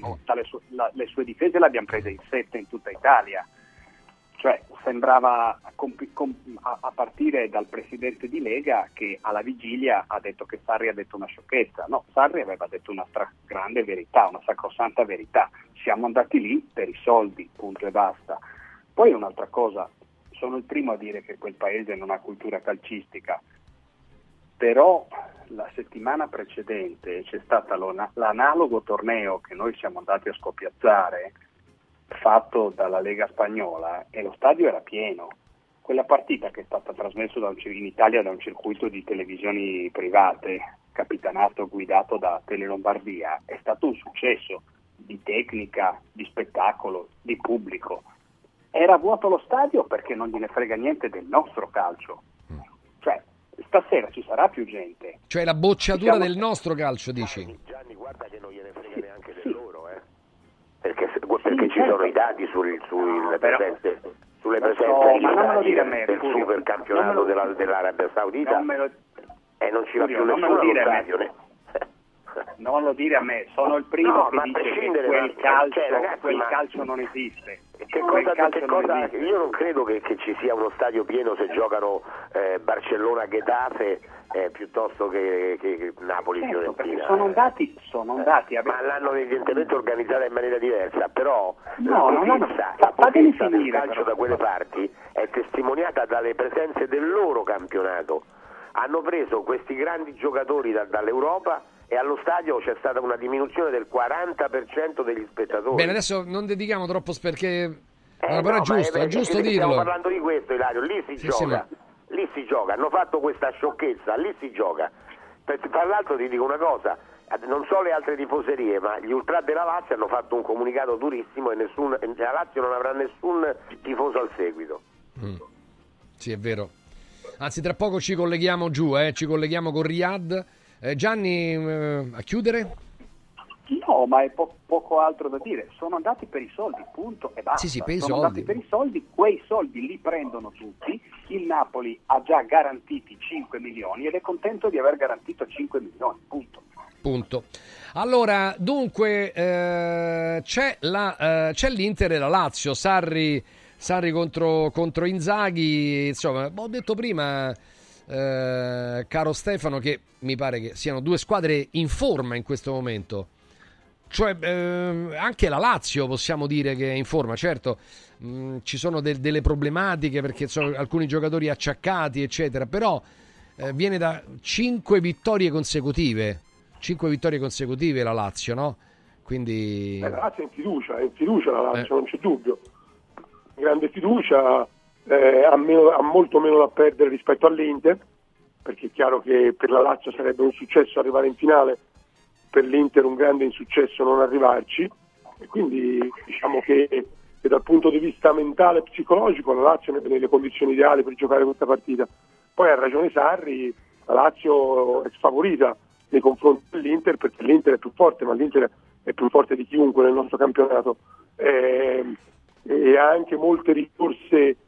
le sue difese le abbiamo prese in 7 in tutta Italia. Cioè sembrava a partire dal presidente di Lega che alla vigilia ha detto che Sarri ha detto una sciocchezza. No, Sarri aveva detto una grande verità, una sacrosanta verità. Siamo andati lì per i soldi, punto e basta. Poi un'altra cosa, sono il primo a dire che quel paese non ha cultura calcistica, però la settimana precedente c'è stato l'analogo torneo che noi siamo andati a scoppiazzare, fatto dalla Lega Spagnola, e lo stadio era pieno. Quella partita, che è stata trasmessa in Italia da un circuito di televisioni private capitanato guidato da Tele Lombardia, è stato un successo di tecnica, di spettacolo, di pubblico. Era vuoto lo stadio perché non gliene frega niente del nostro calcio. Cioè stasera ci sarà più gente. Cioè la bocciatura del nostro calcio, dici? Gianni, guarda che non gliene frega neanche del loro, perché ci sono i dati sulle presenze ma non me lo dire a me, del supercampionato dell'Arabia Saudita, e non ci va più nessuno allo stadio. Non lo dire a me, sono il primo che dice che quel calcio non esiste. Io non credo che ci sia uno stadio pieno se giocano Barcellona-Getafe piuttosto che Napoli-Fiorentina. Sono andati ma l'hanno evidentemente organizzata in maniera diversa, però la potenza del calcio da quelle parti è testimoniata dalle presenze del loro campionato. Hanno preso questi grandi giocatori dall'Europa e allo stadio c'è stata una diminuzione del 40% degli spettatori. Bene, adesso non dedichiamo troppo perché però è giusto dirlo. Stiamo parlando di questo, Ilario, lì si gioca, hanno fatto questa sciocchezza, lì si gioca. Tra l'altro ti dico una cosa, non so le altre tifoserie, ma gli ultra della Lazio hanno fatto un comunicato durissimo e la Lazio non avrà nessun tifoso al seguito. Sì, è vero. Anzi, tra poco ci colleghiamo giù, ci colleghiamo con Riyadh. Gianni, a chiudere? No, ma è poco altro da dire. Sono andati per i soldi, punto e basta. Sì, per i sono soldi. andati per i soldi, quei soldi li prendono tutti. Il Napoli ha già garantiti 5 milioni ed è contento di aver garantito 5 milioni, punto. Allora, dunque, c'è l'Inter e la Lazio, Sarri contro Inzaghi, insomma, ho detto prima, caro Stefano, che mi pare che siano due squadre in forma in questo momento. Cioè anche la Lazio possiamo dire che è in forma, certo ci sono delle problematiche perché sono alcuni giocatori acciaccati eccetera, però viene da 5 vittorie consecutive la Lazio, no? Quindi la Lazio è in fiducia la Lazio, non c'è dubbio, grande fiducia, ha molto meno da perdere rispetto all'Inter, perché è chiaro che per la Lazio sarebbe un successo arrivare in finale, per l'Inter un grande insuccesso non arrivarci, e quindi diciamo che dal punto di vista mentale e psicologico la Lazio è nelle condizioni ideali per giocare questa partita. Poi ha ragione Sarri, la Lazio è sfavorita nei confronti dell'Inter perché l'Inter è più forte, ma l'Inter è più forte di chiunque nel nostro campionato, e ha anche molte risorse,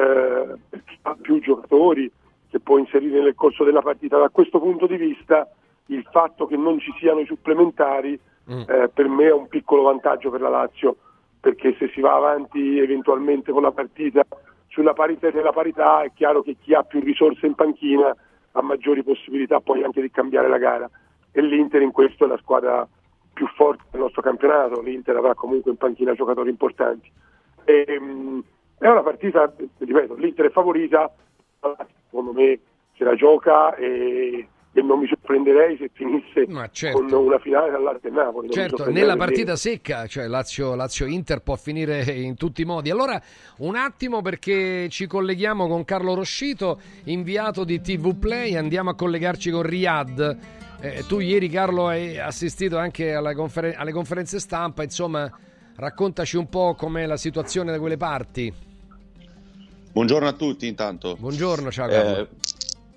ha più giocatori che può inserire nel corso della partita. Da questo punto di vista il fatto che non ci siano i supplementari per me è un piccolo vantaggio per la Lazio, perché se si va avanti eventualmente con la partita sulla parità della parità è chiaro che chi ha più risorse in panchina ha maggiori possibilità poi anche di cambiare la gara, e l'Inter in questo è la squadra più forte del nostro campionato. L'Inter avrà comunque in panchina giocatori importanti, è una partita, ripeto, l'Inter è favorita, secondo me se la gioca e non mi sorprenderei se finisse con una finale dall'Arte Napoli. Certo, nella partita secca, cioè Lazio-Inter può finire in tutti i modi. Allora, un attimo, perché ci colleghiamo con Carlo Roscito, inviato di TV Play, andiamo a collegarci con Riyadh. Tu ieri, Carlo, hai assistito anche alle conferenze stampa, insomma, raccontaci un po' com'è la situazione da quelle parti. Buongiorno a tutti intanto. Buongiorno, ciao Carlo.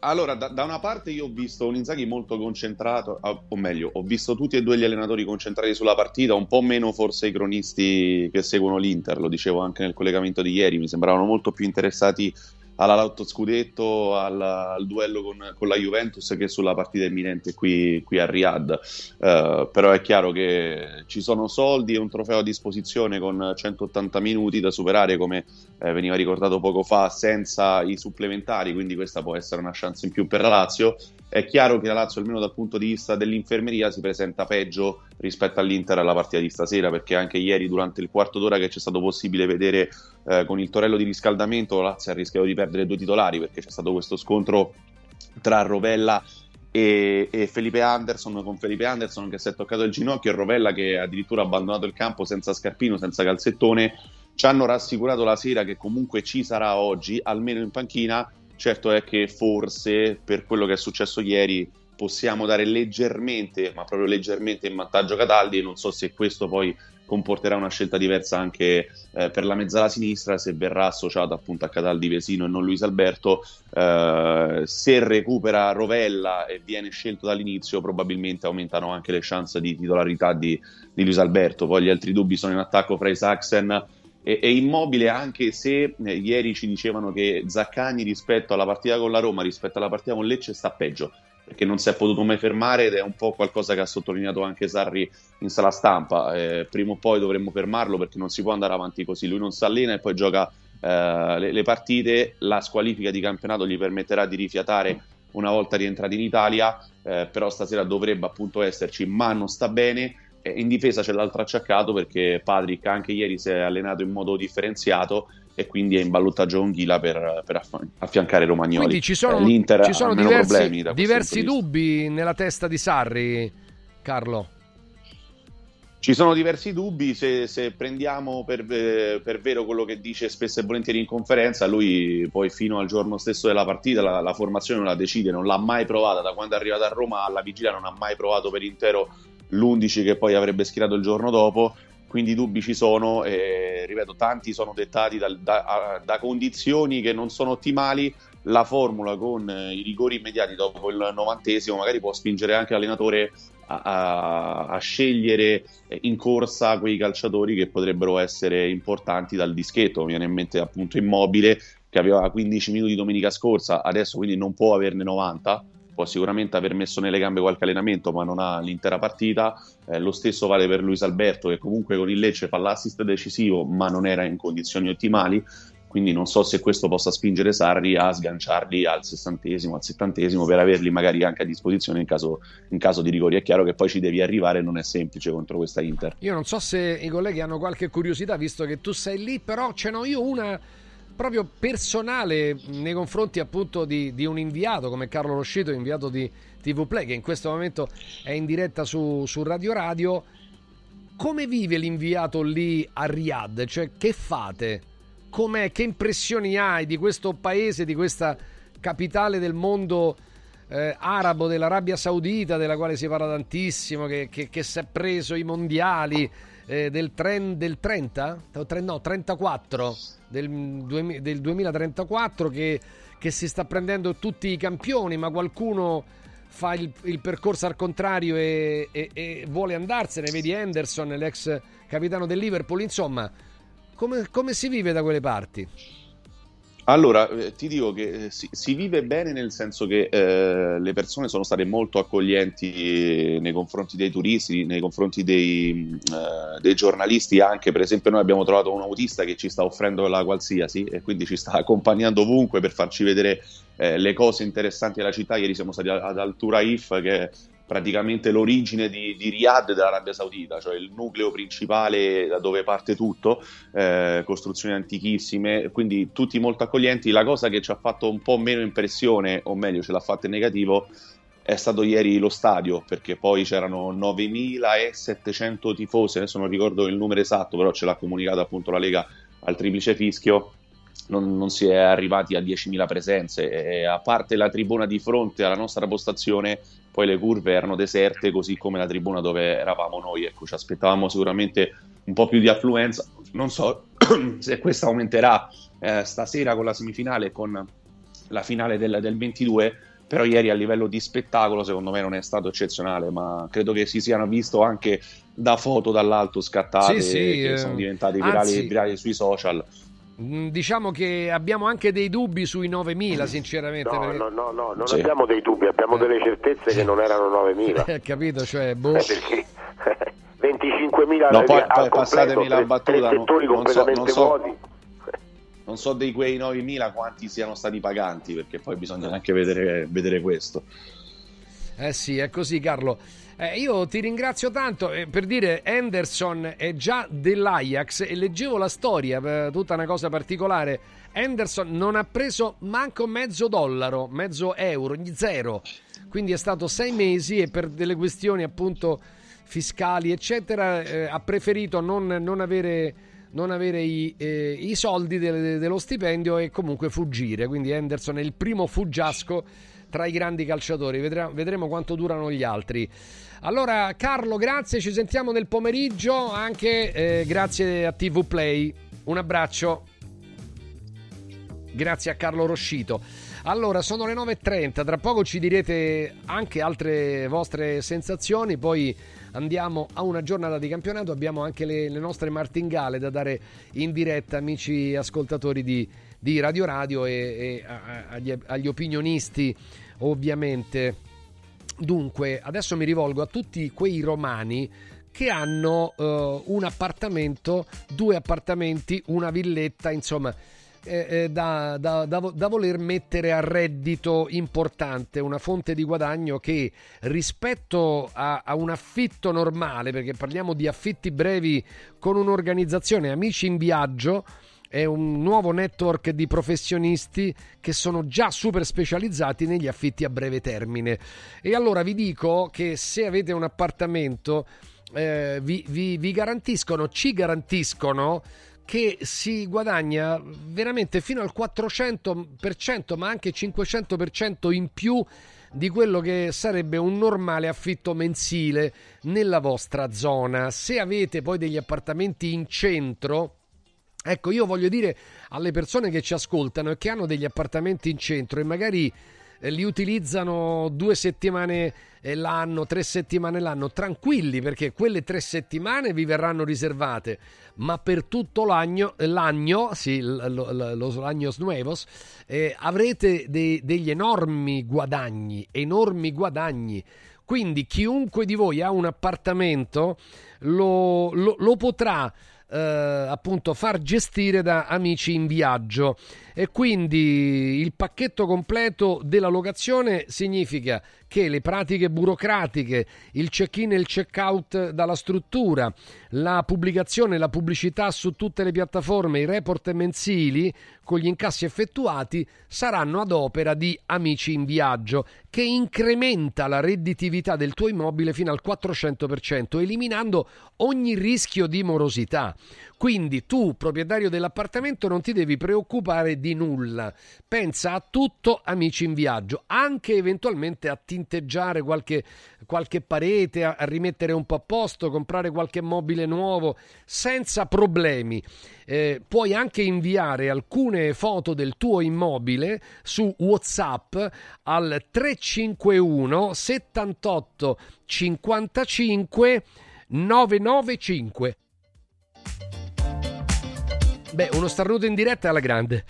Allora, da una parte io ho visto un Inzaghi molto concentrato, o meglio, ho visto tutti e due gli allenatori concentrati sulla partita, un po' meno forse i cronisti che seguono l'Inter, lo dicevo anche nel collegamento di ieri, mi sembravano molto più interessati alla lotta scudetto, al duello con la Juventus che sulla partita imminente qui a Riyadh. Però è chiaro che ci sono soldi e un trofeo a disposizione con 180 minuti da superare, come veniva ricordato poco fa, senza i supplementari, quindi questa può essere una chance in più per la Lazio. È chiaro che la Lazio, almeno dal punto di vista dell'infermeria, si presenta peggio rispetto all'Inter alla partita di stasera, perché anche ieri, durante il quarto d'ora che c'è stato possibile vedere con il torello di riscaldamento, la Lazio ha rischiato di perdere 2 titolari, perché c'è stato questo scontro tra Rovella e Felipe Anderson, con Felipe Anderson che si è toccato il ginocchio e Rovella che addirittura ha abbandonato il campo senza scarpino, senza calzettone. Ci hanno rassicurato la sera che comunque ci sarà oggi, almeno in panchina. Certo è che forse, per quello che è successo ieri, possiamo dare leggermente, ma proprio leggermente, in vantaggio Cataldi, e non so se questo poi comporterà una scelta diversa anche per la mezzala sinistra, se verrà associato appunto a Cataldi Vesino e non Luis Alberto. Se recupera Rovella e viene scelto dall'inizio, probabilmente aumentano anche le chance di titolarità di Luis Alberto. Poi gli altri dubbi sono in attacco fra Isaacsen e Immobile, anche se ieri ci dicevano che Zaccagni rispetto alla partita con la Roma, rispetto alla partita con Lecce, sta peggio, perché non si è potuto mai fermare, ed è un po' qualcosa che ha sottolineato anche Sarri in sala stampa. Prima o poi dovremmo fermarlo, perché non si può andare avanti così. Lui non si allena e poi gioca le partite. La squalifica di campionato gli permetterà di rifiatare una volta rientrati in Italia, però stasera dovrebbe appunto esserci, ma non sta bene. In difesa c'è l'altro acciaccato, perché Patrick anche ieri si è allenato in modo differenziato e quindi è in ballottaggio con Ghila per affiancare Romagnoli. Quindi ci sono diversi dubbi nella testa di Sarri, Carlo? Ci sono diversi dubbi. Se prendiamo per vero quello che dice spesso e volentieri in conferenza, lui poi fino al giorno stesso della partita la formazione non la decide, non l'ha mai provata. Da quando è arrivato a Roma alla vigilia non ha mai provato per intero l'11 che poi avrebbe schierato il giorno dopo, quindi i dubbi ci sono, e ripeto, tanti sono dettati da condizioni che non sono ottimali. La formula con i rigori immediati dopo il 90esimo magari può spingere anche l'allenatore a scegliere in corsa quei calciatori che potrebbero essere importanti dal dischetto. Mi viene in mente appunto Immobile, che aveva 15 minuti domenica scorsa, adesso quindi non può averne 90, può sicuramente aver messo nelle gambe qualche allenamento, ma non ha l'intera partita. Lo stesso vale per Luis Alberto, che comunque con il Lecce fa l'assist decisivo, ma non era in condizioni ottimali. Quindi non so se questo possa spingere Sarri a sganciarli al 60esimo, al 70esimo, per averli magari anche a disposizione in caso di rigori. È chiaro che poi ci devi arrivare, non è semplice contro questa Inter. Io non so se i colleghi hanno qualche curiosità, visto che tu sei lì, però ce n'ho io una proprio personale nei confronti appunto di un inviato come Carlo Roscito, inviato di TV Play, che in questo momento è in diretta su Radio. Come vive l'inviato lì a Riyadh? Cioè, che fate? Com'è? Che impressioni hai di questo paese, di questa capitale del mondo arabo, dell'Arabia Saudita, della quale si parla tantissimo, che si è preso i mondiali del 34 del 2034, che si sta prendendo tutti i campioni, ma qualcuno fa il percorso al contrario e vuole andarsene. Vedi Henderson, l'ex capitano del Liverpool. Insomma, come si vive da quelle parti? Allora, ti dico che si vive bene, nel senso che le persone sono state molto accoglienti nei confronti dei turisti, nei confronti dei giornalisti anche. Per esempio, noi abbiamo trovato un autista che ci sta offrendo la qualsiasi e quindi ci sta accompagnando ovunque per farci vedere le cose interessanti della città. Ieri siamo stati ad Al Turaif, che è praticamente l'origine di Riyadh e dell'Arabia Saudita, cioè il nucleo principale da dove parte tutto, costruzioni antichissime, quindi tutti molto accoglienti. La cosa che ci ha fatto un po' meno impressione, o meglio ce l'ha fatta in negativo, è stato ieri lo stadio, perché poi c'erano 9.700 tifosi, adesso non ricordo il numero esatto, però ce l'ha comunicato appunto la Lega al triplice fischio. Non si è arrivati a 10.000 presenze, e a parte la tribuna di fronte alla nostra postazione, poi le curve erano deserte, così come la tribuna dove eravamo noi. Ecco, ci aspettavamo sicuramente un po' più di affluenza. Non so se questa aumenterà stasera con la semifinale e con la finale del 22, però ieri a livello di spettacolo secondo me non è stato eccezionale, ma credo che si siano visto anche da foto dall'alto scattate che sono diventate virali sui social. Diciamo che abbiamo anche dei dubbi sui 9.000, sinceramente. No, non abbiamo dei dubbi, abbiamo delle certezze che non erano 9.000. Capito? Cioè, perché 25.000 no, poi passatemi la battuta, settori completamente vuoti. Non so di quei 9.000 quanti siano stati paganti, perché poi bisogna anche vedere questo. Sì, è così, Carlo. Io ti ringrazio tanto. Per dire, Henderson è già dell'Ajax e leggevo la storia, tutta una cosa particolare. Henderson non ha preso manco $0,50, €0, 0. Quindi è stato 6 mesi e per delle questioni appunto fiscali eccetera ha preferito non avere i soldi dello stipendio e comunque fuggire. Quindi Henderson è il primo fuggiasco tra i grandi calciatori. Vedremo quanto durano gli altri. Allora Carlo, grazie, ci sentiamo nel pomeriggio, anche grazie a TV Play, un abbraccio, grazie a Carlo Roscito. Allora sono le 9.30, tra poco ci direte anche altre vostre sensazioni, poi andiamo a una giornata di campionato, abbiamo anche le nostre martingale da dare in diretta, amici ascoltatori di Radio e agli opinionisti ovviamente. Dunque adesso mi rivolgo a tutti quei romani che hanno un appartamento, 2 appartamenti, una villetta, insomma da voler mettere a reddito importante, una fonte di guadagno che rispetto a un affitto normale, perché parliamo di affitti brevi con un'organizzazione Amici in Viaggio, è un nuovo network di professionisti che sono già super specializzati negli affitti a breve termine. E allora vi dico che se avete un appartamento vi garantiscono, ci garantiscono che si guadagna veramente fino al 400%, ma anche 500% in più di quello che sarebbe un normale affitto mensile nella vostra zona. Se avete poi degli appartamenti in centro, ecco, io voglio dire alle persone che ci ascoltano e che hanno degli appartamenti in centro e magari li utilizzano 2 settimane l'anno, 3 settimane l'anno, tranquilli, perché quelle 3 settimane vi verranno riservate, ma per tutto l'anno, sì, los años nuevos, avrete degli enormi guadagni. Quindi chiunque di voi ha un appartamento lo potrà appunto far gestire da Amici in Viaggio, e quindi il pacchetto completo della locazione significa che le pratiche burocratiche, il check-in e il check-out dalla struttura, la pubblicazione e la pubblicità su tutte le piattaforme, i report mensili con gli incassi effettuati saranno ad opera di Amici in Viaggio, che incrementa la redditività del tuo immobile fino al 400%, eliminando ogni rischio di morosità. Quindi tu, proprietario dell'appartamento, non ti devi preoccupare di nulla. Pensa a tutto Amici in Viaggio, anche eventualmente a tinteggiare qualche parete, a rimettere un po' a posto, comprare qualche mobile nuovo, senza problemi. Puoi anche inviare alcune foto del tuo immobile su WhatsApp al 351 78 55 995. Beh, uno starnuto in diretta alla grande.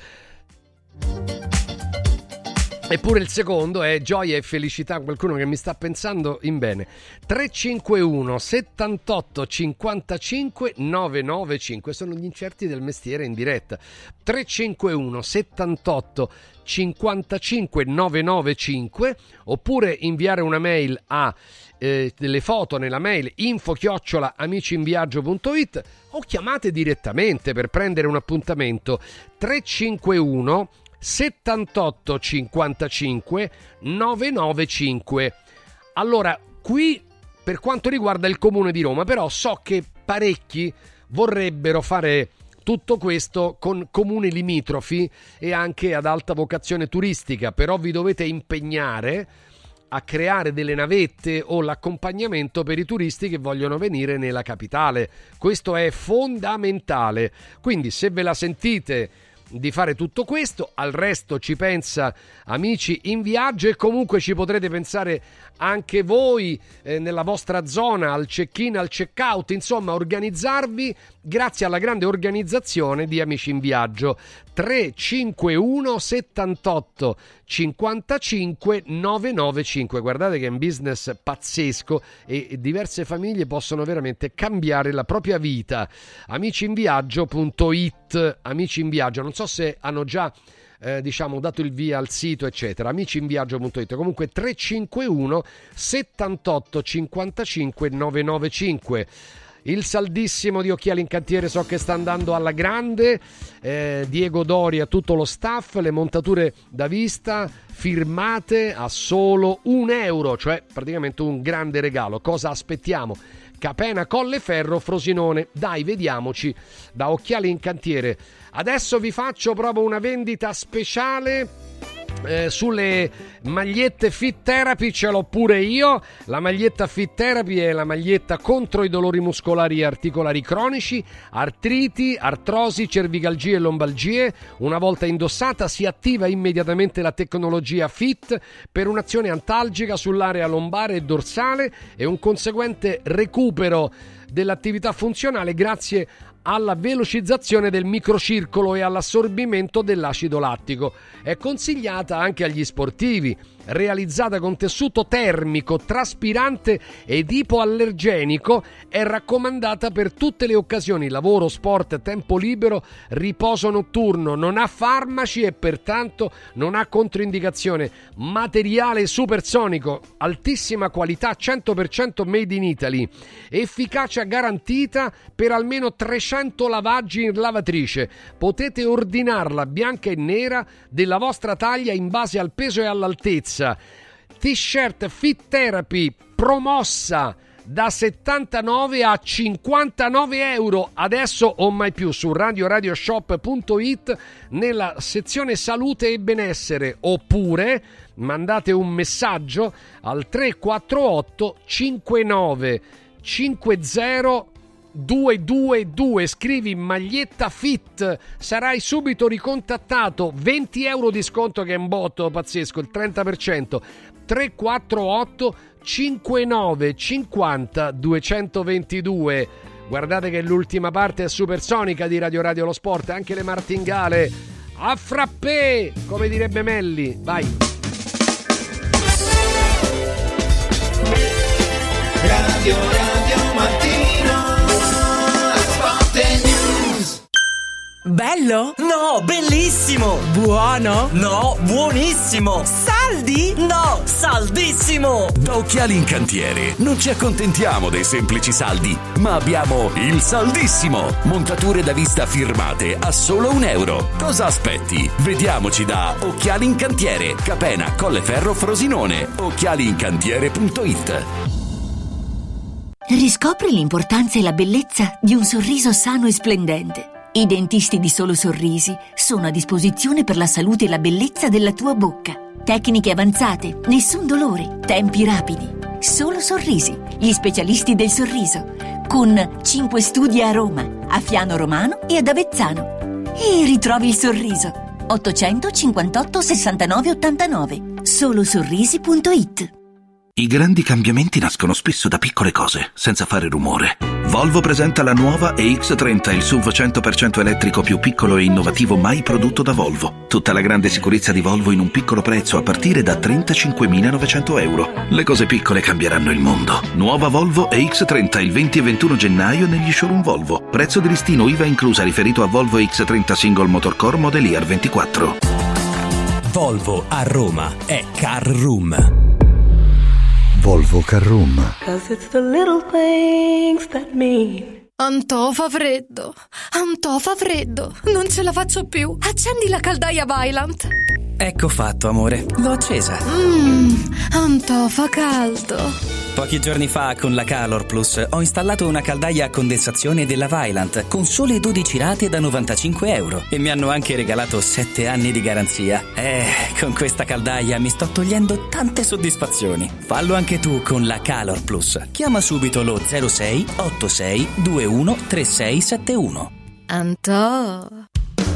Eppure il secondo è gioia e felicità, qualcuno che mi sta pensando in bene. 351 78 55 995, sono gli incerti del mestiere in diretta. 351 78 55 995, oppure inviare una mail a delle foto nella mail info@amiciinviaggio.it, o chiamate direttamente per prendere un appuntamento 351 78 55 995. Allora, qui per quanto riguarda il Comune di Roma, però so che parecchi vorrebbero fare tutto questo con comuni limitrofi e anche ad alta vocazione turistica, però vi dovete impegnare a creare delle navette o l'accompagnamento per i turisti che vogliono venire nella capitale. Questo è fondamentale. Quindi se ve la sentite di fare tutto questo. Al resto ci pensa Amici in Viaggio, e comunque ci potrete pensare anche voi nella vostra zona, al check-in, al check-out, insomma organizzarvi grazie alla grande organizzazione di Amici in Viaggio. 351 78 55 995. Guardate che è un business pazzesco e diverse famiglie possono veramente cambiare la propria vita. Amiciinviaggio.it. Amici in Viaggio, non so se hanno già dato il via al sito eccetera. Amiciinviaggio.it. Comunque 351 78 55 995. Il saldissimo di Occhiali in Cantiere so che sta andando alla grande. Diego Dori a tutto lo staff, le montature da vista firmate a solo €1, cioè praticamente un grande regalo. Cosa aspettiamo? Capena, Colleferro, Frosinone. Dai, vediamoci da Occhiali in Cantiere. Adesso vi faccio proprio una vendita speciale sulle magliette Fit Therapy. Ce l'ho pure io. La maglietta Fit Therapy è la maglietta contro i dolori muscolari e articolari cronici, artriti, artrosi, cervicalgie e lombalgie. Una volta indossata si attiva immediatamente la tecnologia Fit per un'azione antalgica sull'area lombare e dorsale e un conseguente recupero dell'attività funzionale grazie alla velocizzazione del microcircolo e all'assorbimento dell'acido lattico. È consigliata anche agli sportivi, realizzata con tessuto termico, traspirante ed ipoallergenico, è raccomandata per tutte le occasioni: lavoro, sport, tempo libero, riposo notturno. Non ha farmaci e pertanto non ha controindicazione. Materiale supersonico, altissima qualità, 100% made in Italy, efficacia garantita per almeno 300 lavaggi in lavatrice. Potete ordinarla bianca e nera della vostra taglia in base al peso e all'altezza. T-shirt Fit Therapy promossa da 79 a 59 euro adesso o mai più su radioshop.it nella sezione salute e benessere, oppure mandate un messaggio al 348 59 50 222, scrivi maglietta Fit, sarai subito ricontattato. 20 euro di sconto, che è un botto pazzesco, il 30%. 348 59 50 222. Guardate che l'ultima parte è supersonica di Radio Lo Sport, anche le martingale a frappè, come direbbe Melli. Vai. Radio Mattino, Sport News. Bello? No, bellissimo! Buono? No, buonissimo! Saldi? No, saldissimo! Da Occhiali in Cantiere non ci accontentiamo dei semplici saldi, ma abbiamo il saldissimo! Montature da vista firmate a solo €1. Cosa aspetti? Vediamoci da Occhiali in Cantiere, Capena, Colleferro, Frosinone. Occhialiincantiere.it. Riscopri l'importanza e la bellezza di un sorriso sano e splendente. I dentisti di Solo Sorrisi sono a disposizione per la salute e la bellezza della tua bocca. Tecniche avanzate, nessun dolore, tempi rapidi. Solo Sorrisi, gli specialisti del sorriso, con 5 studi a Roma, a Fiano Romano e ad Avezzano. E ritrovi il sorriso. 858 69 89. Solosorrisi.it. I grandi cambiamenti nascono spesso da piccole cose, senza fare rumore. Volvo presenta la nuova EX30, il SUV 100% elettrico più piccolo e innovativo mai prodotto da Volvo. Tutta la grande sicurezza di Volvo in un piccolo prezzo a partire da €35.900. Le cose piccole cambieranno il mondo. Nuova Volvo EX30 il 20 e 21 gennaio negli showroom Volvo. Prezzo di listino IVA inclusa riferito a Volvo EX30 Single Motor Core Model Year 24. Volvo a Roma è Car Room. Volvo Car Room. 'Cause it's the little things that mean. Antò fa freddo, non ce la faccio più. Accendi la caldaia Vaillant. Ecco fatto, amore, l'ho accesa. Antò fa caldo. Pochi giorni fa con la Calor Plus ho installato una caldaia a condensazione della Vaillant con sole 12 rate da €95 e mi hanno anche regalato 7 anni di garanzia. Con questa caldaia mi sto togliendo tante soddisfazioni. Fallo anche tu con la Calor Plus. Chiama subito lo 06 86 21 3671. Antò.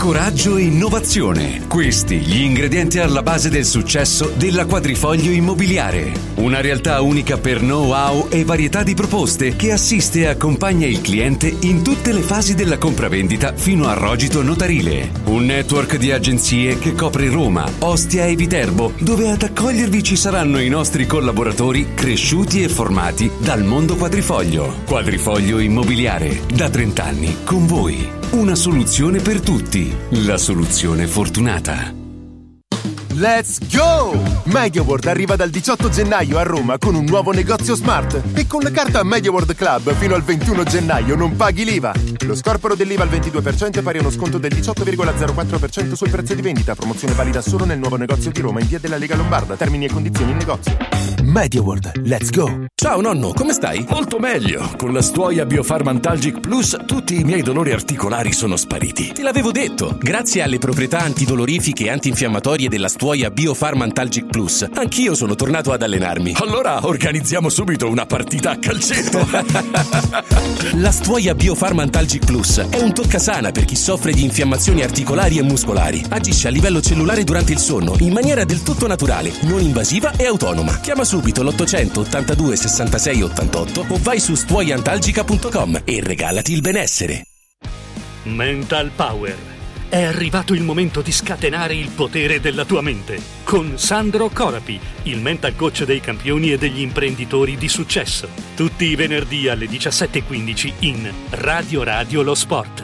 coraggio e innovazione. Questi gli ingredienti alla base del successo della Quadrifoglio Immobiliare. Una realtà unica per know-how e varietà di proposte che assiste e accompagna il cliente in tutte le fasi della compravendita fino al rogito notarile. Un network di agenzie che copre Roma, Ostia e Viterbo, dove ad accogliervi ci saranno i nostri collaboratori cresciuti e formati dal mondo Quadrifoglio. Quadrifoglio Immobiliare, da 30 anni con voi. Una soluzione per tutti. La soluzione fortunata. Let's go! MediaWorld arriva dal 18 gennaio a Roma con un nuovo negozio smart e con la carta MediaWorld Club fino al 21 gennaio non paghi l'IVA. Lo scorporo dell'IVA al 22% è pari a uno sconto del 18,04% sul prezzo di vendita. Promozione valida solo nel nuovo negozio di Roma in via della Lega Lombarda. Termini e condizioni in negozio. MediaWorld, let's go! Ciao nonno, come stai? Molto meglio. Con la Stuoia Biofarm Antalgic Plus tutti i miei dolori articolari sono spariti. Te l'avevo detto. Grazie alle proprietà antidolorifiche e antinfiammatorie della Stuoia Biofarm Antalgic Plus, anch'io sono tornato ad allenarmi. Allora organizziamo subito una partita a calcetto. La Stuoia Biofarm Antalgic Plus è un toccasana per chi soffre di infiammazioni articolari e muscolari. Agisce a livello cellulare durante il sonno in maniera del tutto naturale, non invasiva e autonoma. Chiama subito l'800 82 66 88 o vai su stuoiantalgica.com e regalati il benessere. Mental Power. È arrivato il momento di scatenare il potere della tua mente con Sandro Corapi, il mental coach dei campioni e degli imprenditori di successo. Tutti i venerdì alle 17:15 in Radio Lo Sport.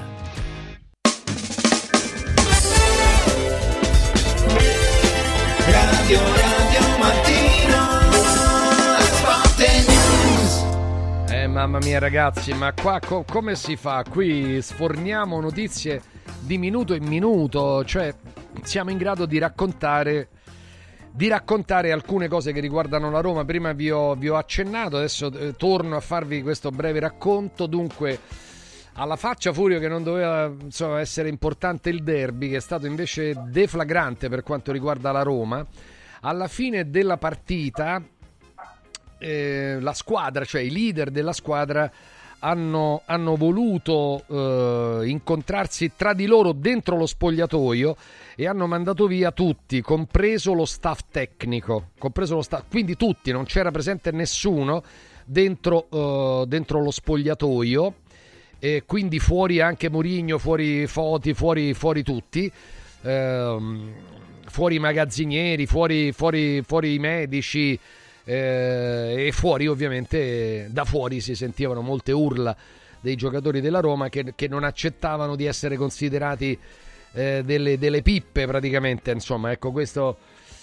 Radio Mattino, Sport News. Mamma mia ragazzi, ma qua come si fa? Qui sforniamo notizie di minuto in minuto, cioè siamo in grado di raccontare alcune cose che riguardano la Roma. Prima vi ho accennato, adesso torno a farvi questo breve racconto. Dunque, alla faccia Furio che non doveva essere importante il derby, che è stato invece deflagrante per quanto riguarda la Roma. Alla fine della partita la squadra, cioè i leader della squadra hanno voluto incontrarsi tra di loro dentro lo spogliatoio e hanno mandato via tutti, compreso lo staff tecnico, quindi tutti, non c'era presente nessuno dentro lo spogliatoio, e quindi fuori anche Mourinho, fuori Foti, fuori tutti, fuori i magazzinieri, fuori i medici, e fuori ovviamente, da fuori si sentivano molte urla dei giocatori della Roma che non accettavano di essere considerati delle pippe praticamente, insomma, ecco, questo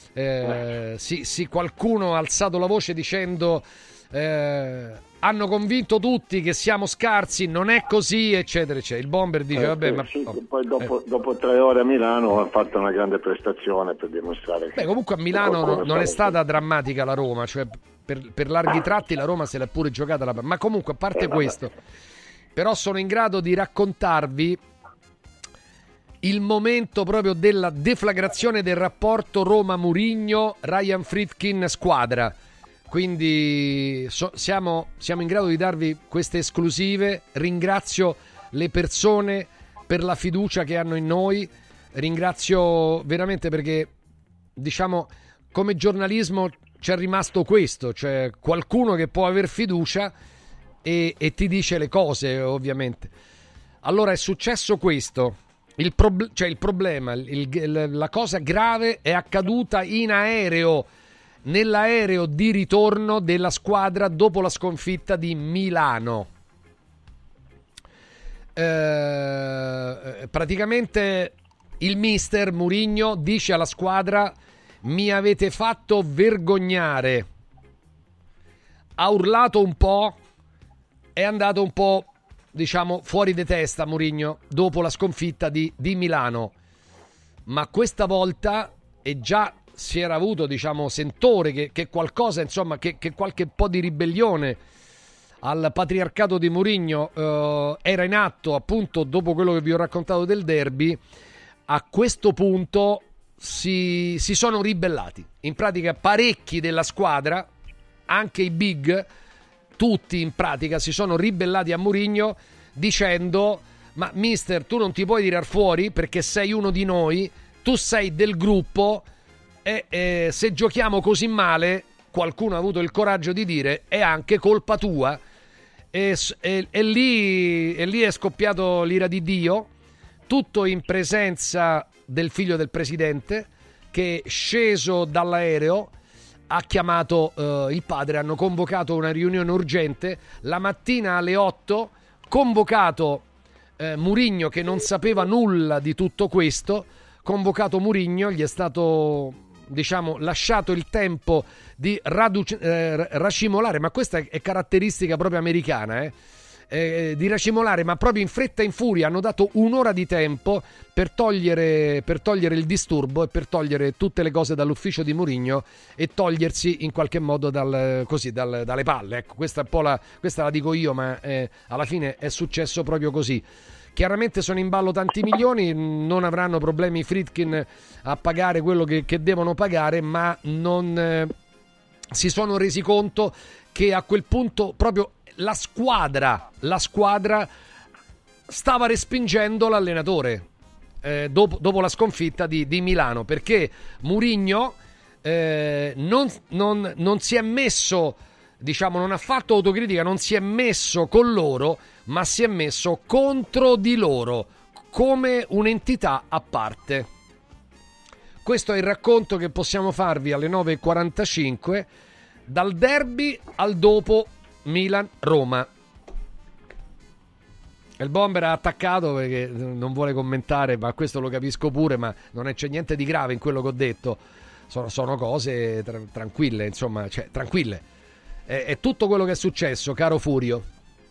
qualcuno ha alzato la voce dicendo hanno convinto tutti che siamo scarsi, non è così, eccetera eccetera. Il Bomber dice vabbè, ma poi dopo 3 ore a Milano ha fatto una grande prestazione per dimostrare che comunque a Milano non è stata drammatica la Roma, cioè per larghi tratti la Roma se l'è pure giocata ma comunque a parte questo, però sono in grado di raccontarvi il momento proprio della deflagrazione del rapporto Roma-Mourinho, Ryan Friedkin squadra. Quindi siamo in grado di darvi queste esclusive. Ringrazio le persone per la fiducia che hanno in noi, ringrazio veramente perché, diciamo, come giornalismo c'è rimasto questo, cioè qualcuno che può aver fiducia e ti dice le cose, ovviamente. Allora è successo questo, problema, la cosa grave è accaduta in aereo, nell'aereo di ritorno della squadra dopo la sconfitta di Milano. Praticamente il mister Mourinho dice alla squadra: mi avete fatto vergognare. Ha urlato un po', è andato un po', diciamo, fuori di testa Mourinho dopo la sconfitta di Milano, ma questa volta è già si era avuto, diciamo, sentore che qualcosa, insomma, che qualche po' di ribellione al patriarcato di Mourinho era in atto, appunto, dopo quello che vi ho raccontato del derby. A questo punto si sono ribellati. In pratica parecchi della squadra, anche i big, tutti in pratica si sono ribellati a Mourinho dicendo: ma mister, tu non ti puoi tirar fuori perché sei uno di noi, tu sei del gruppo e se giochiamo così male, qualcuno ha avuto il coraggio di dire, è anche colpa tua. E lì è scoppiato l'ira di Dio, tutto in presenza del figlio del presidente, che sceso dall'aereo ha chiamato il padre, hanno convocato una riunione urgente la mattina alle 8, convocato Mourinho, che non sapeva nulla di tutto questo, convocato Mourinho, gli è stato, diciamo, lasciato il tempo di racimolare, ma questa è caratteristica proprio americana, di racimolare, ma proprio in fretta e in furia. Hanno dato un'ora di tempo per togliere il disturbo e per togliere tutte le cose dall'ufficio di Mourinho e togliersi in qualche modo dalle palle. Ecco, questa la dico io, ma alla fine è successo proprio così. Chiaramente sono in ballo tanti milioni, non avranno problemi i Friedkin a pagare quello che devono pagare, ma non si sono resi conto che a quel punto proprio la squadra stava respingendo l'allenatore dopo la sconfitta di Milano, perché Mourinho non si è messo, diciamo, non ha fatto autocritica, non si è messo con loro, ma si è messo contro di loro come un'entità a parte. Questo è il racconto che possiamo farvi alle 9:45 dal derby al dopo Milan-Roma. Il bomber ha attaccato perché non vuole commentare, ma questo lo capisco pure, ma c'è niente di grave in quello che ho detto, sono cose tranquille, insomma, cioè tranquille. È tutto quello che è successo, caro Furio.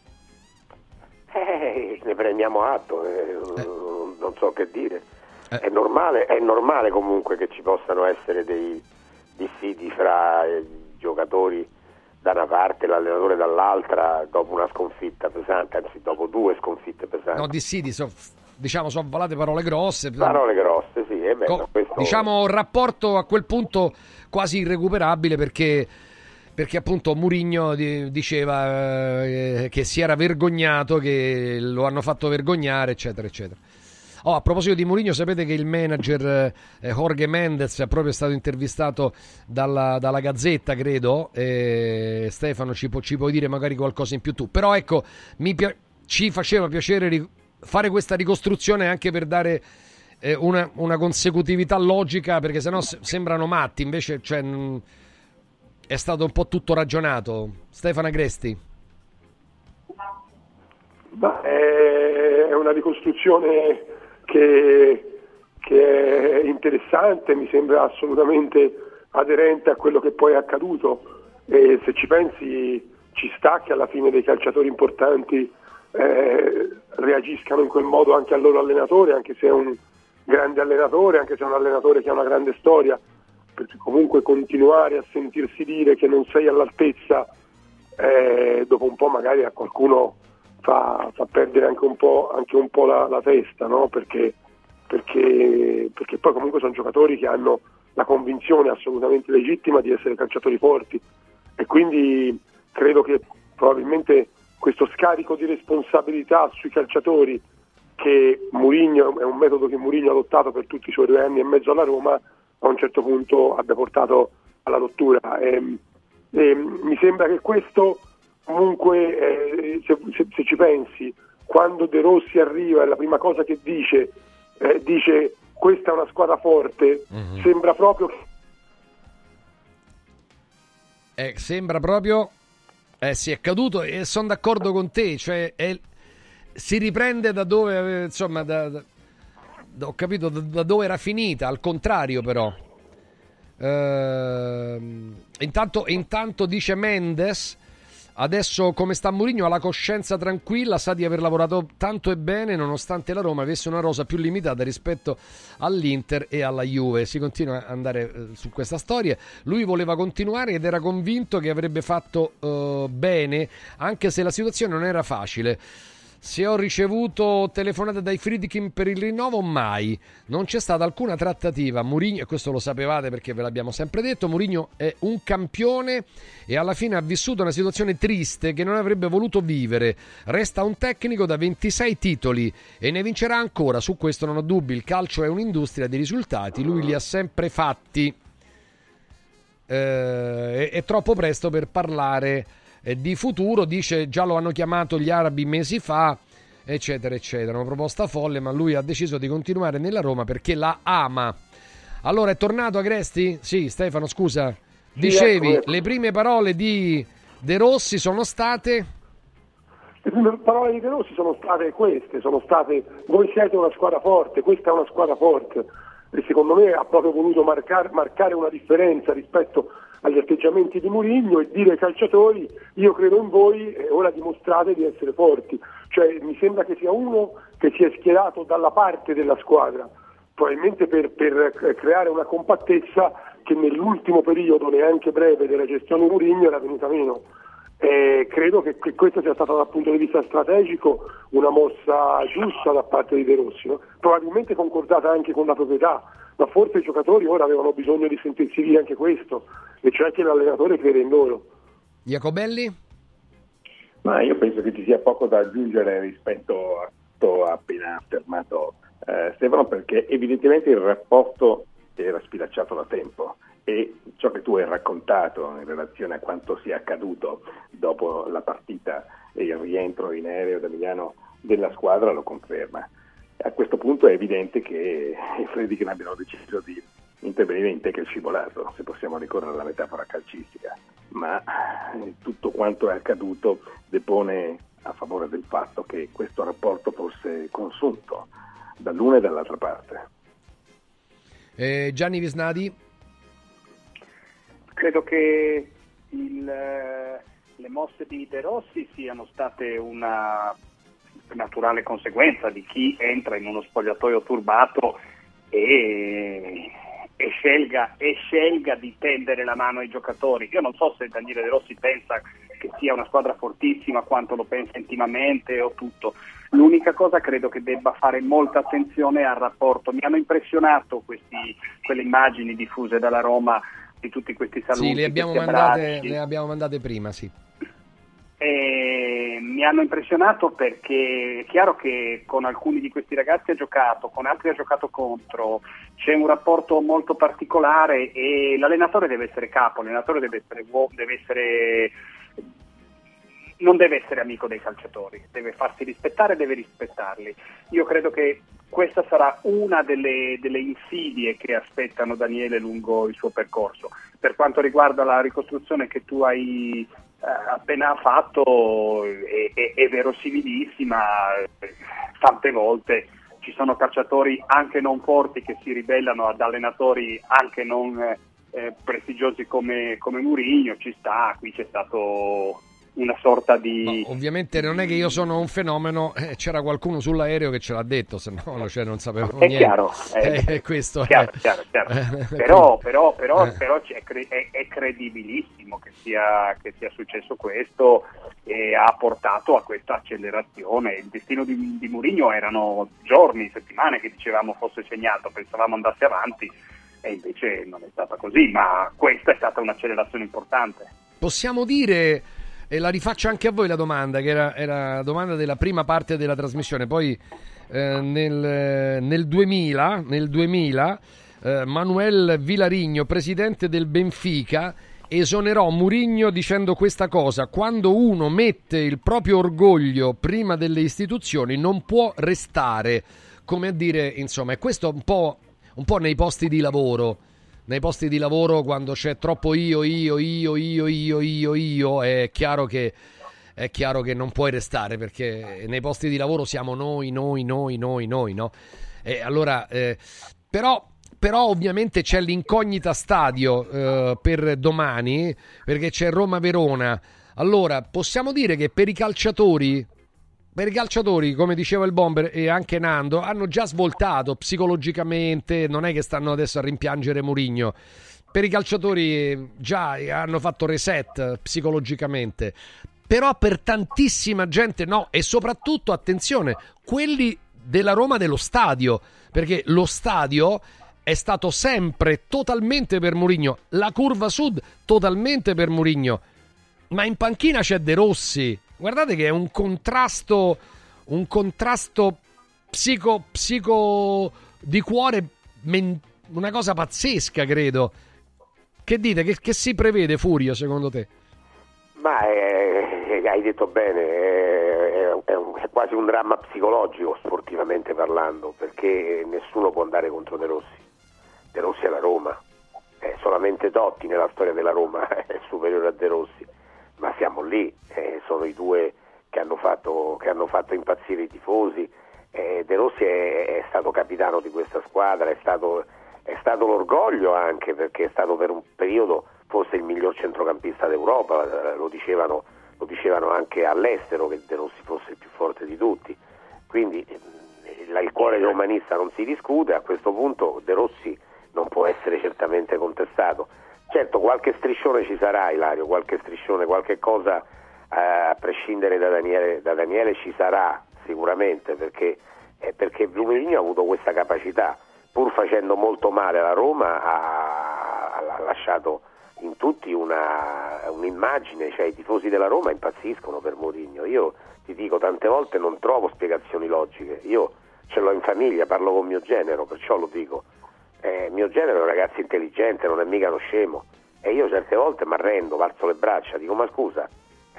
Ne prendiamo atto, non so che dire. È normale comunque che ci possano essere dei dissidi fra i giocatori da una parte e l'allenatore dall'altra dopo una sconfitta pesante, anzi dopo 2 sconfitte pesanti. No, dissidi, sono volate parole grosse. Parole grosse, sì. Questo... Diciamo un rapporto a quel punto quasi irrecuperabile perché appunto Mourinho diceva che si era vergognato, che lo hanno fatto vergognare, eccetera, eccetera. A proposito di Mourinho, sapete che il manager Jorge Mendes è proprio stato intervistato dalla Gazzetta, credo. Stefano, ci puoi dire magari qualcosa in più tu. Però ecco, ci faceva piacere fare questa ricostruzione anche per dare una consecutività logica, perché sennò sembrano matti, invece è stato un po' tutto ragionato. Stefano Agresti. È una ricostruzione che è interessante, mi sembra assolutamente aderente a quello che poi è accaduto, e se ci pensi ci sta che alla fine dei calciatori importanti reagiscano in quel modo anche al loro allenatore, anche se è un grande allenatore, anche se è un allenatore che ha una grande storia, perché comunque continuare a sentirsi dire che non sei all'altezza dopo un po' magari a qualcuno fa perdere anche un po' la testa, no? Perché poi comunque sono giocatori che hanno la convinzione assolutamente legittima di essere calciatori forti, e quindi credo che probabilmente questo scarico di responsabilità sui calciatori, che Mourinho è un metodo che Mourinho ha adottato per tutti i suoi 2 anni e mezzo alla Roma, a un certo punto abbia portato alla rottura, e mi sembra che questo comunque se ci pensi, quando De Rossi arriva e la prima cosa che dice questa è una squadra forte, sembra proprio sembra proprio sì, è caduto, e sono d'accordo con te, cioè si riprende da dove, insomma, ho capito da dove era finita, al contrario però. Intanto dice Mendes, adesso come sta Mourinho ha la coscienza tranquilla, sa di aver lavorato tanto e bene nonostante la Roma avesse una rosa più limitata rispetto all'Inter e alla Juve. Si continua ad andare su questa storia. Lui voleva continuare ed era convinto che avrebbe fatto bene, anche se la situazione non era facile. Se ho ricevuto telefonate dai Friedkin per il rinnovo, mai. Non c'è stata alcuna trattativa. Mourinho, e questo lo sapevate perché ve l'abbiamo sempre detto, Mourinho è un campione e alla fine ha vissuto una situazione triste che non avrebbe voluto vivere. Resta un tecnico da 26 titoli e ne vincerà ancora, su questo non ho dubbi. Il calcio è un'industria di risultati, lui li ha sempre fatti. È troppo presto per parlare di futuro, dice, già lo hanno chiamato gli arabi mesi fa, eccetera eccetera, una proposta folle, ma lui ha deciso di continuare nella Roma perché la ama. Allora è tornato Agresti? Sì, Stefano, scusa, dicevi, ecco. Le prime parole di De Rossi sono state? Le prime parole di De Rossi sono state queste, sono state: voi siete una squadra forte, questa è una squadra forte, e secondo me ha proprio voluto marcare una differenza rispetto agli atteggiamenti di Mourinho e dire ai calciatori: io credo in voi e ora dimostrate di essere forti. Cioè mi sembra che sia uno che si è schierato dalla parte della squadra, probabilmente per creare una compattezza che nell'ultimo periodo neanche breve della gestione Mourinho era venuta meno. Credo che questa sia stata dal punto di vista strategico una mossa giusta da parte di De Rossi, no? Probabilmente concordata anche con la proprietà, ma forse i giocatori ora avevano bisogno di sentirsi dire anche questo, e cioè che l'allenatore crede in loro. Jacobelli? Ma io penso che ci sia poco da aggiungere rispetto a quanto ha appena affermato Stefano, perché evidentemente il rapporto era sfilacciato da tempo e ciò che tu hai raccontato in relazione a quanto sia accaduto dopo la partita e il rientro in aereo da Milano della squadra lo conferma. A questo punto è evidente che i Friedkin abbiano deciso di intervenire in te che è scivolato, se possiamo ricorrere alla metafora calcistica, ma tutto quanto è accaduto depone a favore del fatto che questo rapporto fosse consunto dall'una e dall'altra parte. Gianni Visnadi? Credo che le mosse di De Rossi siano state una naturale conseguenza di chi entra in uno spogliatoio turbato e scelga di tendere la mano ai giocatori. Io non so se Daniele De Rossi pensa che sia una squadra fortissima, quanto lo pensa intimamente o tutto. L'unica cosa, credo che debba fare molta attenzione al rapporto. Mi hanno impressionato quelle immagini diffuse dalla Roma di tutti questi saluti. Sì, le abbiamo mandate prima, sì. Mi hanno impressionato perché è chiaro che con alcuni di questi ragazzi ha giocato, con altri ha giocato contro, c'è un rapporto molto particolare e l'allenatore deve essere capo, l'allenatore non deve essere amico dei calciatori, deve farsi rispettare, deve rispettarli. Io credo che questa sarà una delle insidie che aspettano Daniele lungo il suo percorso. Per quanto riguarda la ricostruzione che tu hai appena fatto, è verosimilissima. Tante volte ci sono calciatori anche non forti che si ribellano ad allenatori anche non prestigiosi come Mourinho, ci sta, qui c'è stato una sorta di... Ma ovviamente non è che io sono un fenomeno, c'era qualcuno sullaereo che ce l'ha detto, se no cioè, non sapevo niente. Chiaro, questo chiaro. Però è credibilissimo che sia successo questo e ha portato a questa accelerazione. Il destino di Mourinho erano giorni, settimane che dicevamo fosse segnato, pensavamo andasse avanti e invece non è stata così, ma questa è stata un'accelerazione importante. Possiamo dire... E la rifaccio anche a voi la domanda, che era la domanda della prima parte della trasmissione. Poi nel 2000 Manuel Vilarigno, presidente del Benfica, esonerò Mourinho dicendo questa cosa: quando uno mette il proprio orgoglio prima delle istituzioni non può restare. Come a dire, insomma, e questo un po' nei posti di lavoro. Nei posti di lavoro, quando c'è troppo io, è chiaro che non puoi restare, perché nei posti di lavoro siamo noi, no? E allora, però ovviamente c'è l'incognita stadio per domani, perché c'è Roma-Verona. Allora, possiamo dire che per i calciatori, come diceva il Bomber e anche Nando, hanno già svoltato psicologicamente, non è che stanno adesso a rimpiangere Mourinho. Per i calciatori già hanno fatto reset psicologicamente. però per tantissima gente no, e soprattutto, attenzione, quelli della Roma dello stadio, perché lo stadio è stato sempre totalmente per Mourinho, la curva sud totalmente per Mourinho, ma in panchina c'è De Rossi. Guardate che è un contrasto psico di cuore, una cosa pazzesca, credo. Che dite? Che si prevede, Furio, secondo te? Ma hai detto bene, è quasi un dramma psicologico, sportivamente parlando, perché nessuno può andare contro De Rossi. De Rossi è la Roma, solamente Totti nella storia della Roma è superiore a De Rossi, ma siamo lì, sono i due che hanno fatto impazzire i tifosi. De Rossi è stato capitano di questa squadra, è stato l'orgoglio anche, perché è stato per un periodo forse il miglior centrocampista d'Europa, lo dicevano anche all'estero che De Rossi fosse il più forte di tutti, quindi il cuore romanista non si discute. A questo punto De Rossi non può essere certamente contestato. Certo, qualche striscione ci sarà, Ilario, qualche striscione, qualche cosa a prescindere da Daniele ci sarà sicuramente, perché Mourinho ha avuto questa capacità, pur facendo molto male la Roma, ha lasciato in tutti un'immagine, cioè i tifosi della Roma impazziscono per Mourinho. Io ti dico, tante volte non trovo spiegazioni logiche, io ce l'ho in famiglia, parlo con mio genero, perciò lo dico. Mio genero è un ragazzo intelligente, non è mica uno scemo, e io certe volte mi arrendo, alzo le braccia, dico ma scusa,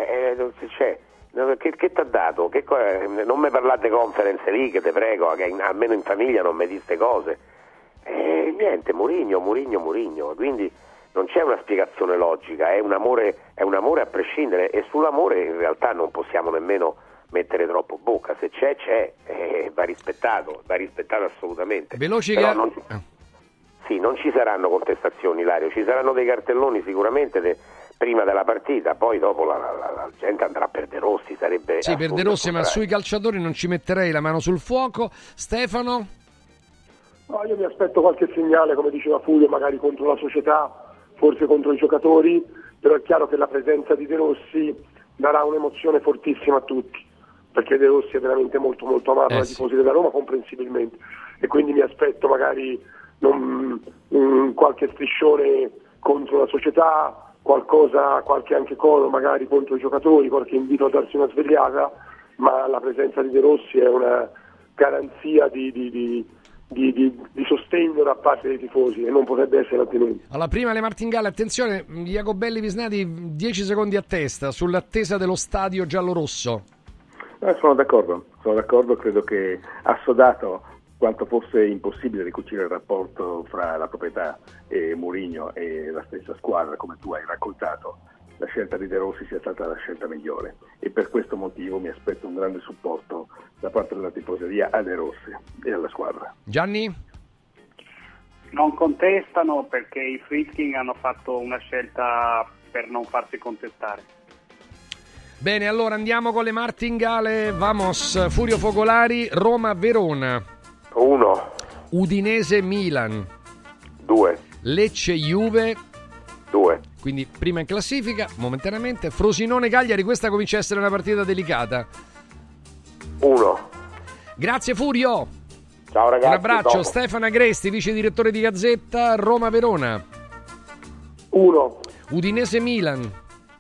che ti ha dato? Non mi parlate Conference League, te prego, che almeno in famiglia non mi dite cose. Niente, Mourinho, quindi non c'è una spiegazione logica, è un amore a prescindere, e sull'amore in realtà non possiamo nemmeno mettere troppo bocca. Se c'è, va rispettato assolutamente. Veloci. Però non ci saranno contestazioni, Ilario, ci saranno dei cartelloni sicuramente prima della partita, poi dopo la gente andrà per De Rossi, sarebbe sì, per De Rossi, ma sui calciatori non ci metterei la mano sul fuoco. Stefano? No, io mi aspetto qualche segnale, come diceva Fulvio, magari contro la società, forse contro i giocatori, però è chiaro che la presenza di De Rossi darà un'emozione fortissima a tutti, perché De Rossi è veramente molto molto amato dai tifosi della Roma, comprensibilmente, e quindi mi aspetto magari qualche striscione contro la società, qualche anche coro magari contro i giocatori, qualche invito a darsi una svegliata, ma la presenza di De Rossi è una garanzia di sostegno da parte dei tifosi, e non potrebbe essere altrimenti. Alla prima le martingale, attenzione, Jacobelli Visnati 10 secondi a testa sull'attesa dello stadio giallorosso. Sono d'accordo, credo che assodato quanto fosse impossibile ricucire il rapporto fra la proprietà e Mourinho e la stessa squadra, come tu hai raccontato, la scelta di De Rossi sia stata la scelta migliore, e per questo motivo mi aspetto un grande supporto da parte della tifoseria a De Rossi e alla squadra. Gianni? Non contestano, perché i Friedkin hanno fatto una scelta per non farsi contestare. Bene, allora andiamo con le martingale. Vamos, Furio Focolari. Roma-Verona 1, Udinese-Milan 2, Lecce-Juve 2. Quindi prima in classifica momentaneamente. Frosinone-Cagliari, questa comincia a essere una partita delicata. 1. Grazie Furio. Ciao ragazzi. Un abbraccio. Dopo. Stefano Agresti, vice direttore di Gazzetta. Roma-Verona 1, Udinese-Milan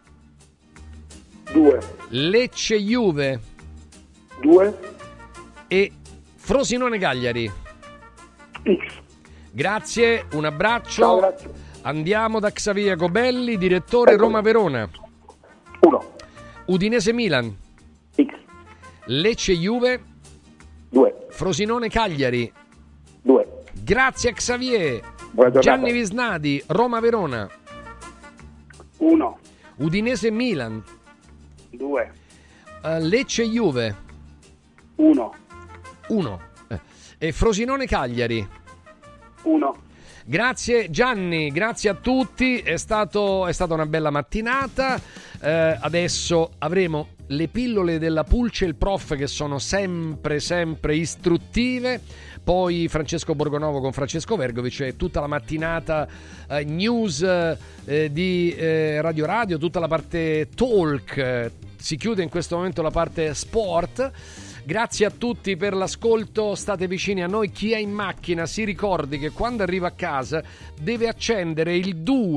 2, Lecce-Juve 2 e Frosinone-Cagliari. X. Grazie, un abbraccio. Ciao, grazie. Andiamo da Xavier Gobelli, direttore. Roma-Verona 1, Udinese-Milan X. Lecce-Juve 2, Frosinone-Cagliari 2. Grazie a Xavier. Buona giornata. Gianni Visnati, Roma-Verona 1, Udinese-Milan 2, Lecce-Juve 1, e Frosinone-Cagliari 1. Grazie Gianni, grazie a tutti, è stata una bella mattinata. Adesso avremo le pillole della Pulce e il prof, che sono sempre istruttive. Poi Francesco Borgonovo con Francesco Vergovic, e tutta la mattinata news di Radio, tutta la parte talk si chiude in questo momento la parte sport. Grazie a tutti per l'ascolto, state vicini a noi. Chi è in macchina si ricordi che quando arriva a casa deve accendere il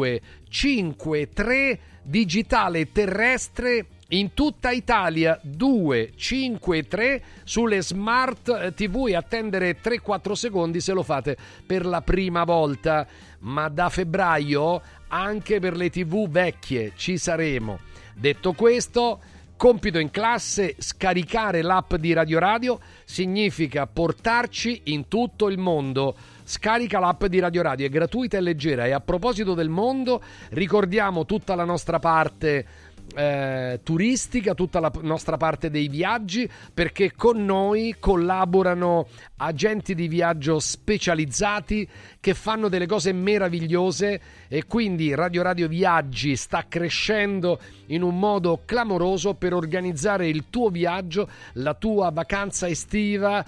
253 digitale terrestre in tutta Italia, 253 sulle smart TV, e attendere 3-4 secondi se lo fate per la prima volta. Ma da febbraio anche per le TV vecchie ci saremo. Detto questo, compito in classe: scaricare l'app di Radio Radio significa portarci in tutto il mondo. Scarica l'app di Radio Radio, è gratuita e leggera. E a proposito del mondo, ricordiamo tutta la nostra parte turistica, tutta la nostra parte dei viaggi, perché con noi collaborano agenti di viaggio specializzati che fanno delle cose meravigliose, e quindi Radio Radio Viaggi sta crescendo in un modo clamoroso per organizzare il tuo viaggio, la tua vacanza estiva,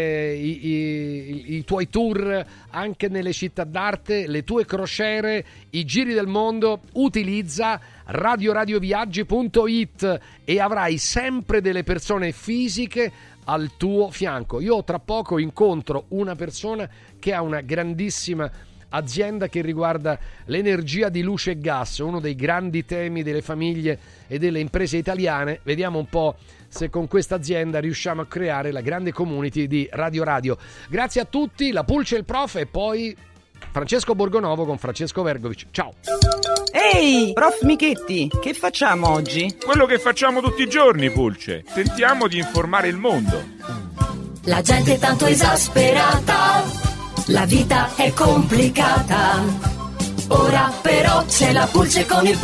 i tuoi tour anche nelle città d'arte, le tue crociere, i giri del mondo. Utilizza radioradioviaggi.it e avrai sempre delle persone fisiche al tuo fianco. Io tra poco incontro una persona che ha una grandissima azienda che riguarda l'energia di luce e gas, uno dei grandi temi delle famiglie e delle imprese italiane. Vediamo un po' se con questa azienda riusciamo a creare la grande community di Radio Radio. Grazie a tutti, la Pulce e il Prof, e poi Francesco Borgonovo con Francesco Vergovic. Ciao. Ehi, Prof Michetti, che facciamo oggi? Quello che facciamo tutti i giorni, Pulce. Tentiamo di informare il mondo. La gente è tanto esasperata, la vita è complicata. Ora però c'è la Pulce con il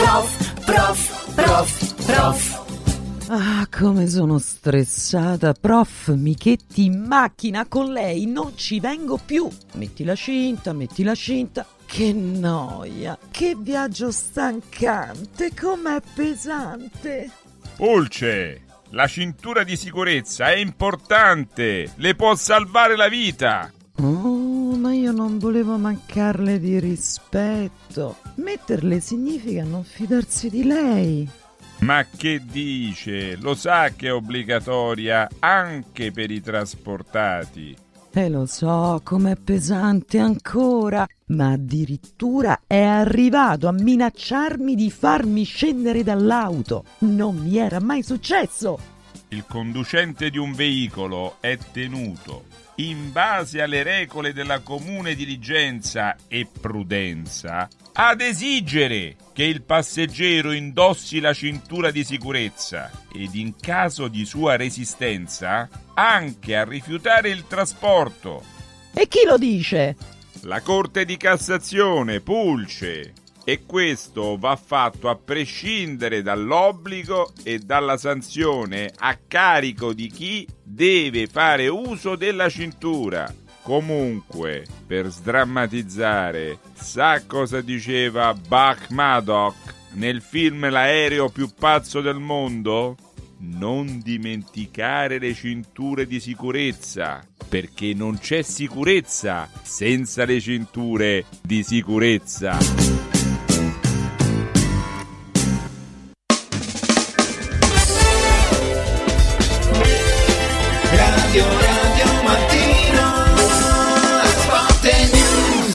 prof. Ah, come sono stressata. Prof Michetti, in macchina con lei non ci vengo più. Metti la cinta. Che noia, che viaggio stancante, com'è pesante. Pulce, la cintura di sicurezza è importante, le può salvare la vita. Oh, ma io non volevo mancarle di rispetto. Metterle significa non fidarsi di lei. Ma che dice? Lo sa che è obbligatoria anche per i trasportati. Lo so, com'è pesante ancora, ma addirittura è arrivato a minacciarmi di farmi scendere dall'auto. Non mi era mai successo. Il conducente di un veicolo è tenuto, in base alle regole della comune diligenza e prudenza, ad esigere che il passeggero indossi la cintura di sicurezza ed in caso di sua resistenza anche a rifiutare il trasporto. E chi lo dice? La Corte di Cassazione, Pulce. E questo va fatto a prescindere dall'obbligo e dalla sanzione a carico di chi deve fare uso della cintura. Comunque, per sdrammatizzare, sa cosa diceva Buck Maddock nel film L'aereo più pazzo del mondo? Non dimenticare le cinture di sicurezza, perché non c'è sicurezza senza le cinture di sicurezza.